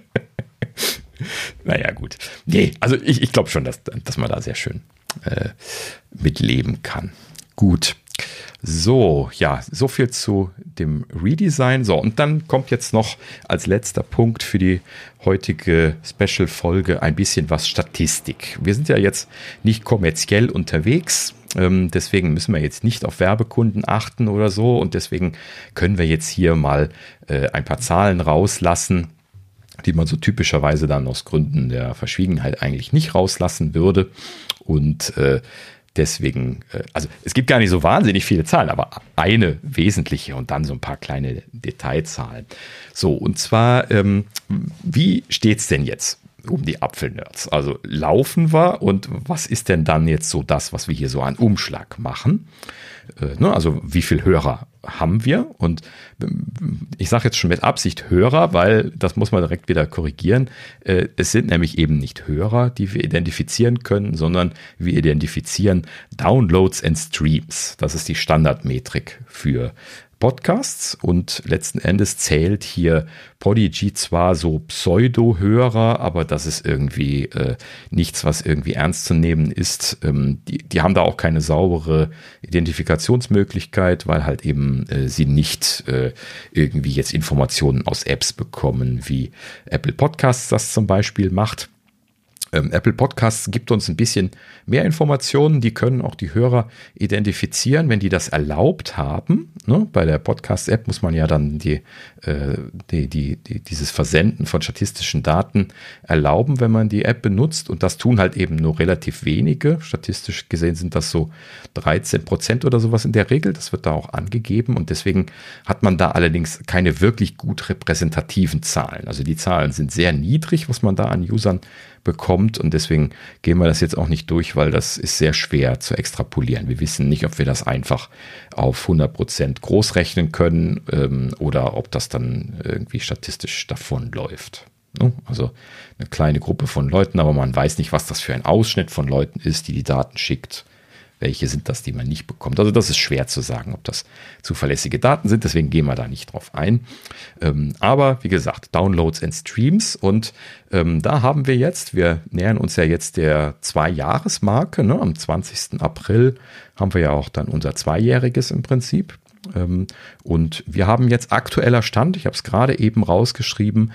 Naja, gut. Nee, also ich glaube schon, dass man da sehr schön mitleben kann. Gut. So, ja, so viel zu dem Redesign. So, und dann kommt jetzt noch als letzter Punkt für die heutige Special-Folge ein bisschen was Statistik. Wir sind ja jetzt nicht kommerziell unterwegs, deswegen müssen wir jetzt nicht auf Werbekunden achten oder so und deswegen können wir jetzt hier mal ein paar Zahlen rauslassen, die man so typischerweise dann aus Gründen der Verschwiegenheit eigentlich nicht rauslassen würde. Und deswegen, also es gibt gar nicht so wahnsinnig viele Zahlen, aber eine wesentliche und dann so ein paar kleine Detailzahlen. So, und zwar, wie steht's denn jetzt um die Apfelnerds? Also laufen wir und was ist denn dann jetzt so das, was wir hier so an Umschlag machen? Also wie viele Hörer haben wir? Und ich sage jetzt schon mit Absicht Hörer, weil das muss man direkt wieder korrigieren. Es sind nämlich eben nicht Hörer, die wir identifizieren können, sondern wir identifizieren Downloads and Streams. Das ist die Standardmetrik für Podcasts und letzten Endes zählt hier Podigy zwar so Pseudo-Hörer, aber das ist irgendwie nichts, was irgendwie ernst zu nehmen ist. Die haben da auch keine saubere Identifikationsmöglichkeit, weil halt eben sie nicht irgendwie jetzt Informationen aus Apps bekommen, wie Apple Podcasts das zum Beispiel macht. Apple Podcasts gibt uns ein bisschen mehr Informationen, die können auch die Hörer identifizieren, wenn die das erlaubt haben. Ne? Bei der Podcast-App muss man ja dann dieses Versenden von statistischen Daten erlauben, wenn man die App benutzt und das tun halt eben nur relativ wenige. Statistisch gesehen sind das so 13% oder sowas in der Regel, das wird da auch angegeben und deswegen hat man da allerdings keine wirklich gut repräsentativen Zahlen. Also die Zahlen sind sehr niedrig, was man da an Usern bekommt und deswegen gehen wir das jetzt auch nicht durch, weil das ist sehr schwer zu extrapolieren. Wir wissen nicht, ob wir das einfach auf 100% groß rechnen können oder ob das dann irgendwie statistisch davonläuft. Also eine kleine Gruppe von Leuten, aber man weiß nicht, was das für ein Ausschnitt von Leuten ist, die Daten schickt. Welche sind das, die man nicht bekommt? Also das ist schwer zu sagen, ob das zuverlässige Daten sind, deswegen gehen wir da nicht drauf ein. Aber wie gesagt, Downloads and Streams und da haben wir nähern uns ja jetzt der 2-Jahres-Marke, ne? Am 20. April haben wir ja auch dann unser 2-jähriges im Prinzip. Und wir haben jetzt aktueller Stand, ich habe es gerade eben rausgeschrieben,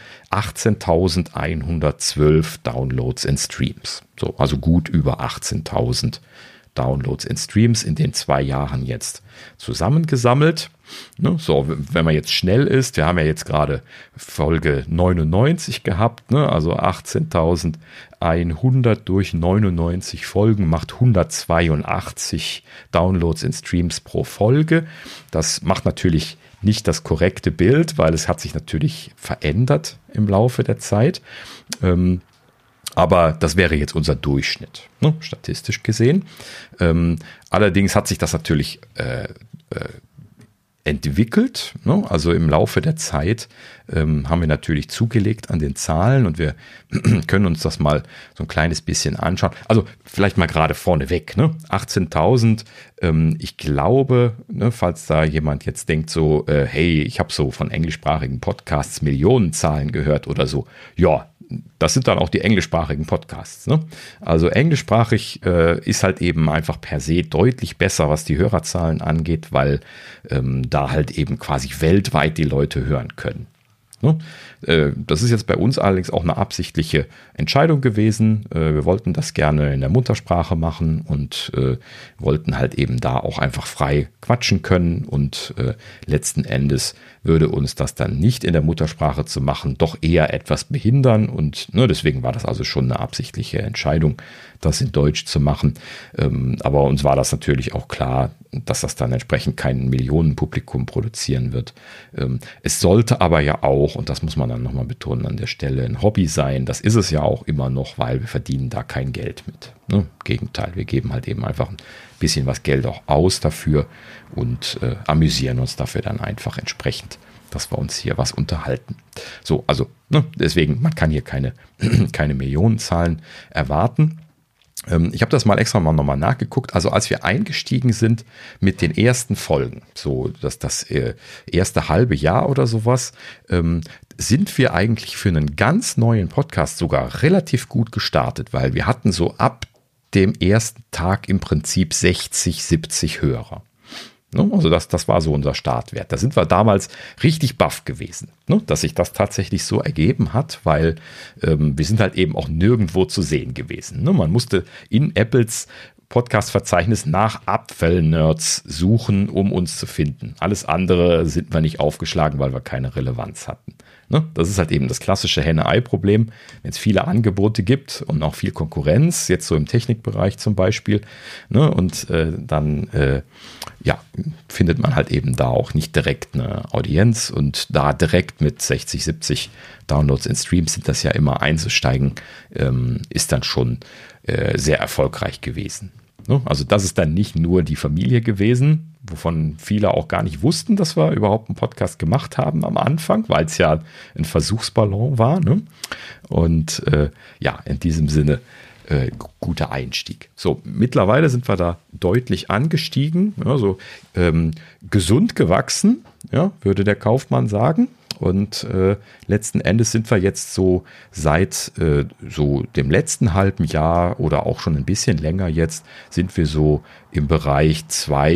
18.112 Downloads and Streams. So, also gut über 18.000 Downloads and Streams in den 2 Jahren jetzt zusammengesammelt. Ne, so, wenn man jetzt schnell ist, wir haben ja jetzt gerade Folge 99 gehabt, ne, also 18.100 durch 99 Folgen macht 182 Downloads and Streams pro Folge. Das macht natürlich nicht das korrekte Bild, weil es hat sich natürlich verändert im Laufe der Zeit. Aber das wäre jetzt unser Durchschnitt, ne, statistisch gesehen. Allerdings hat sich das natürlich entwickelt. Ne? Also im Laufe der Zeit haben wir natürlich zugelegt an den Zahlen und wir können uns das mal so ein kleines bisschen anschauen. Also vielleicht mal gerade vorneweg, ne? 18.000, ich glaube, ne, falls da jemand jetzt denkt so, hey, ich habe so von englischsprachigen Podcasts Millionenzahlen gehört oder so. Ja, das sind dann auch die englischsprachigen Podcasts. Ne? Also englischsprachig ist halt eben einfach per se deutlich besser, was die Hörerzahlen angeht, weil da halt eben quasi weltweit die Leute hören können. Ne? Das ist jetzt bei uns allerdings auch eine absichtliche Entscheidung gewesen. Wir wollten das gerne in der Muttersprache machen und wollten halt eben da auch einfach frei quatschen können und letzten Endes würde uns das dann nicht in der Muttersprache zu machen, doch eher etwas behindern und deswegen war das also schon eine absichtliche Entscheidung, das in Deutsch zu machen. Aber uns war das natürlich auch klar, dass das dann entsprechend kein Millionenpublikum produzieren wird. Es sollte aber ja auch, und das muss man dann nochmal betonen an der Stelle, ein Hobby sein. Das ist es ja auch immer noch, weil wir verdienen da kein Geld mit. Ne? Gegenteil, wir geben halt eben einfach ein bisschen was Geld auch aus dafür und amüsieren uns dafür dann einfach entsprechend, dass wir uns hier was unterhalten. So, also deswegen, man kann hier keine Millionenzahlen erwarten. Ich habe das mal extra nochmal nachgeguckt. Also als wir eingestiegen sind mit den ersten Folgen, so das erste halbe Jahr oder sowas, sind wir eigentlich für einen ganz neuen Podcast sogar relativ gut gestartet, weil wir hatten so ab dem ersten Tag im Prinzip 60, 70 Hörer. Also das war so unser Startwert. Da sind wir damals richtig baff gewesen, dass sich das tatsächlich so ergeben hat, weil wir sind halt eben auch nirgendwo zu sehen gewesen. Man musste in Apples Podcast-Verzeichnis nach Apfelnerds suchen, um uns zu finden. Alles andere sind wir nicht aufgeschlagen, weil wir keine Relevanz hatten. Das ist halt eben das klassische Henne-Ei-Problem, wenn es viele Angebote gibt und auch viel Konkurrenz, jetzt so im Technikbereich zum Beispiel, und dann findet man halt eben da auch nicht direkt eine Audienz und da direkt mit 60, 70 Downloads in Streams sind das ja immer einzusteigen, ist dann schon sehr erfolgreich gewesen. Also das ist dann nicht nur die Familie gewesen, wovon viele auch gar nicht wussten, dass wir überhaupt einen Podcast gemacht haben am Anfang, weil es ja ein Versuchsballon war. Und in diesem Sinne guter Einstieg. So, mittlerweile sind wir da deutlich angestiegen, gesund gewachsen, würde der Kaufmann sagen. Und letzten Endes sind wir jetzt so seit so dem letzten halben Jahr oder auch schon ein bisschen länger jetzt, sind wir so im Bereich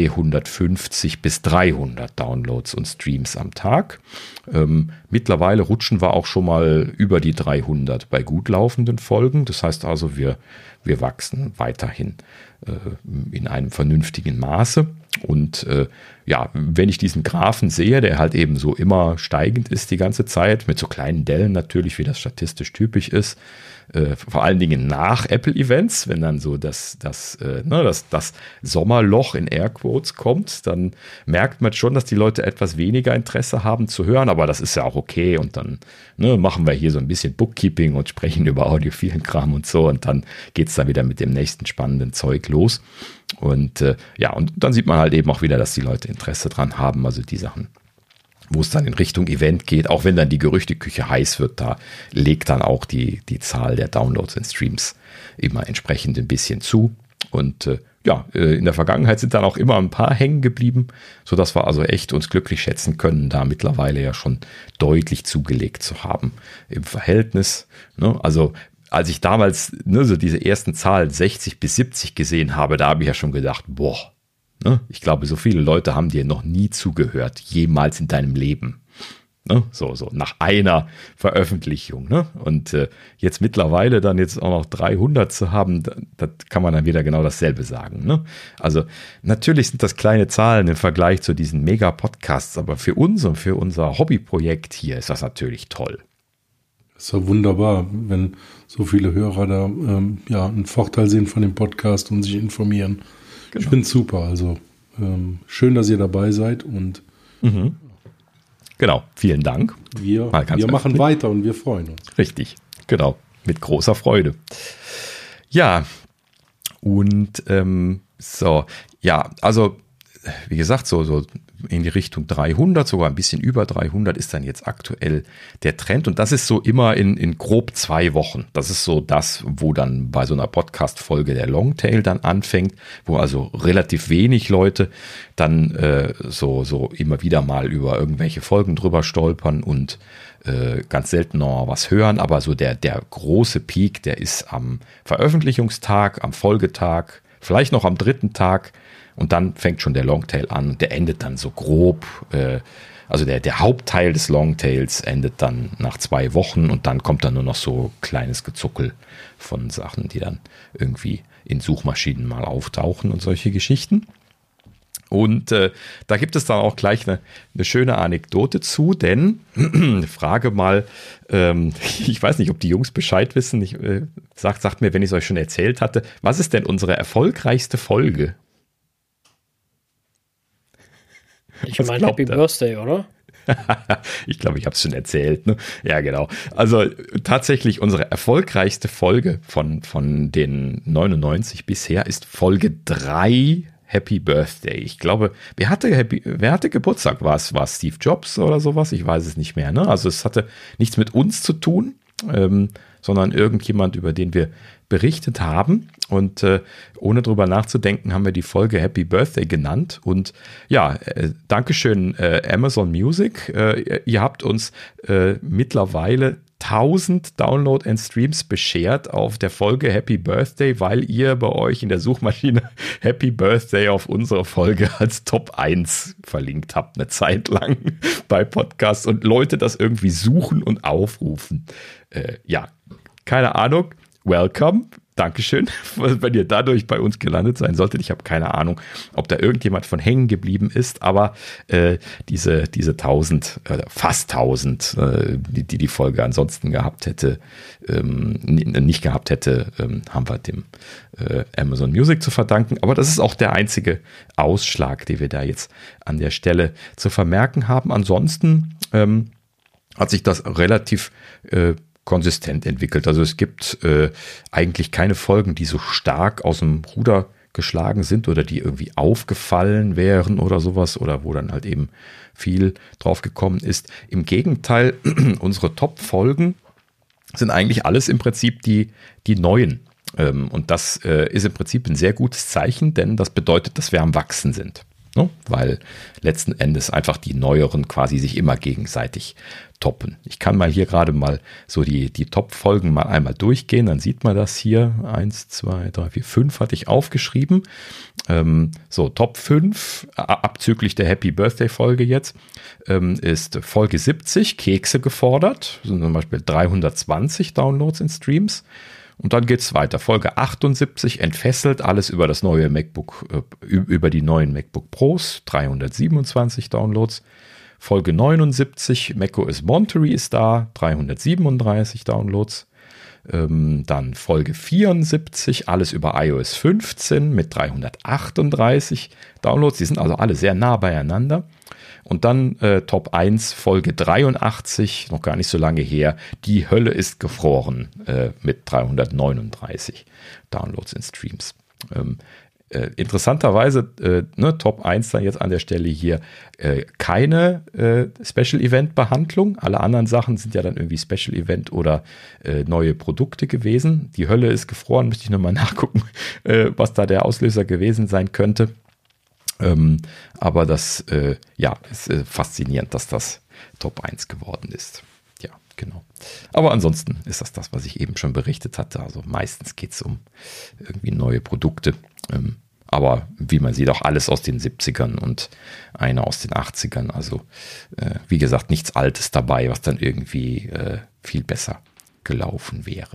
250 bis 300 Downloads und Streams am Tag. Mittlerweile rutschen wir auch schon mal über die 300 bei gut laufenden Folgen. Das heißt also, wir wachsen weiterhin in einem vernünftigen Maße. Und wenn ich diesen Graphen sehe, der halt eben so immer steigend ist die ganze Zeit, mit so kleinen Dellen natürlich, wie das statistisch typisch ist, vor allen Dingen nach Apple-Events, wenn dann so das Sommerloch in Airquotes kommt, dann merkt man schon, dass die Leute etwas weniger Interesse haben zu hören, aber das ist ja auch okay und dann machen wir hier so ein bisschen Bookkeeping und sprechen über audiophilen Kram und so und dann geht es da wieder mit dem nächsten spannenden Zeug los und und dann sieht man halt eben auch wieder, dass die Leute Interesse dran haben, also die Sachen, wo es dann in Richtung Event geht, auch wenn dann die Gerüchteküche heiß wird, da legt dann auch die Zahl der Downloads und Streams immer entsprechend ein bisschen zu. Und in der Vergangenheit sind dann auch immer ein paar hängen geblieben, sodass wir also echt uns glücklich schätzen können, da mittlerweile ja schon deutlich zugelegt zu haben im Verhältnis. Also als ich damals so diese ersten Zahlen 60 bis 70 gesehen habe, da habe ich ja schon gedacht, boah, ich glaube, so viele Leute haben dir noch nie zugehört, jemals in deinem Leben. So nach einer Veröffentlichung. Und jetzt mittlerweile dann jetzt auch noch 300 zu haben, da kann man dann wieder genau dasselbe sagen. Also natürlich sind das kleine Zahlen im Vergleich zu diesen Mega-Podcasts, aber für uns und für unser Hobbyprojekt hier ist das natürlich toll. Das ist ja wunderbar, wenn so viele Hörer da einen Vorteil sehen von dem Podcast und sich informieren. Genau. Ich finde es super. Also schön, dass ihr dabei seid und genau, vielen Dank. Wir machen weiter und wir freuen uns. Richtig, genau, mit großer Freude. Ja, und also wie gesagt, so in die Richtung 300, sogar ein bisschen über 300 ist dann jetzt aktuell der Trend. Und das ist so immer in grob 2 Wochen. Das ist so das, wo dann bei so einer Podcast-Folge der Longtail dann anfängt, wo also relativ wenig Leute dann so immer wieder mal über irgendwelche Folgen drüber stolpern und ganz selten noch was hören, aber so der große Peak, der ist am Veröffentlichungstag, am Folgetag, vielleicht noch am 3. Tag und dann fängt schon der Longtail an und der endet dann so grob, also der Hauptteil des Longtails endet dann nach 2 Wochen und dann kommt dann nur noch so kleines Gezuckel von Sachen, die dann irgendwie in Suchmaschinen mal auftauchen und solche Geschichten. Und da gibt es dann auch gleich eine schöne Anekdote zu, denn Frage mal, ich weiß nicht, ob die Jungs Bescheid wissen, sagt mir, wenn ich es euch schon erzählt hatte, was ist denn unsere erfolgreichste Folge? Ich meine Happy Birthday, oder? Ich glaube, ich habe es schon erzählt. Ne? Ja, genau. Also tatsächlich unsere erfolgreichste Folge von den 99 bisher ist Folge 3, Happy Birthday. Ich glaube, wer hatte Geburtstag? War es Steve Jobs oder sowas? Ich weiß es nicht mehr. Ne? Also es hatte nichts mit uns zu tun, sondern irgendjemand, über den wir berichtet haben. Und ohne drüber nachzudenken, haben wir die Folge Happy Birthday genannt. Und ja, Dankeschön Amazon Music. Ihr habt uns mittlerweile 1000 Download and Streams beschert auf der Folge Happy Birthday, weil ihr bei euch in der Suchmaschine Happy Birthday auf unsere Folge als Top 1 verlinkt habt, eine Zeit lang bei Podcasts und Leute das irgendwie suchen und aufrufen. Ja, keine Ahnung. Welcome. Dankeschön, wenn ihr dadurch bei uns gelandet sein solltet. Ich habe keine Ahnung, ob da irgendjemand von hängen geblieben ist, aber diese 1000, fast 1000, die Folge ansonsten gehabt hätte, nicht gehabt hätte, haben wir dem Amazon Music zu verdanken. Aber das ist auch der einzige Ausschlag, den wir da jetzt an der Stelle zu vermerken haben. Ansonsten hat sich das relativ konsistent entwickelt. Also es gibt eigentlich keine Folgen, die so stark aus dem Ruder geschlagen sind oder die irgendwie aufgefallen wären oder sowas oder wo dann halt eben viel drauf gekommen ist. Im Gegenteil, unsere Top-Folgen sind eigentlich alles im Prinzip die neuen. Und das ist im Prinzip ein sehr gutes Zeichen, denn das bedeutet, dass wir am Wachsen sind. Ne? Weil letzten Endes einfach die neueren quasi sich immer gegenseitig toppen. Ich kann mal hier gerade mal so die Top-Folgen mal einmal durchgehen, dann sieht man das hier. 1, 2, 3, 4, 5 hatte ich aufgeschrieben. So, Top 5, abzüglich der Happy Birthday-Folge jetzt, ist Folge 70, Kekse gefordert. Das sind zum Beispiel 320 Downloads in Streams. Und dann geht's weiter. Folge 78, entfesselt, alles über das neue MacBook, über die neuen MacBook Pros, 327 Downloads. Folge 79, macOS Monterey ist da, 337 Downloads. Dann Folge 74, alles über iOS 15 mit 338 Downloads. Die sind also alle sehr nah beieinander. Und dann Top 1, Folge 83, noch gar nicht so lange her, Die Hölle ist gefroren mit 339 Downloads in Streams. Interessanterweise, Top 1 dann jetzt an der Stelle hier, keine Special-Event-Behandlung. Alle anderen Sachen sind ja dann irgendwie Special-Event oder neue Produkte gewesen. Die Hölle ist gefroren, müsste ich nochmal nachgucken, was da der Auslöser gewesen sein könnte. Aber das ist faszinierend, dass das Top 1 geworden ist. Ja, genau. Aber ansonsten ist das, was ich eben schon berichtet hatte. Also meistens geht es um irgendwie neue Produkte. Aber wie man sieht, auch alles aus den 70ern und einer aus den 80ern. Also wie gesagt, nichts Altes dabei, was dann irgendwie viel besser gelaufen wäre.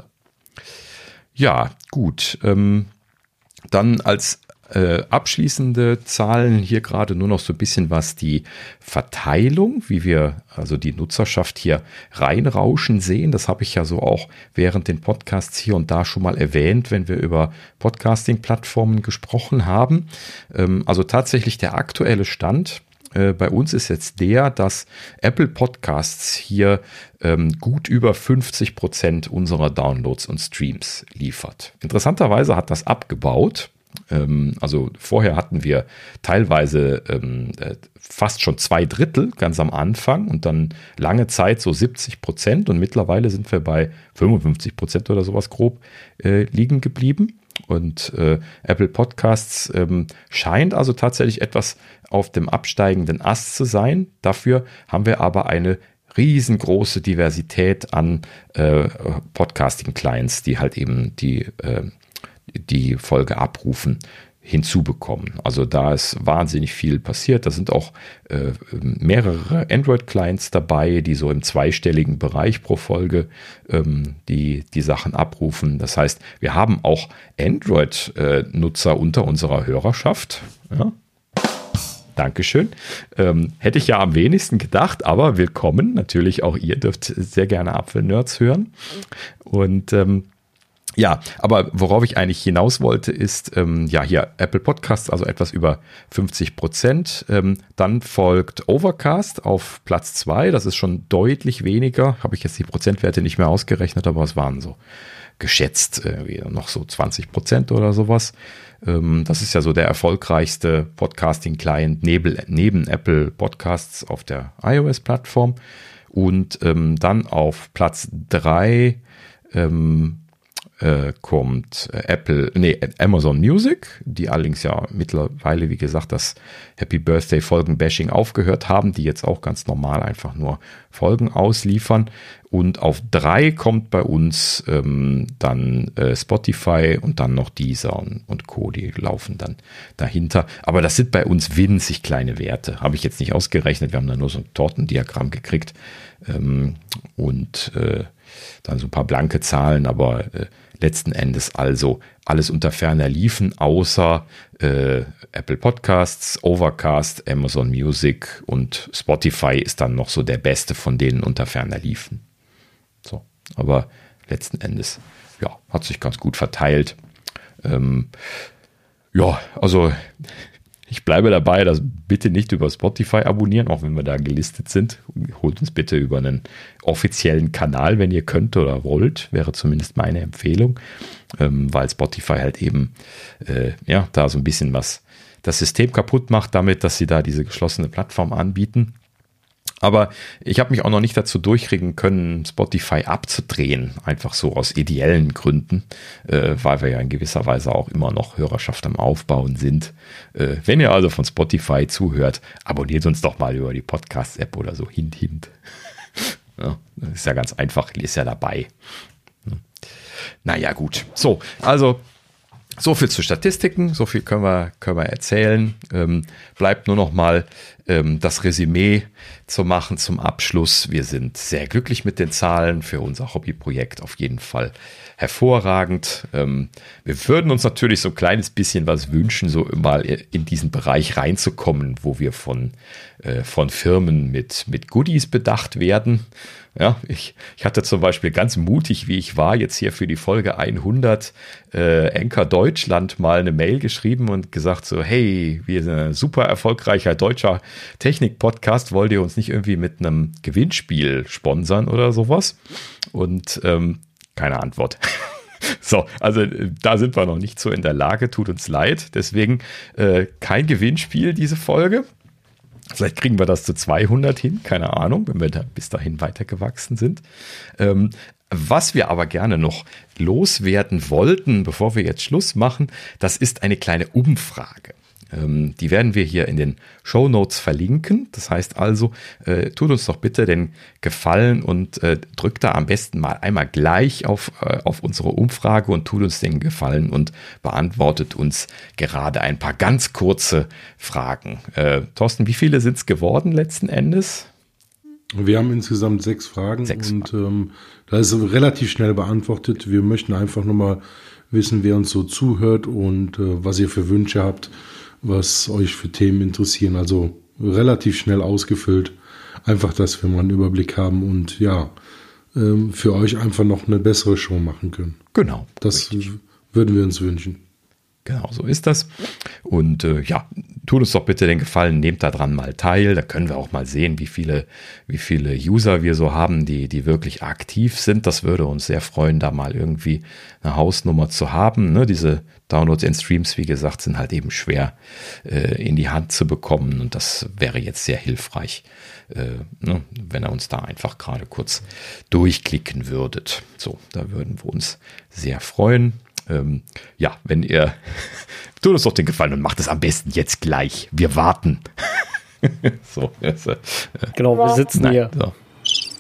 Ja, gut. Dann als abschließende Zahlen hier gerade nur noch so ein bisschen was die Verteilung, wie wir also die Nutzerschaft hier reinrauschen sehen. Das habe ich ja so auch während den Podcasts hier und da schon mal erwähnt, wenn wir über Podcasting-Plattformen gesprochen haben. Also tatsächlich der aktuelle Stand bei uns ist jetzt der, dass Apple Podcasts hier gut über 50% unserer Downloads und Streams liefert. Interessanterweise hat das abgebaut. Also vorher hatten wir teilweise fast schon 2/3 ganz am Anfang und dann lange Zeit so 70% und mittlerweile sind wir bei 55% oder sowas grob liegen geblieben. Und Apple Podcasts scheint also tatsächlich etwas auf dem absteigenden Ast zu sein. Dafür haben wir aber eine riesengroße Diversität an Podcasting-Clients, die halt eben die Folge abrufen, hinzubekommen. Also da ist wahnsinnig viel passiert. Da sind auch mehrere Android-Clients dabei, die so im zweistelligen Bereich pro Folge die Sachen abrufen. Das heißt, wir haben auch Android-Nutzer unter unserer Hörerschaft. Ja. Dankeschön. Hätte ich ja am wenigsten gedacht, aber willkommen. Natürlich auch ihr dürft sehr gerne Apfelnerds hören. Und ja, aber worauf ich eigentlich hinaus wollte, ist, hier Apple Podcasts, also etwas über 50%. Dann folgt Overcast auf Platz 2. Das ist schon deutlich weniger. Habe ich jetzt die Prozentwerte nicht mehr ausgerechnet, aber es waren so geschätzt noch so 20% oder sowas. Das ist ja so der erfolgreichste Podcasting-Client neben Apple Podcasts auf der iOS-Plattform. Und dann auf Platz 3 kommt Amazon Music, die allerdings ja mittlerweile, wie gesagt, das Happy Birthday Folgen-Bashing aufgehört haben, die jetzt auch ganz normal einfach nur Folgen ausliefern. Und auf 3 kommt bei uns dann Spotify und dann noch Deezer und Co., die laufen dann dahinter. Aber das sind bei uns winzig kleine Werte. Habe ich jetzt nicht ausgerechnet. Wir haben da nur so ein Tortendiagramm gekriegt und dann so ein paar blanke Zahlen, aber letzten Endes also alles unter ferner Liefen, außer Apple Podcasts, Overcast, Amazon Music und Spotify ist dann noch so der beste von denen unter ferner Liefen. So, aber letzten Endes, ja, hat sich ganz gut verteilt. Ja, also ich bleibe dabei, dass bitte nicht über Spotify abonnieren, auch wenn wir da gelistet sind. Holt uns bitte über einen offiziellen Kanal, wenn ihr könnt oder wollt, wäre zumindest meine Empfehlung, weil Spotify halt eben da so ein bisschen was das System kaputt macht damit, dass sie da diese geschlossene Plattform anbieten. Aber ich habe mich auch noch nicht dazu durchkriegen können, Spotify abzudrehen, einfach so aus ideellen Gründen, weil wir ja in gewisser Weise auch immer noch Hörerschaft am Aufbauen sind. Wenn ihr also von Spotify zuhört, abonniert uns doch mal über die Podcast-App oder so. Hint. Ja, das ist ja ganz einfach, ist ja dabei. Naja, gut. So, also so viel zu Statistiken, so viel können wir erzählen. Bleibt nur noch mal das Resümee zu machen zum Abschluss. Wir sind sehr glücklich mit den Zahlen für unser Hobbyprojekt, auf jeden Fall hervorragend. Wir würden uns natürlich so ein kleines bisschen was wünschen, so mal in diesen Bereich reinzukommen, wo wir von Firmen mit Goodies bedacht werden. Ja, ich hatte zum Beispiel ganz mutig, wie ich war, jetzt hier für die Folge 100 Anchor Deutschland mal eine Mail geschrieben und gesagt so, hey, wir sind ein super erfolgreicher deutscher Technik-Podcast, wollt ihr uns nicht irgendwie mit einem Gewinnspiel sponsern oder sowas? Und keine Antwort. So, also da sind wir noch nicht so in der Lage, tut uns leid. Deswegen kein Gewinnspiel, diese Folge. Vielleicht kriegen wir das zu 200 hin, keine Ahnung, wenn wir da bis dahin weitergewachsen sind. Was wir aber gerne noch loswerden wollten, bevor wir jetzt Schluss machen, das ist eine kleine Umfrage. Die werden wir hier in den Shownotes verlinken. Das heißt also, tut uns doch bitte den Gefallen und drückt da am besten mal einmal gleich auf unsere Umfrage und tut uns den Gefallen und beantwortet uns gerade ein paar ganz kurze Fragen. Thorsten, wie viele sind es geworden letzten Endes? Wir haben insgesamt 6 Fragen und da ist relativ schnell beantwortet. Wir möchten einfach nur mal wissen, wer uns so zuhört und was ihr für Wünsche habt, was euch für Themen interessieren. Also relativ schnell ausgefüllt. Einfach, dass wir mal einen Überblick haben und ja, für euch einfach noch eine bessere Show machen können. Genau. Das würden wir uns wünschen. Genau, so ist das. Und tut uns doch bitte den Gefallen, nehmt daran mal teil. Da können wir auch mal sehen, wie viele User wir so haben, die wirklich aktiv sind. Das würde uns sehr freuen, da mal irgendwie eine Hausnummer zu haben. Ne? Diese Downloads und Streams, wie gesagt, sind halt eben schwer in die Hand zu bekommen. Und das wäre jetzt sehr hilfreich, wenn ihr uns da einfach gerade kurz durchklicken würdet. So, da würden wir uns sehr freuen. Wenn ihr tut uns doch den Gefallen und macht es am besten jetzt gleich. Wir warten. So, genau, wir sitzen hier. So.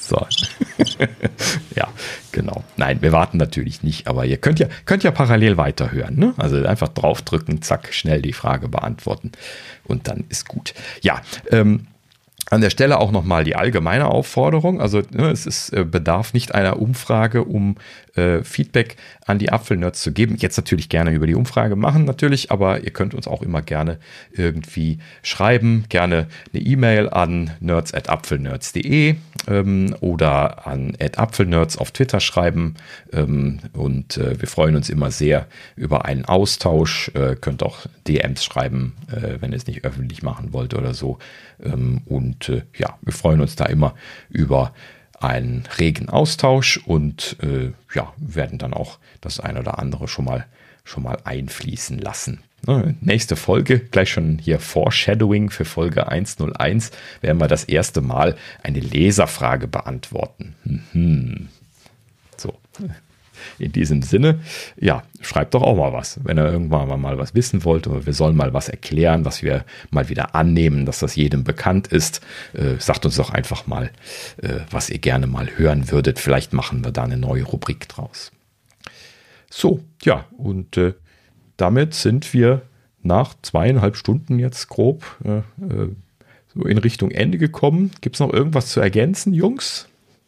So. Ja, genau. Nein, wir warten natürlich nicht, aber ihr könnt ja parallel weiterhören. Ne? Also einfach draufdrücken, zack, schnell die Frage beantworten und dann ist gut. Ja, an der Stelle auch nochmal die allgemeine Aufforderung. Also es bedarf nicht einer Umfrage, um Feedback an die Apfelnerds zu geben. Jetzt natürlich gerne über die Umfrage machen natürlich, aber ihr könnt uns auch immer gerne irgendwie schreiben. Gerne eine E-Mail an nerds@apfelnerds.de oder an @apfelnerds auf Twitter schreiben. Und wir freuen uns immer sehr über einen Austausch. Könnt auch DMs schreiben, wenn ihr es nicht öffentlich machen wollt oder so. Und ja, wir freuen uns da immer über einen regen Austausch und werden dann auch das ein oder andere schon mal einfließen lassen. Nächste Folge, gleich schon hier Foreshadowing für Folge 101, werden wir das erste Mal eine Leserfrage beantworten. So. In diesem Sinne, ja, schreibt doch auch mal was, wenn ihr irgendwann mal was wissen wollt oder wir sollen mal was erklären, was wir mal wieder annehmen, dass das jedem bekannt ist. Sagt uns doch einfach mal, was ihr gerne mal hören würdet. Vielleicht machen wir da eine neue Rubrik draus. So, ja, und damit sind wir nach 2,5 Stunden jetzt grob so in Richtung Ende gekommen. Gibt es noch irgendwas zu ergänzen, Jungs?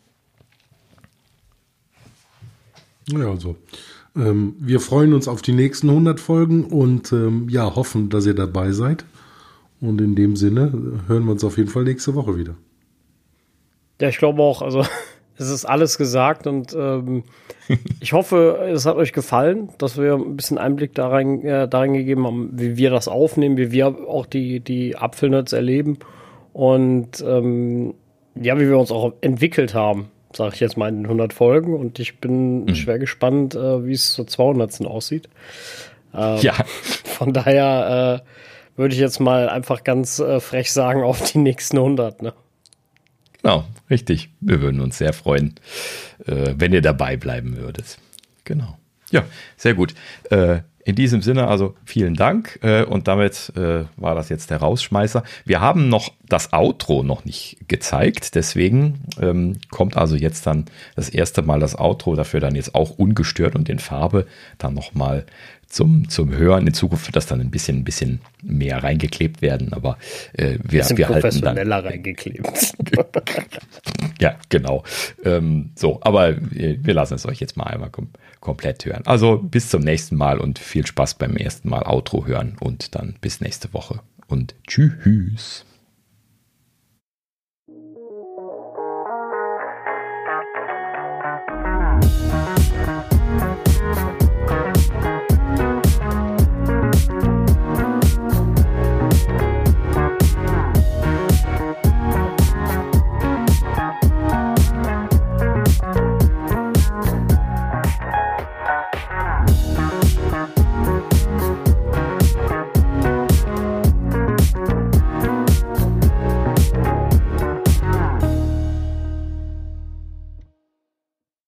Ja, also wir freuen uns auf die nächsten 100 Folgen und hoffen, dass ihr dabei seid. Und in dem Sinne hören wir uns auf jeden Fall nächste Woche wieder. Ja, ich glaube auch, also es ist alles gesagt und ich hoffe, es hat euch gefallen, dass wir ein bisschen Einblick darin gegeben haben, wie wir das aufnehmen, wie wir auch die Apfelnerds erleben und wie wir uns auch entwickelt haben. Sage ich jetzt mal in den 100 Folgen und ich bin schwer gespannt, wie es zur 200. aussieht. Von daher würde ich jetzt mal einfach ganz frech sagen, auf die nächsten 100. Ne? Genau, richtig. Wir würden uns sehr freuen, wenn ihr dabei bleiben würdet. Genau. Ja, sehr gut. In diesem Sinne, also vielen Dank und damit war das jetzt der Rausschmeißer. Wir haben noch das Outro noch nicht gezeigt, deswegen kommt also jetzt dann das erste Mal das Outro, dafür dann jetzt auch ungestört und in Farbe dann nochmal zum Hören. In Zukunft wird das dann ein bisschen mehr reingeklebt werden, aber wir halten dann professioneller reingeklebt. Ja, genau. Aber wir lassen es euch jetzt mal einmal komplett hören. Also bis zum nächsten Mal und viel Spaß beim ersten Mal Outro hören und dann bis nächste Woche und tschüss.